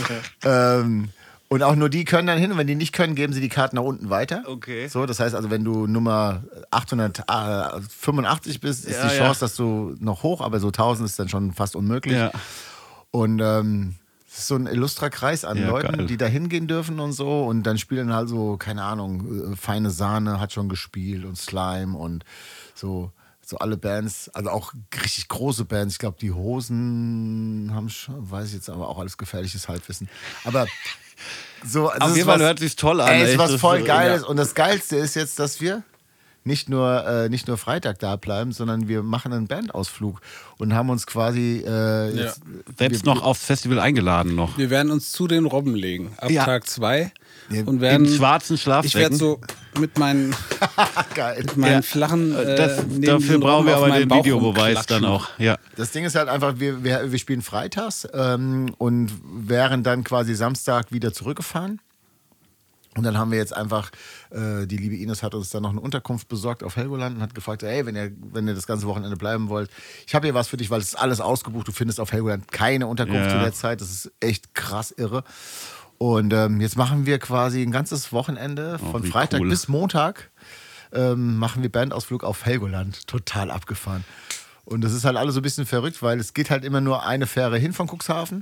ähm, und auch nur die können dann hin. Und wenn die nicht können, geben sie die Karten nach unten weiter. Okay. So, das heißt also, wenn du Nummer achthundertfünfundachtzig bist, ist Ja, die ja. Chance, dass du noch hoch, aber so tausend ist dann schon fast unmöglich. Ja. Und ähm, es ist so ein illustrer Kreis an Ja, Leuten, geil. die da hingehen dürfen und so. Und dann spielen halt so, keine Ahnung, äh, Feine Sahne hat schon gespielt und Slime und so, so alle Bands, also auch richtig große Bands. Ich glaube, die Hosen haben schon, weiß ich jetzt aber auch alles gefährliches Halbwissen. Aber so, das Auf ist jeden Fall was- hört sich's toll an. Ey, ist echt. was Das voll ist, Geiles. ja. Und das Geilste ist jetzt, dass wir nicht nur, äh, nicht nur Freitag da bleiben, sondern wir machen einen Bandausflug und haben uns quasi äh, jetzt, Selbst wir, noch aufs Festival eingeladen noch. Wir werden uns zu den Robben legen, ab Ja. Tag zwei. Ja, Und werden, In schwarzen ich werde Schlafsäcken. so mit meinen, Geil. mit meinen Ja. flachen. Äh, Das, neben dafür diesen brauchen Robben wir auf aber meinen den Bauch Videobeweis rumklatschen. dann auch. Ja. Das Ding ist halt einfach, wir, wir, wir spielen freitags ähm, und wären dann quasi Samstag wieder zurückgefahren. Und dann haben wir jetzt einfach, äh, die liebe Ines hat uns dann noch eine Unterkunft besorgt auf Helgoland und hat gefragt, hey, wenn ihr, wenn ihr das ganze Wochenende bleiben wollt, ich habe hier was für dich, weil es ist alles ausgebucht. Du findest auf Helgoland keine Unterkunft Ja. zu der Zeit. Das ist echt krass irre. Und ähm, jetzt machen wir quasi ein ganzes Wochenende von Oh, wie Freitag cool. bis Montag ähm, machen wir Bandausflug auf Helgoland. Total abgefahren. Und das ist halt alles so ein bisschen verrückt, weil es geht halt immer nur eine Fähre hin von Cuxhaven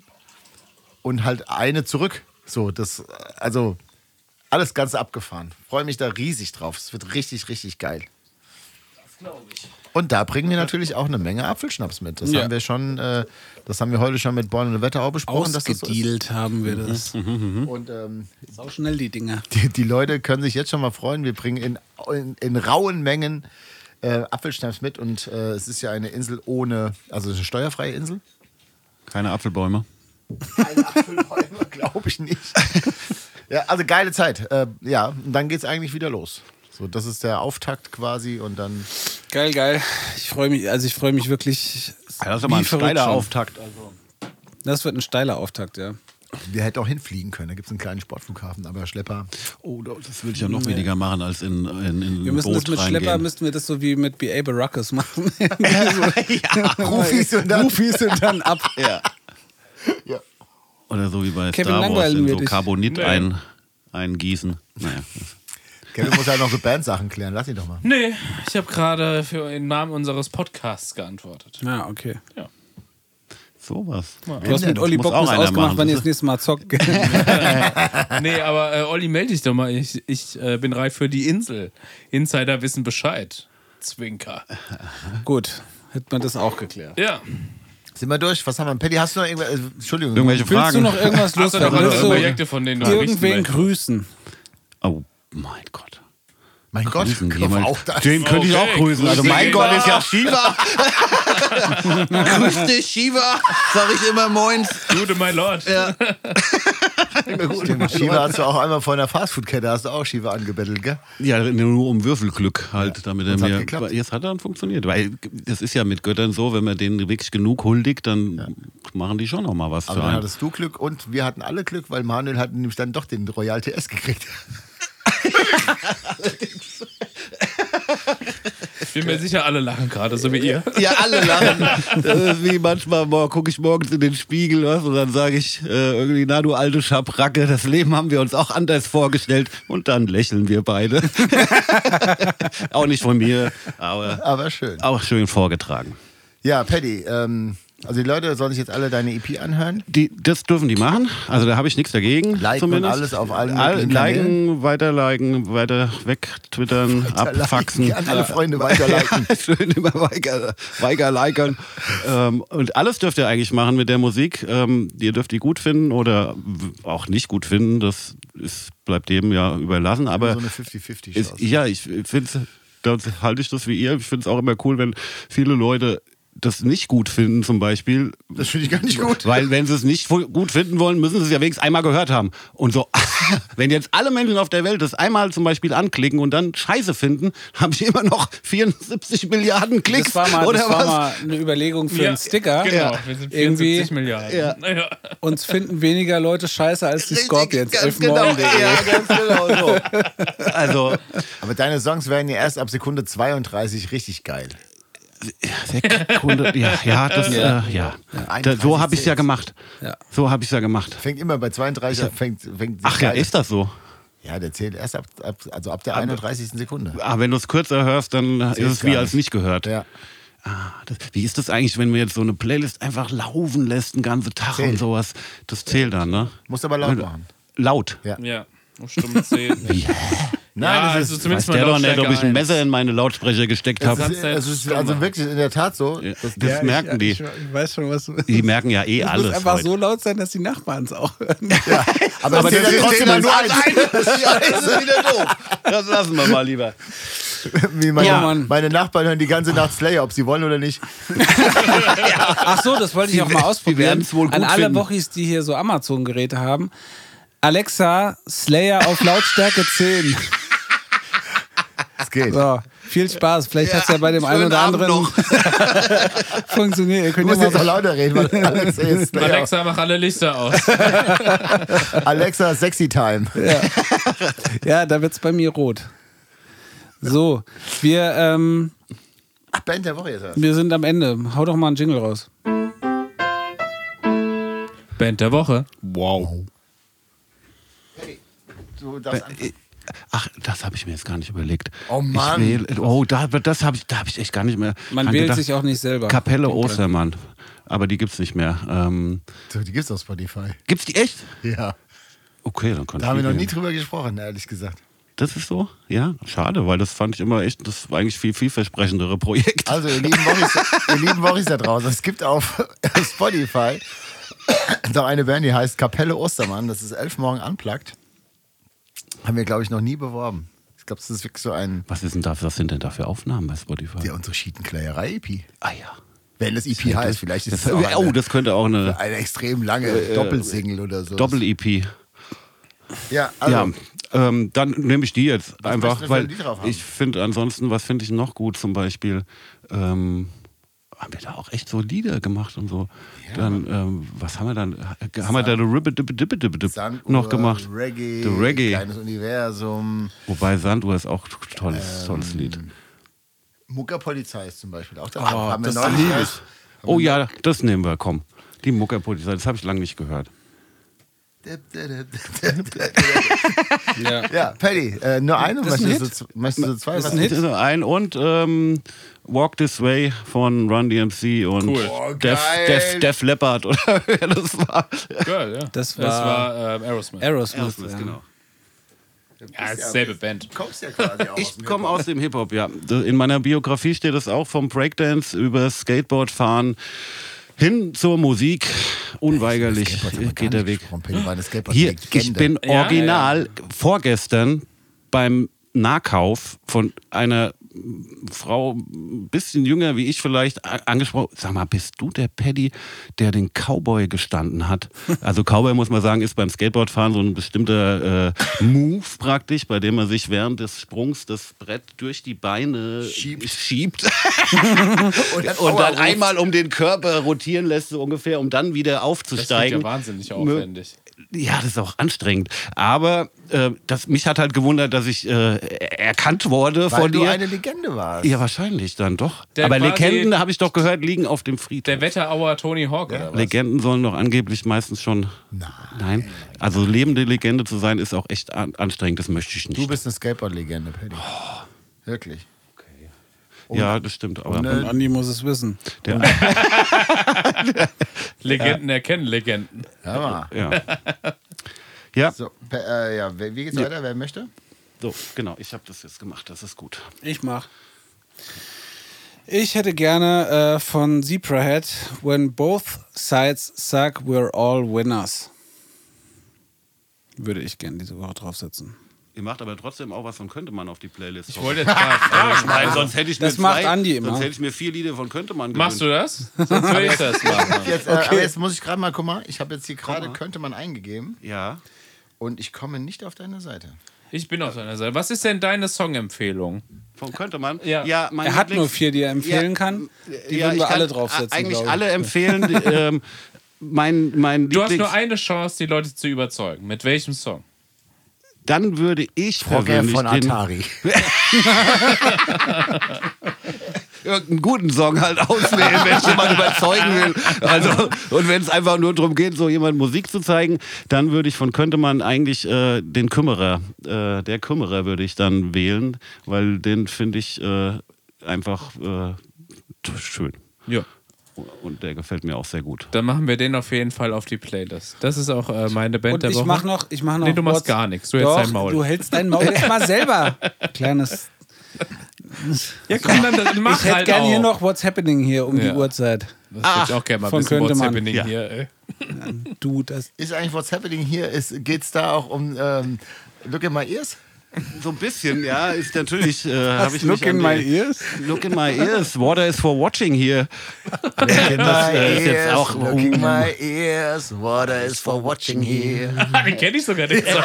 und halt eine zurück. So, das, also alles ganz abgefahren. Freue mich da riesig drauf. Es wird richtig, richtig geil. Das glaube ich. Und da bringen wir natürlich auch eine Menge Apfelschnaps mit. Das Ja. haben wir schon, äh, das haben wir heute schon mit Born und Wetterau besprochen. dass das so ist. Ausgedealt haben wir das. Und ähm, Sau schnell die Dinger. die, die Leute können sich jetzt schon mal freuen. Wir bringen in, in, in rauen Mengen äh, Apfelschnaps mit. Und äh, es ist ja eine Insel ohne, also eine steuerfreie Insel. Keine Apfelbäume. Keine Apfelbäume, glaube ich nicht. Ja, also geile Zeit. Äh, ja, und dann geht's eigentlich wieder los. So, das ist der Auftakt quasi und dann. Geil, geil. Ich freue mich, also ich freue mich wirklich. Ja, das ist aber ein wie verrückt steiler schon. Auftakt. Also. Das wird ein steiler Auftakt, ja. Wir hätten auch hinfliegen können. Da gibt es einen kleinen Sportflughafen, aber Schlepper. Oh, das würde ich ja noch weniger machen als in, in, in Wir müssen Boot das mit reingehen. Schlepper, müssten wir das so wie mit B A Baracus machen. Ja, Rufis und dann, Rufis und dann ab. Ja. Ja. Oder so wie bei Kevin, Star Wars langweilen in wir so dich. Carbonit Nee. ein, eingießen. Naja. Kevin muss halt noch so Bandsachen klären. Lass ihn doch mal. Nee, ich habe gerade für den Namen unseres Podcasts geantwortet. Ja, okay. Sowas. Du hast mit das Olli muss Bock auch das einer ausgemacht, machen. wann ihr das nächste Mal zockt. Nee, aber äh, Olli, melde dich doch mal. Ich, ich äh, bin reif für die Insel. Insider wissen Bescheid. Zwinker. Gut, hätte man das auch geklärt. Ja. Sind wir durch? Was haben wir? Paddy, hast du noch irgendwas? Äh, Entschuldigung. Irgendwelche Willst Fragen? du noch irgendwas Hast du noch loswerden? andere Willst du Projekte, von denen du berichten irgendwen möchtest? grüßen? Oh mein Gott. Mein Gott, Grüßen Kopf jemand. auch das. Den könnte ich Okay, auch grüßen. Also grüß mein dich, Gott Shiva. ist ja Shiva. Grüß dich, Shiva. Sag ich immer moins. Gute, mein Lord. Ja. Stimmt, Shiva hast du auch einmal vor einer Fastfood-Kette, hast du auch Shiva angebettelt, gell? Ja, nur um Würfelglück halt, damit er und es hat mir. geklappt. Jetzt hat er dann funktioniert. Weil das ist ja mit Göttern so, wenn man denen wirklich genug huldigt, dann machen die schon noch mal was Aber für dann einen. hattest du Glück und wir hatten alle Glück, weil Manuel hat nämlich dann doch den Royal T S gekriegt. Ich bin mir sicher, alle lachen gerade, so wie ihr. Ja, alle lachen. Das ist wie manchmal gucke ich morgens in den Spiegel was, und dann sage ich äh, irgendwie, na du alte Schabracke, das Leben haben wir uns auch anders vorgestellt. Und dann lächeln wir beide. Auch nicht von mir, aber Aber schön. auch schön vorgetragen. Ja, Paddy, ähm, also die Leute sollen sich jetzt alle deine E P anhören. Die, das dürfen die machen. Also da habe ich nichts dagegen. Liken zumindest. und alles auf allen All, möglichen Liken, weiterliken, weiter weg, twittern, abfaxen. An alle Freunde weiterleiten. Ja, schön immer weiter, weiter likern. ähm, und alles dürft ihr eigentlich machen mit der Musik. Ähm, ihr dürft die gut finden oder w- auch nicht gut finden. Das ist, bleibt jedem ja überlassen. Aber So eine fifty fifty ist, Chance. ja, ich finde, da halte ich das wie ihr. Ich finde es auch immer cool, wenn viele Leute das nicht gut finden zum Beispiel. Das finde ich gar nicht gut. Weil wenn sie es nicht fu- gut finden wollen, müssen sie es ja wenigstens einmal gehört haben. Und so, wenn jetzt alle Menschen auf der Welt das einmal zum Beispiel anklicken und dann Scheiße finden, habe ich immer noch vierundsiebzig Milliarden Klicks. Das war mal, oder das war was? mal eine Überlegung für einen Sticker. Genau, Ja. wir sind Irgendwie- vierundsiebzig Milliarden. Ja. Ja. Uns finden weniger Leute scheiße als die Richtig, Scorpions. ganz elf genau, morgen punkt de. ja, ganz genau so. Also, Aber deine Songs werden ja erst ab Sekunde zweiunddreißig richtig geil. Sekunde, ja, ja, das, ja. Äh, ja. Da, so habe ich es ja gemacht. Ja. So habe ich es ja gemacht. Fängt immer bei zweiunddreißig an, fängt, fängt Ach ja, geil. ist das so? Ja, der zählt erst ab, ab, also ab der einunddreißigsten Sekunde. Aber wenn du es kürzer hörst, dann ist es gar wie als nicht. nicht gehört. Ja. Ah, das, wie ist das eigentlich, wenn man jetzt so eine Playlist einfach laufen lässt, den ganzen Tag Zählt. und sowas? Das zählt dann, ne? Musst aber laut machen. Laut. Ja. Ja, um Stumme zehn. Wie? Nein, ja, das also ist, zumindest Weiß der mal doch nicht, ob Lautstärke ich ein eins. Messer in meine Lautsprecher gesteckt das habe. kannst ist, du jetzt es ist stumm also machen. wirklich in der Tat so. Das, Das, das merken die. Ich, ich weiß schon, was du. Die merken ja eh Es alles. muss einfach heute. so laut sein, dass die Nachbarn es auch hören. aber Aber das das zählt ja trotzdem als eins. Ja, das ist wieder doof. Das lassen wir mal lieber. Wie meine, Ja, Mann. meine Nachbarn hören die ganze Nacht Slayer, ob sie wollen oder nicht. Ach so, das wollte ich auch mal ausprobieren. werden's wohl gut An alle finden. Wochis, die hier so Amazon-Geräte haben. Alexa, Slayer auf Lautstärke zehn. Das geht. So, viel Spaß. Vielleicht hat es ja bei dem einen schönen oder Abend anderen noch. funktioniert. Ihr Du könnt ja musst jetzt auch mal lauter reden, weil Alexa ist Slayer. Alexa, mach alle Lichter aus. Alexa Sexy Time. ja, da wird es bei mir rot. So, wir, ähm, Ach, Band der Woche jetzt. erst. wir sind am Ende. Hau doch mal einen Jingle raus. Band der Woche. Wow. Du darfst anfangen. Ach, das habe ich mir jetzt gar nicht überlegt. Oh Mann. Ich wähle, oh, da, das habe ich, da hab ich echt gar nicht mehr. Man dran wählt gedacht. sich auch nicht selber. Kapelle Ostermann. Aber die gibt's nicht mehr. Ähm, So, die gibt's auf Spotify. gibt's die echt? Ja. Okay, dann kann Da ich haben wir die noch nie nehmen. drüber gesprochen, ehrlich gesagt. Das ist so? Ja, schade, weil das fand ich immer echt, das war eigentlich viel vielversprechendere Projekt. Also, ihr lieben Wochis, ihr lieben Wochis da draußen, es gibt auf Spotify da eine Band, die heißt Kapelle Ostermann. Das ist elf Morgen Unplugged. Haben wir, glaube ich, noch nie beworben. Ich glaube, das ist wirklich so ein, Was ist denn da, was sind denn da für Aufnahmen bei Spotify? ja, unsere Schietenkleierei-E P. Ah ja. Wenn das E P heißt, vielleicht ist Das, es auch oh, eine, das könnte auch eine eine extrem lange Doppelsingle oder so. Doppel-E P. Ja, also, Ja, ähm, dann nehme ich die jetzt einfach, möchtest du denn für weil ein Lied drauf haben? ich finde ansonsten, was finde ich noch gut zum Beispiel? Ähm, haben wir da auch echt so Lieder gemacht und so. Ja. Dann, ähm, was haben wir dann? Sand, haben wir da Ribbit Dip Dip Dip Dip noch gemacht? Reggae, The Reggae. Kleines Universum. Wobei Sanduhr ist auch ein tolles, ähm, tolles Lied. Muckerpolizei ist zum Beispiel auch da. Oh, haben wir das neulich liebe ich. erst- Oh ja, das nehmen wir, komm. Die Muckerpolizei, das habe ich lange nicht gehört. Ja. Ja, Paddy, äh, nur eine? Das ist ein Möchtest du, möchtest du zwei? Das ist Was ein Hit. Das ist ein und ähm, Walk This Way von Run D M C und Cool. Oh, Def, geil. Def, Def Leppard oder wer das war. Geil, ja. Das war- das war ähm, Aerosmith. Aerosmith, Aerosmith, ja. genau. Ja, ist dieselbe Band. Du kommst ja quasi auch Ich komme aus dem Hip-Hop, ja. In meiner Biografie steht es auch vom Breakdance über Skateboardfahren hin zur Musik. Unweigerlich geht der Weg. Hier, ich bin Ja, original ja. vorgestern beim Nahkauf von einer Frau, ein bisschen jünger wie ich vielleicht, a- angesprochen. Sag mal, bist du der Paddy, der den Cowboy gestanden hat? Also Cowboy, muss man sagen, ist beim Skateboardfahren so ein bestimmter äh, Move praktisch, bei dem man sich während des Sprungs das Brett durch die Beine Schiebt. schiebt. Und dann, Und dann einmal um den Körper rotieren lässt, so ungefähr, um dann wieder Das klingt aufzusteigen. ja wahnsinnig aufwendig. Ja, das ist auch anstrengend. Aber äh, das, mich hat halt gewundert, dass ich äh, erkannt wurde Weil von du dir. eine Legende warst. Ja, wahrscheinlich dann doch. Der Aber quasi- Legenden, habe ich doch gehört, liegen auf dem Friedhof. Der Wetterauer Tony Hawk, oder was? Legenden sollen doch angeblich meistens schon. Nein. Nein. Also lebende Legende zu sein, ist auch echt an, anstrengend. Das möchte ich nicht. Du bist eine Skateboard-Legende, Paddy. Wirklich. ja, das stimmt. Aber Und, Und Andi muss es wissen. der, Legenden erkennen Legenden. Ja, mal. ja. ja, So, pe- äh, ja, wer- wie geht's weiter? Wer möchte? so, genau. Ich habe das jetzt gemacht. Das ist gut. Ich mach. Ich hätte gerne äh, von Zebrahead When Both Sides Suck, We're All Winners. Würde ich gerne diese Woche draufsetzen. Ihr macht aber trotzdem auch was von Könnte man auf die Playlist. Ich wollte jetzt gerade fragen. Nein, sonst hätte ich Das mir macht zwei, Andi immer. Sonst hätte ich mir vier Lieder von Könnte man Machst du gewünscht. das? Sonst würde ich das machen. Jetzt, äh, aber jetzt muss ich gerade mal, guck mal, ich habe jetzt hier gerade, könnte man eingegeben Ja. und ich komme nicht auf deine Seite. Ich bin auf deiner Seite. Was ist denn deine Songempfehlung? Von Könnte man? Ja. mein Er hat Lieblings- nur vier, die er empfehlen Ja, kann. Die ja, würden ich wir kann alle draufsetzen. Eigentlich glaube ich. alle empfehlen. die, ähm, mein, mein Du hast Lieblings- nur eine Chance, die Leute zu überzeugen. Mit welchem Song? Dann würde ich Frogger persönlich von den, Atari. irgendeinen guten Song halt auswählen, wenn ich jemanden überzeugen will. Also, und wenn es einfach nur darum geht, so jemand Musik zu zeigen, dann würde ich von Könnte man eigentlich äh, den Kümmerer, äh, der Kümmerer würde ich dann wählen, weil den finde ich äh, einfach äh, t- schön. Ja. Und der gefällt mir auch sehr gut. Dann machen wir den auf jeden Fall auf die Playlist. Das ist auch äh, meine Band Und der ich Woche. mach noch, ich mach noch. Nee, du machst What's- gar nichts. Du hältst Doch, dein Maul. Du hältst dein Maul jetzt mal selber. Kleines. Ja, komm, dann, dann mach Ich hätte halt gerne auch. hier noch What's Happening hier um Ja. die Uhrzeit. Das würde ich auch gerne mal von wissen, könnte what's man. happening Ja. hier. Ey. Du, das. Ist eigentlich What's Happening hier? Geht es da auch um ähm, Look in My Ears? So ein bisschen, ja, ist natürlich. Äh, hab ich Look mich an in my die- ears. Look in my ears. Water is for watching hier. Look in my äh, ist jetzt auch- Look in my ears. Water is for watching here. Den kenne ich sogar, den Song.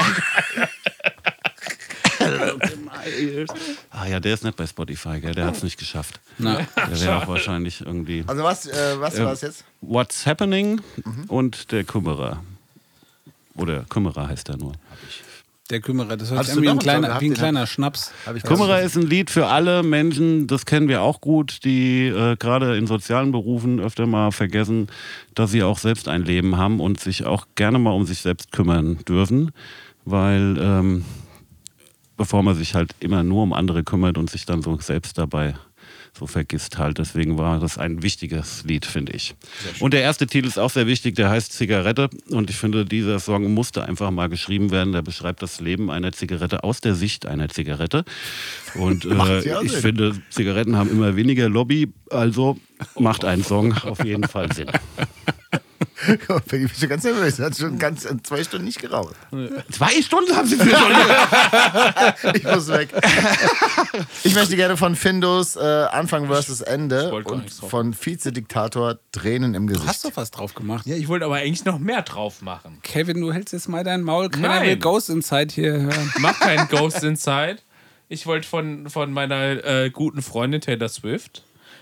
Ah ja, der ist nicht bei Spotify, gell? Der hat es nicht geschafft. Na. Der wäre auch wahrscheinlich irgendwie. Also was, äh, was war es jetzt? What's Happening und der Kümmerer. Oder Kümmerer heißt er nur. Der Kümmerer, das hört Hast sich du an wie ein damals kleiner, gehabt, wie ein den kleiner Schnaps. Hab ich Kümmerer ist ein Lied für alle Menschen, das kennen wir auch gut, die äh, gerade in sozialen Berufen öfter mal vergessen, dass sie auch selbst ein Leben haben und sich auch gerne mal um sich selbst kümmern dürfen, weil ähm, bevor man sich halt immer nur um andere kümmert und sich dann so selbst dabei so vergisst halt. Deswegen war das ein wichtiges Lied, finde ich. Und der erste Titel ist auch sehr wichtig, der heißt Zigarette. Und ich finde, dieser Song musste einfach mal geschrieben werden. Der beschreibt das Leben einer Zigarette aus der Sicht einer Zigarette. Und äh, ja ich Sinn. finde, Zigaretten haben immer weniger Lobby. Also macht ein Song auf jeden Fall Sinn. Ich bin schon ganz nervös. Hat schon ganz äh, zwei Stunden nicht geraucht. Zwei Stunden haben sie für schon. Ich muss weg. Ich möchte gerne von Findus äh, Anfang versus Ende wollte gar und nichts drauf. von Vizediktator Tränen im Du Gesicht. hast doch was drauf gemacht. Ja, ich wollte aber eigentlich noch mehr drauf machen. Kevin, du hältst jetzt mal dein Maul. Keiner Nein. will Ghost Inside hier hören. Mach keinen Ghost Inside. Ich wollte von, von meiner äh, guten Freundin Taylor Swift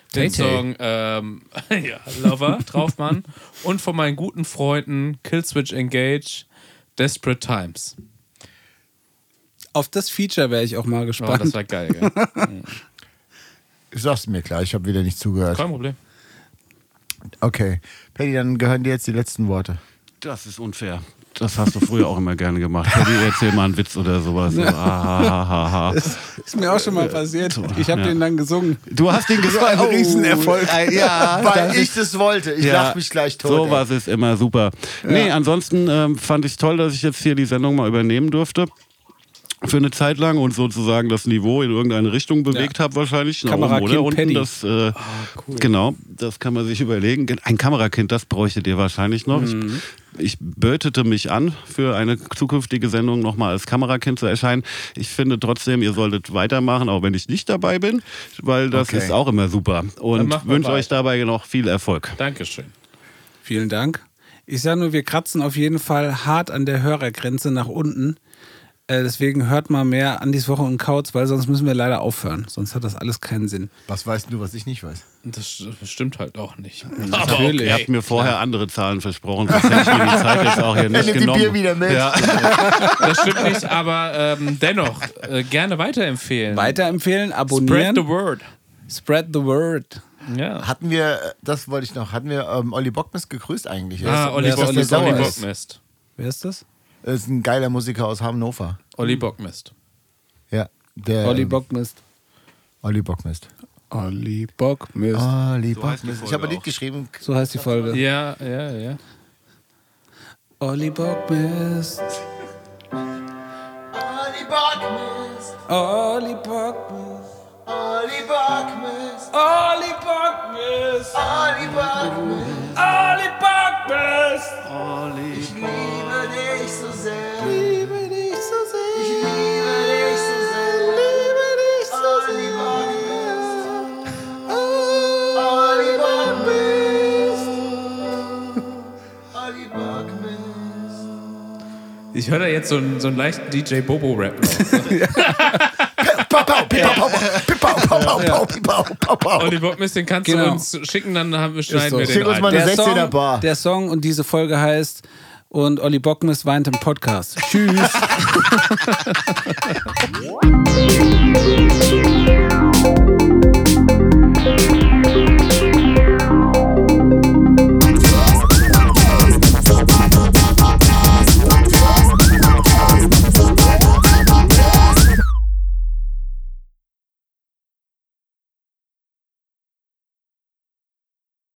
den Tay-Tay. Song ähm, ja, Lover drauf machen. Und von meinen guten Freunden Killswitch Engage, Desperate Times. Auf das Feature wäre ich auch mal Oh, gespannt. das war geil, gell? Ich sag's mir klar, ich habe wieder nicht zugehört. Kein Problem. Okay. Paddy, dann gehören dir jetzt die letzten Worte. Das ist unfair. Das hast du früher auch immer gerne gemacht. Paddy, erzähl mal einen Witz oder sowas. So, ah, ha, ha, ha. Ist mir auch schon mal passiert. Ich habe Ja. den dann gesungen. Du hast den gesagt. ein Riesenerfolg. äh, ja, Weil das ich ist- das wollte. Ich Ja, lach mich gleich tot. Sowas ist immer super. Nee, ansonsten ähm, fand ich toll, dass ich jetzt hier die Sendung mal übernehmen durfte. Für eine Zeit lang und sozusagen das Niveau in irgendeine Richtung bewegt Ja. habe wahrscheinlich. Nach Kamerakind oben oder unten. Paddy. Das, äh, Genau, das kann man sich überlegen. Ein Kamerakind, das bräuchtet ihr wahrscheinlich noch. Mhm. Ich, ich bötete mich an, für eine zukünftige Sendung nochmal als Kamerakind zu erscheinen. Ich finde trotzdem, ihr solltet weitermachen, auch wenn ich nicht dabei bin, weil das Okay. ist auch immer super. Und machen wir wünsche euch weiter. dabei noch viel Erfolg. Dankeschön. Vielen Dank. Ich sage nur, wir kratzen auf jeden Fall hart an der Hörergrenze nach unten. Äh, deswegen hört mal mehr Andis Woche und Kauz, weil sonst müssen wir leider aufhören. Sonst hat das alles keinen Sinn. Was weißt du, was ich nicht weiß? Das stimmt halt auch nicht. Natürlich. Ihr habt mir vorher andere Zahlen versprochen, sonst hätte ich mir die Zeit jetzt auch hier nicht Nimm die genommen. Bier wieder mit. Ja. Das stimmt nicht, aber ähm, dennoch äh, gerne weiterempfehlen. Weiterempfehlen, Spread abonnieren. the word. Spread the word. Ja. Hatten wir, äh, das wollte ich noch, hatten wir ähm, Olli Bockmist gegrüßt eigentlich? Ah, Olli wer ist Bockmist. Olli Olli Bockmist? Bockmist. Wer ist das? Das ist ein geiler Musiker aus Hannover. Olli Bockmist. Ja. Der, Olli ähm, Bockmist. Olli Bockmist. Olli Bockmist. Olli So heißt die Bockmist. Ich Folge habe ein Lied auch. geschrieben. So heißt die Folge. Ja, ja, ja. Olli Bockmist. Olli Bockmist. Olli Bockmist. Olli Bockmist. Olli Bockmist. Olli Bockmist. Olli Bockmist. Ich liebe dich so sehr. Liebe dich so sehr. Ich liebe dich so sehr. Liebe dich so Olli Bockmist. Olli Bockmist. Olli Bockmist. Ich höre da jetzt so einen, so einen leichten D J Bobo-Rap noch. Pau, pau, pipau, pau, pipau, pau, pau, pau, pipau, pau, pau. Olli Bockmist, den kannst Genau. du uns schicken, dann haben wir, schneiden so. wir den Schick uns ein. mal eine Der sechzehner Song, Bar. der Song und diese Folge heißt und Olli Bockmist weint im Podcast. Tschüss.